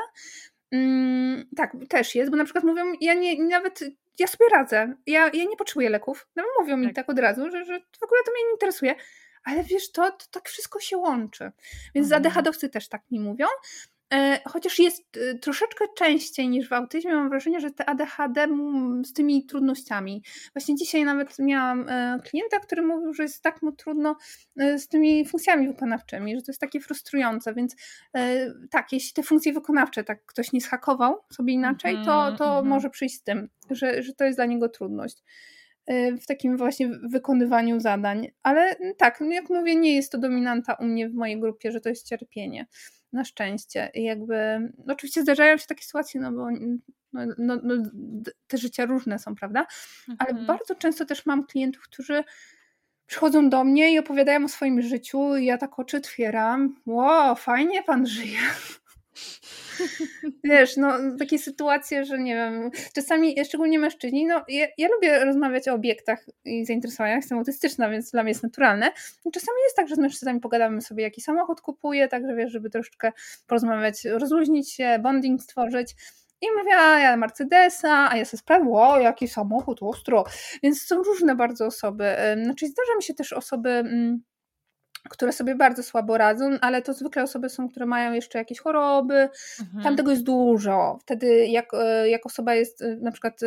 Mm, tak, też jest, bo na przykład mówią, ja nie, nawet ja sobie radzę, ja, ja nie potrzebuję leków, no mówią mi tak, tak od razu, że, że w ogóle to mnie nie interesuje, ale wiesz, to, to tak wszystko się łączy, więc mhm. A D H D-owcy też tak mi mówią, e, chociaż jest e, troszeczkę częściej niż w autyzmie, mam wrażenie, że te A D H D m, z tymi trudnościami, właśnie dzisiaj nawet miałam e, klienta, który mówił, że jest tak mu trudno e, z tymi funkcjami wykonawczymi, że to jest takie frustrujące, więc e, tak, jeśli te funkcje wykonawcze tak ktoś nie zhakował sobie inaczej, mm-hmm, to, to mm-hmm. może przyjść z tym, że, że to jest dla niego trudność w takim właśnie wykonywaniu zadań, ale tak, jak mówię, nie jest to dominanta u mnie w mojej grupie, że to jest cierpienie, na szczęście. I jakby, no oczywiście zdarzają się takie sytuacje, no bo no, no, no, te życia różne są, prawda? Ale mhm. bardzo często też mam klientów, którzy przychodzą do mnie i opowiadają o swoim życiu i ja tak oczy otwieram, wow, fajnie pan żyje. Wiesz, no takie sytuacje, że nie wiem, czasami, szczególnie mężczyźni, no ja, ja lubię rozmawiać o obiektach i zainteresowaniach, jestem autystyczna, więc dla mnie jest naturalne. I czasami jest tak, że z mężczyznami pogadamy sobie, jaki samochód kupuję, także wiesz, żeby troszeczkę porozmawiać, rozluźnić się, bonding stworzyć. I mówię, a ja Mercedesa, a ja sobie sprawdzę, o, jaki samochód, ostro. Więc są różne bardzo osoby. Znaczy zdarza mi się też osoby, które sobie bardzo słabo radzą, ale to zwykle osoby są, które mają jeszcze jakieś choroby, mhm. Tam tego jest dużo. Wtedy jak, jak osoba jest, na przykład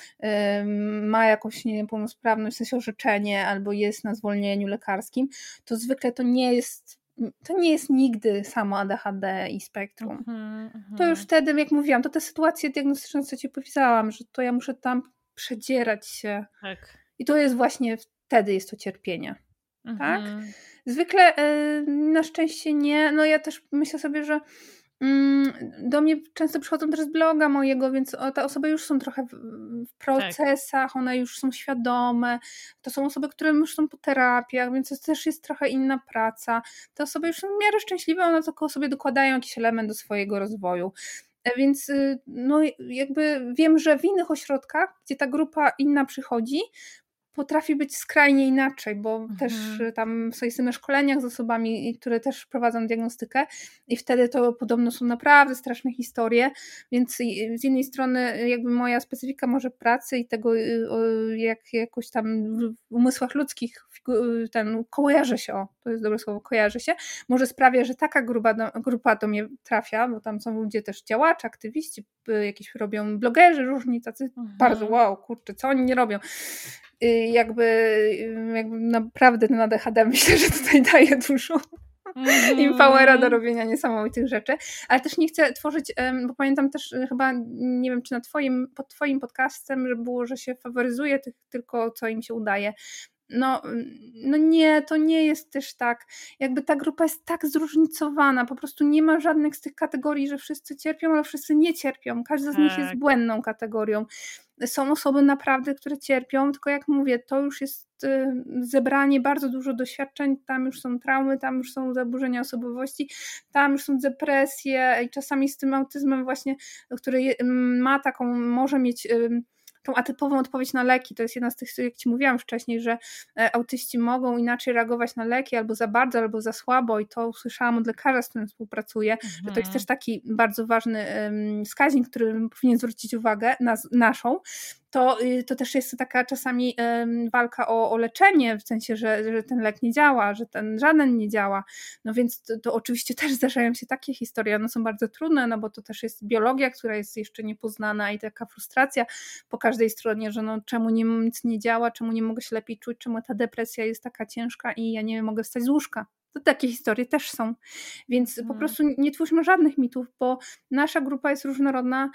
ma jakąś niepełnosprawność, w sensie orzeczenie, albo jest na zwolnieniu lekarskim, to zwykle to nie jest to nie jest nigdy samo A D H D i spektrum. Mm-hmm, mm-hmm. To już wtedy, jak mówiłam, to te sytuacje diagnostyczne, co ci powiedziałam, że to ja muszę tam przedzierać się. Tak. I to jest właśnie wtedy jest to cierpienie. Mm-hmm. Tak? Zwykle yy, na szczęście nie. No ja też myślę sobie, że do mnie często przychodzą też z bloga mojego, więc te osoby już są trochę w, w procesach, tak. One już są świadome, to są osoby, które już są po terapiach, więc to też jest trochę inna praca. Te osoby już są w miarę szczęśliwe, one tylko sobie dokładają jakiś element do swojego rozwoju. Więc no jakby wiem, że w innych ośrodkach, gdzie ta grupa inna przychodzi, potrafi być skrajnie inaczej, bo mhm. też tam są jestem na szkoleniach z osobami, które też prowadzą diagnostykę i wtedy to podobno są naprawdę straszne historie, więc z jednej strony jakby moja specyfika może pracy i tego jak jakoś tam w umysłach ludzkich ten kojarzy się, o, to jest dobre słowo, kojarzy się, może sprawia, że taka grupa do, grupa do mnie trafia, bo tam są ludzie też działacze, aktywiści, jakieś robią blogerzy różni, tacy mhm. bardzo wow, kurczę, co oni nie robią. Jakby, jakby naprawdę ten A D H D myślę, że tutaj daje dużo mm. im powera do robienia niesamowitych rzeczy, ale też nie chcę tworzyć, bo pamiętam też chyba, nie wiem czy na twoim, pod twoim podcastem, że było, że się faworyzuje tych tylko co im się udaje. No, no nie, to nie jest też tak, jakby ta grupa jest tak zróżnicowana, po prostu nie ma żadnych z tych kategorii, że wszyscy cierpią, ale wszyscy nie cierpią, każda z tak. nich jest błędną kategorią. Są osoby naprawdę, które cierpią, tylko jak mówię, to już jest zebranie bardzo dużo doświadczeń, tam już są traumy, tam już są zaburzenia osobowości, tam już są depresje i czasami z tym autyzmem właśnie, który ma taką, może mieć tą atypową odpowiedź na leki, to jest jedna z tych, jak ci mówiłam wcześniej, że autyści mogą inaczej reagować na leki albo za bardzo, albo za słabo i to usłyszałam od lekarza, z którym współpracuję, mhm. że to jest też taki bardzo ważny wskaźnik, który powinien zwrócić uwagę, nas, naszą, to, to też jest taka czasami um, walka o, o leczenie, w sensie, że, że ten lek nie działa, że ten żaden nie działa. No więc to, to oczywiście też zdarzają się takie historie, one są bardzo trudne, no bo to też jest biologia, która jest jeszcze niepoznana i taka frustracja po każdej stronie, że no czemu nie, nic nie działa, czemu nie mogę się lepiej czuć, czemu ta depresja jest taka ciężka i ja nie mogę wstać z łóżka. To takie historie też są. Więc hmm. po prostu nie twórzmy żadnych mitów, bo nasza grupa jest różnorodna,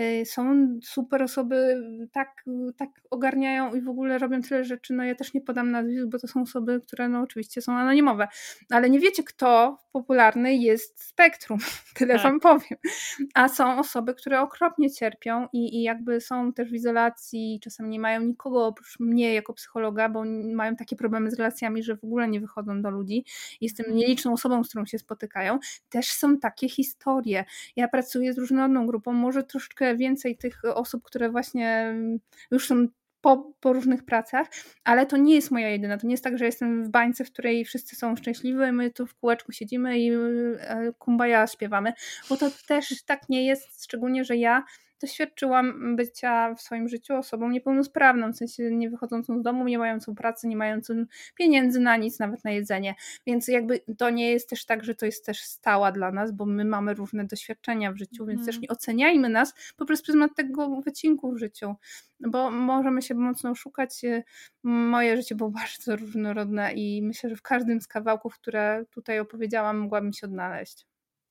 są super osoby, tak, tak ogarniają i w ogóle robią tyle rzeczy, no ja też nie podam nazwisk, bo to są osoby, które no oczywiście są anonimowe, ale nie wiecie kto popularny jest spektrum, tyle tak. wam powiem. A są osoby, które okropnie cierpią i, i jakby są też w izolacji, czasem nie mają nikogo oprócz mnie jako psychologa, bo mają takie problemy z relacjami, że w ogóle nie wychodzą do ludzi. Jestem nieliczną osobą, z którą się spotykają. Też są takie historie. Ja pracuję z różnorodną grupą, może troszeczkę więcej tych osób, które właśnie już są po, po różnych pracach, ale to nie jest moja jedyna. To nie jest tak, że jestem w bańce, w której wszyscy są szczęśliwi, my tu w kółeczku siedzimy i kumbaya śpiewamy, bo to też tak nie jest, szczególnie, że ja doświadczyłam bycia w swoim życiu osobą niepełnosprawną, w sensie nie wychodzącą z domu, nie mającą pracy, nie mającą pieniędzy na nic, nawet na jedzenie, więc jakby to nie jest też tak, że to jest też stała dla nas, bo my mamy różne doświadczenia w życiu, więc mm. też nie oceniajmy nas poprzez pryzmat tego wycinku w życiu, bo możemy się mocno oszukać. Moje życie było bardzo różnorodne i myślę, że w każdym z kawałków, które tutaj opowiedziałam, mogłabym się odnaleźć.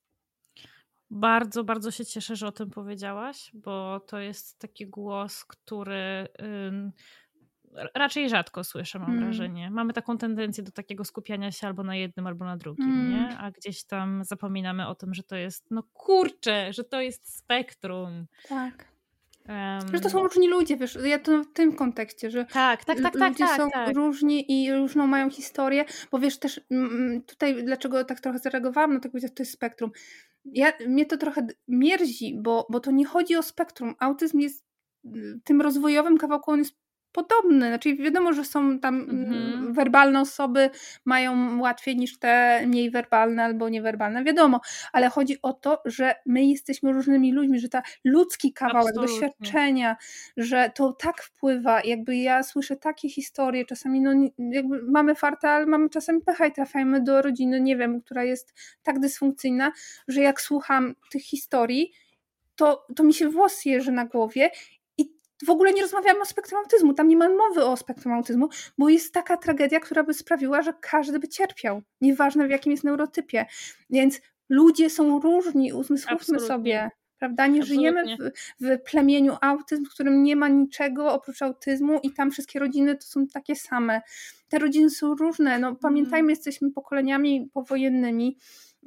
Bardzo, bardzo się cieszę, że o tym powiedziałaś, bo to jest taki głos, który ym, raczej rzadko słyszę, mam mm. wrażenie. Mamy taką tendencję do takiego skupiania się albo na jednym, albo na drugim, mm. nie? A gdzieś tam zapominamy o tym, że to jest, no kurczę, że to jest spektrum. Tak. Um, że to są różni ludzie, wiesz, ja to w tym kontekście, że tak, tak, tak, ludzie tak, są tak. różni i różną mają historię, bo wiesz też tutaj, dlaczego tak trochę zareagowałam na to, to jest spektrum. ja, mnie to trochę mierzi, bo, bo to nie chodzi o spektrum. Autyzm jest tym rozwojowym kawałku, on jest podobny. Znaczy wiadomo, że są tam mhm. werbalne osoby mają łatwiej niż te mniej werbalne albo niewerbalne, wiadomo, ale chodzi o to, że my jesteśmy różnymi ludźmi, że ta ludzki kawałek Absolutnie. doświadczenia, że to tak wpływa, jakby ja słyszę takie historie, czasami no jakby mamy farta, ale mamy czasami pecha i trafiamy do rodziny, nie wiem, która jest tak dysfunkcyjna, że jak słucham tych historii, to, to mi się włos jeży na głowie. W ogóle nie rozmawiamy o spektrum autyzmu, tam nie ma mowy o spektrum autyzmu, bo jest taka tragedia, która by sprawiła, że każdy by cierpiał, nieważne w jakim jest neurotypie. Więc ludzie są różni, uzmysłówmy Absolutnie. sobie, prawda? Nie Absolutnie. żyjemy w, w plemieniu autyzm, w którym nie ma niczego oprócz autyzmu i tam wszystkie rodziny to są takie same. Te rodziny są różne, no pamiętajmy, mm. jesteśmy pokoleniami powojennymi,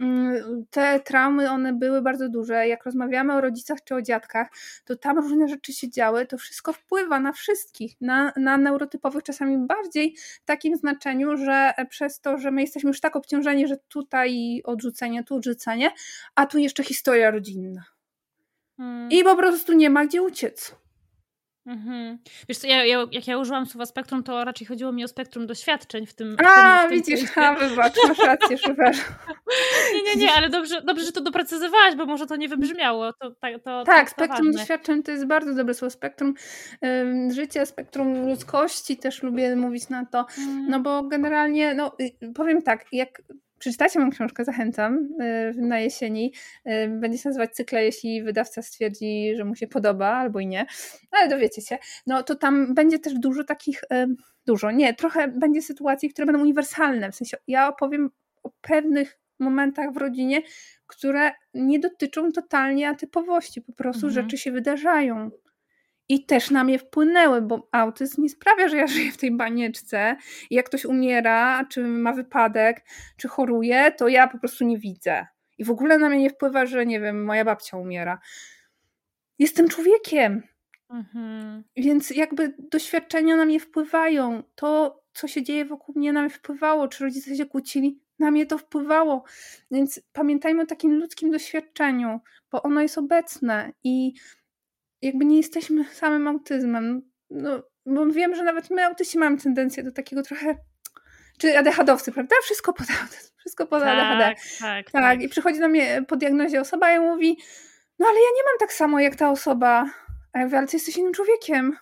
te traumy, one były bardzo duże. Jak rozmawiamy o rodzicach czy o dziadkach, to tam różne rzeczy się działy, to wszystko wpływa na wszystkich, na, na neurotypowych czasami bardziej w takim znaczeniu, że przez to, że my jesteśmy już tak obciążeni, że tutaj odrzucenie, tu odrzucenie, a tu jeszcze historia rodzinna. Hmm. I po prostu nie ma gdzie uciec. Mhm. Wiesz co, ja, ja, jak ja użyłam słowa spektrum, to raczej chodziło mi o spektrum doświadczeń w tym. A, w tym, w tym widzisz, a wybacz, masz rację, przepraszam. Nie, nie, nie, ale dobrze, dobrze, że to doprecyzowałaś, bo może to nie wybrzmiało. To, to, to, tak, to spektrum ważne. doświadczeń to jest bardzo dobre słowo. Spektrum um, życia, spektrum ludzkości, też lubię mówić na to, mm. no bo generalnie, no powiem tak, jak przeczytajcie moją książkę, zachęcam, na jesieni. Będzie się nazywać Cykle, jeśli wydawca stwierdzi, że mu się podoba, albo i nie. Ale dowiecie się. No to tam będzie też dużo takich, dużo, nie, trochę będzie sytuacji, które będą uniwersalne. W sensie ja opowiem o pewnych momentach w rodzinie, które nie dotyczą totalnie atypowości. Po prostu mhm. rzeczy się wydarzają. I też na mnie wpłynęły, bo autyzm nie sprawia, że ja żyję w tej banieczce i jak ktoś umiera, czy ma wypadek, czy choruje, to ja po prostu nie widzę. I w ogóle na mnie nie wpływa, że nie wiem, moja babcia umiera. Jestem człowiekiem. Mhm. Więc jakby doświadczenia na mnie wpływają. To, co się dzieje wokół mnie, na mnie wpływało. Czy rodzice się kłócili, na mnie to wpływało. Więc pamiętajmy o takim ludzkim doświadczeniu, bo ono jest obecne i jakby nie jesteśmy samym autyzmem. No, bo wiem, że nawet my autyści mamy tendencję do takiego trochę, czy ADHDowcy, prawda? Wszystko pod autyzm, wszystko pod tak, A D H D. Tak, tak, tak. I przychodzi do mnie po diagnozie osoba i mówi, no ale ja nie mam tak samo jak ta osoba. A ja mówię, ale ty jesteś innym człowiekiem.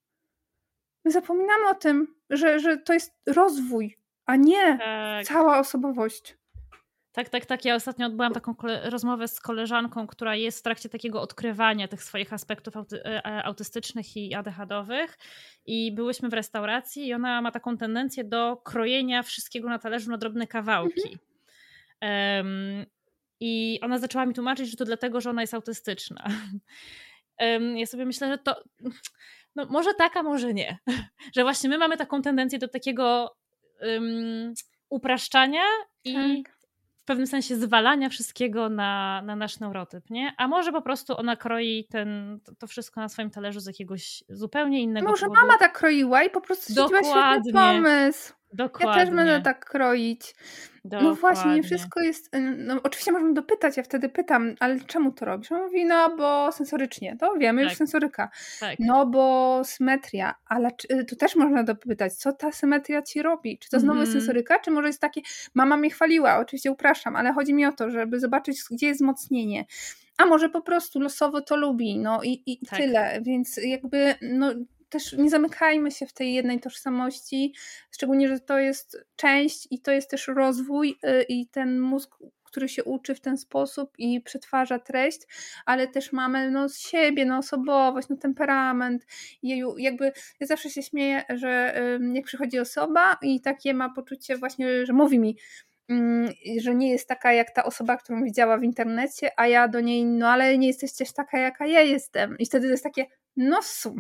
My zapominamy o tym, że, że to jest rozwój, a nie tak. cała osobowość. Tak, tak, tak. Ja ostatnio odbyłam taką kole- rozmowę z koleżanką, która jest w trakcie takiego odkrywania tych swoich aspektów auty- autystycznych i ADHDowych i byłyśmy w restauracji i ona ma taką tendencję do krojenia wszystkiego na talerzu na drobne kawałki. Mhm. Um, I ona zaczęła mi tłumaczyć, że to dlatego, że ona jest autystyczna. Um, ja sobie myślę, że to no może tak, a może nie. Że właśnie my mamy taką tendencję do takiego um, upraszczania i tak. w pewnym sensie zwalania wszystkiego na, na nasz neurotyp, nie? A może po prostu ona kroi ten, to, to wszystko na swoim talerzu z jakiegoś zupełnie innego może powodu. Mama tak kroiła i po prostu stwierdziła świetny pomysł. Dokładnie. Ja też będę tak kroić. Dokładnie. No właśnie, nie wszystko jest... No, oczywiście możemy dopytać, ja wtedy pytam, ale czemu to robisz? On mówi, no bo sensorycznie. To wiemy, tak. już sensoryka. Tak. No bo symetria. Ale to też można dopytać, co ta symetria ci robi? Czy to znowu mm-hmm. jest sensoryka? Czy może jest takie... Mama mnie chwaliła, oczywiście upraszczam, ale chodzi mi o to, żeby zobaczyć, gdzie jest wzmocnienie. A może po prostu losowo to lubi. No i, i tak. tyle. Więc jakby... no też nie zamykajmy się w tej jednej tożsamości, szczególnie, że to jest część i to jest też rozwój i ten mózg, który się uczy w ten sposób i przetwarza treść, ale też mamy no siebie, no osobowość, no temperament. Jeju, jakby ja zawsze się śmieję, że jak przychodzi osoba i takie ma poczucie właśnie, że mówi mi, że nie jest taka jak ta osoba, którą widziała w internecie, a ja do niej, no ale nie jesteś też taka, jaka ja jestem. I wtedy to jest takie, no w sumie.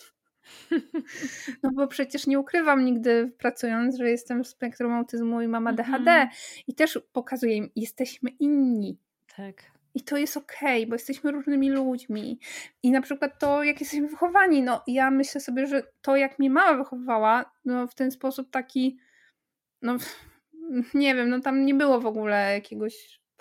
No bo przecież nie ukrywam nigdy pracując, że jestem w spektrum autyzmu i mam A D H D mm-hmm. i też pokazuję im, jesteśmy inni. Tak. I to jest okej, okay, bo jesteśmy różnymi ludźmi. I na przykład to, jak jesteśmy wychowani, no ja myślę sobie, że to, jak mnie mama wychowywała, no w ten sposób taki, no nie wiem, no tam nie było w ogóle jakiegoś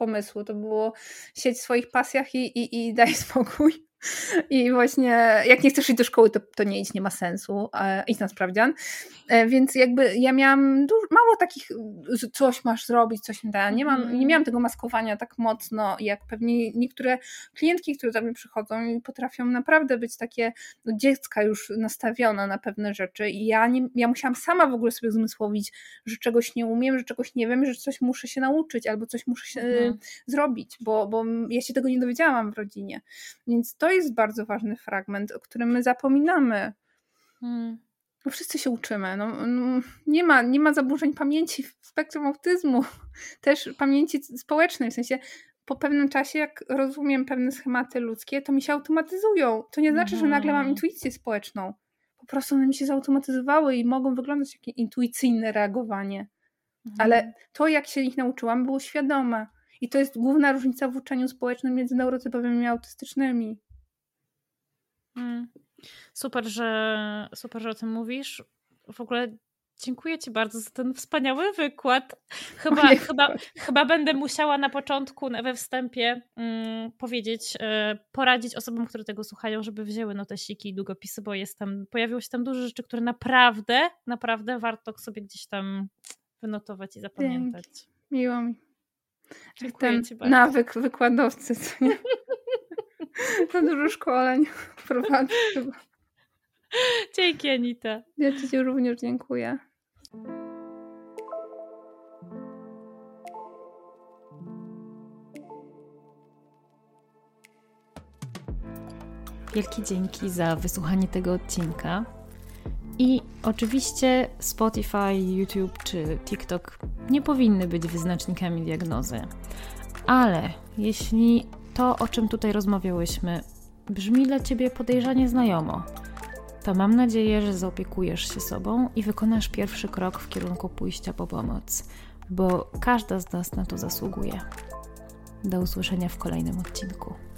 pomysłu. To było siedź w swoich pasjach i, i, i daj spokój. I właśnie jak nie chcesz iść do szkoły, to, to nie idź, nie ma sensu, e, idź na sprawdzian. E, więc jakby ja miałam dużo, mało takich, coś masz zrobić, coś nie da. Nie, mam, nie miałam tego maskowania tak mocno, jak pewnie niektóre klientki, które do mnie przychodzą i potrafią naprawdę być takie no, dziecka już nastawione na pewne rzeczy i ja, nie, ja musiałam sama w ogóle sobie zmysłowić, że czegoś nie umiem, że czegoś nie wiem, że coś muszę się nauczyć albo coś muszę się mhm. zrobić, bo, bo ja się tego nie dowiedziałam w rodzinie. Więc to jest bardzo ważny fragment, o którym my zapominamy. Hmm. No wszyscy się uczymy. No, no, nie ma, nie ma zaburzeń pamięci w spektrum autyzmu. Też pamięci społecznej. W sensie po pewnym czasie, jak rozumiem pewne schematy ludzkie, to mi się automatyzują. To nie znaczy, że nagle mam intuicję społeczną. Po prostu one mi się zautomatyzowały i mogą wyglądać jak intuicyjne reagowanie. Hmm. Ale to, jak się ich nauczyłam, było świadome. I to jest główna różnica w uczeniu społecznym między neurotypowymi i autystycznymi. Hmm. Super, że, super, że o tym mówisz. W ogóle dziękuję Ci bardzo za ten wspaniały wykład. Chyba, chyba, chyba będę musiała na początku, we wstępie um, powiedzieć, e, poradzić osobom, które tego słuchają, żeby wzięły notesiki i długopisy, bo jest tam, pojawiło się tam dużo rzeczy, które naprawdę, naprawdę warto sobie gdzieś tam wynotować i zapamiętać. Dzięki. Miło mi. Dziękuję ten Ci bardzo. Nawyk wykładowcy, co nie? Za dużo szkoleń prowadzę chyba. Dzięki, Anita. Ja Ci również dziękuję. Wielkie dzięki za wysłuchanie tego odcinka. I oczywiście Spotify, YouTube czy TikTok nie powinny być wyznacznikami diagnozy. Ale jeśli to, o czym tutaj rozmawiałyśmy, brzmi dla Ciebie podejrzanie znajomo, to mam nadzieję, że zaopiekujesz się sobą i wykonasz pierwszy krok w kierunku pójścia po pomoc, bo każda z nas na to zasługuje. Do usłyszenia w kolejnym odcinku.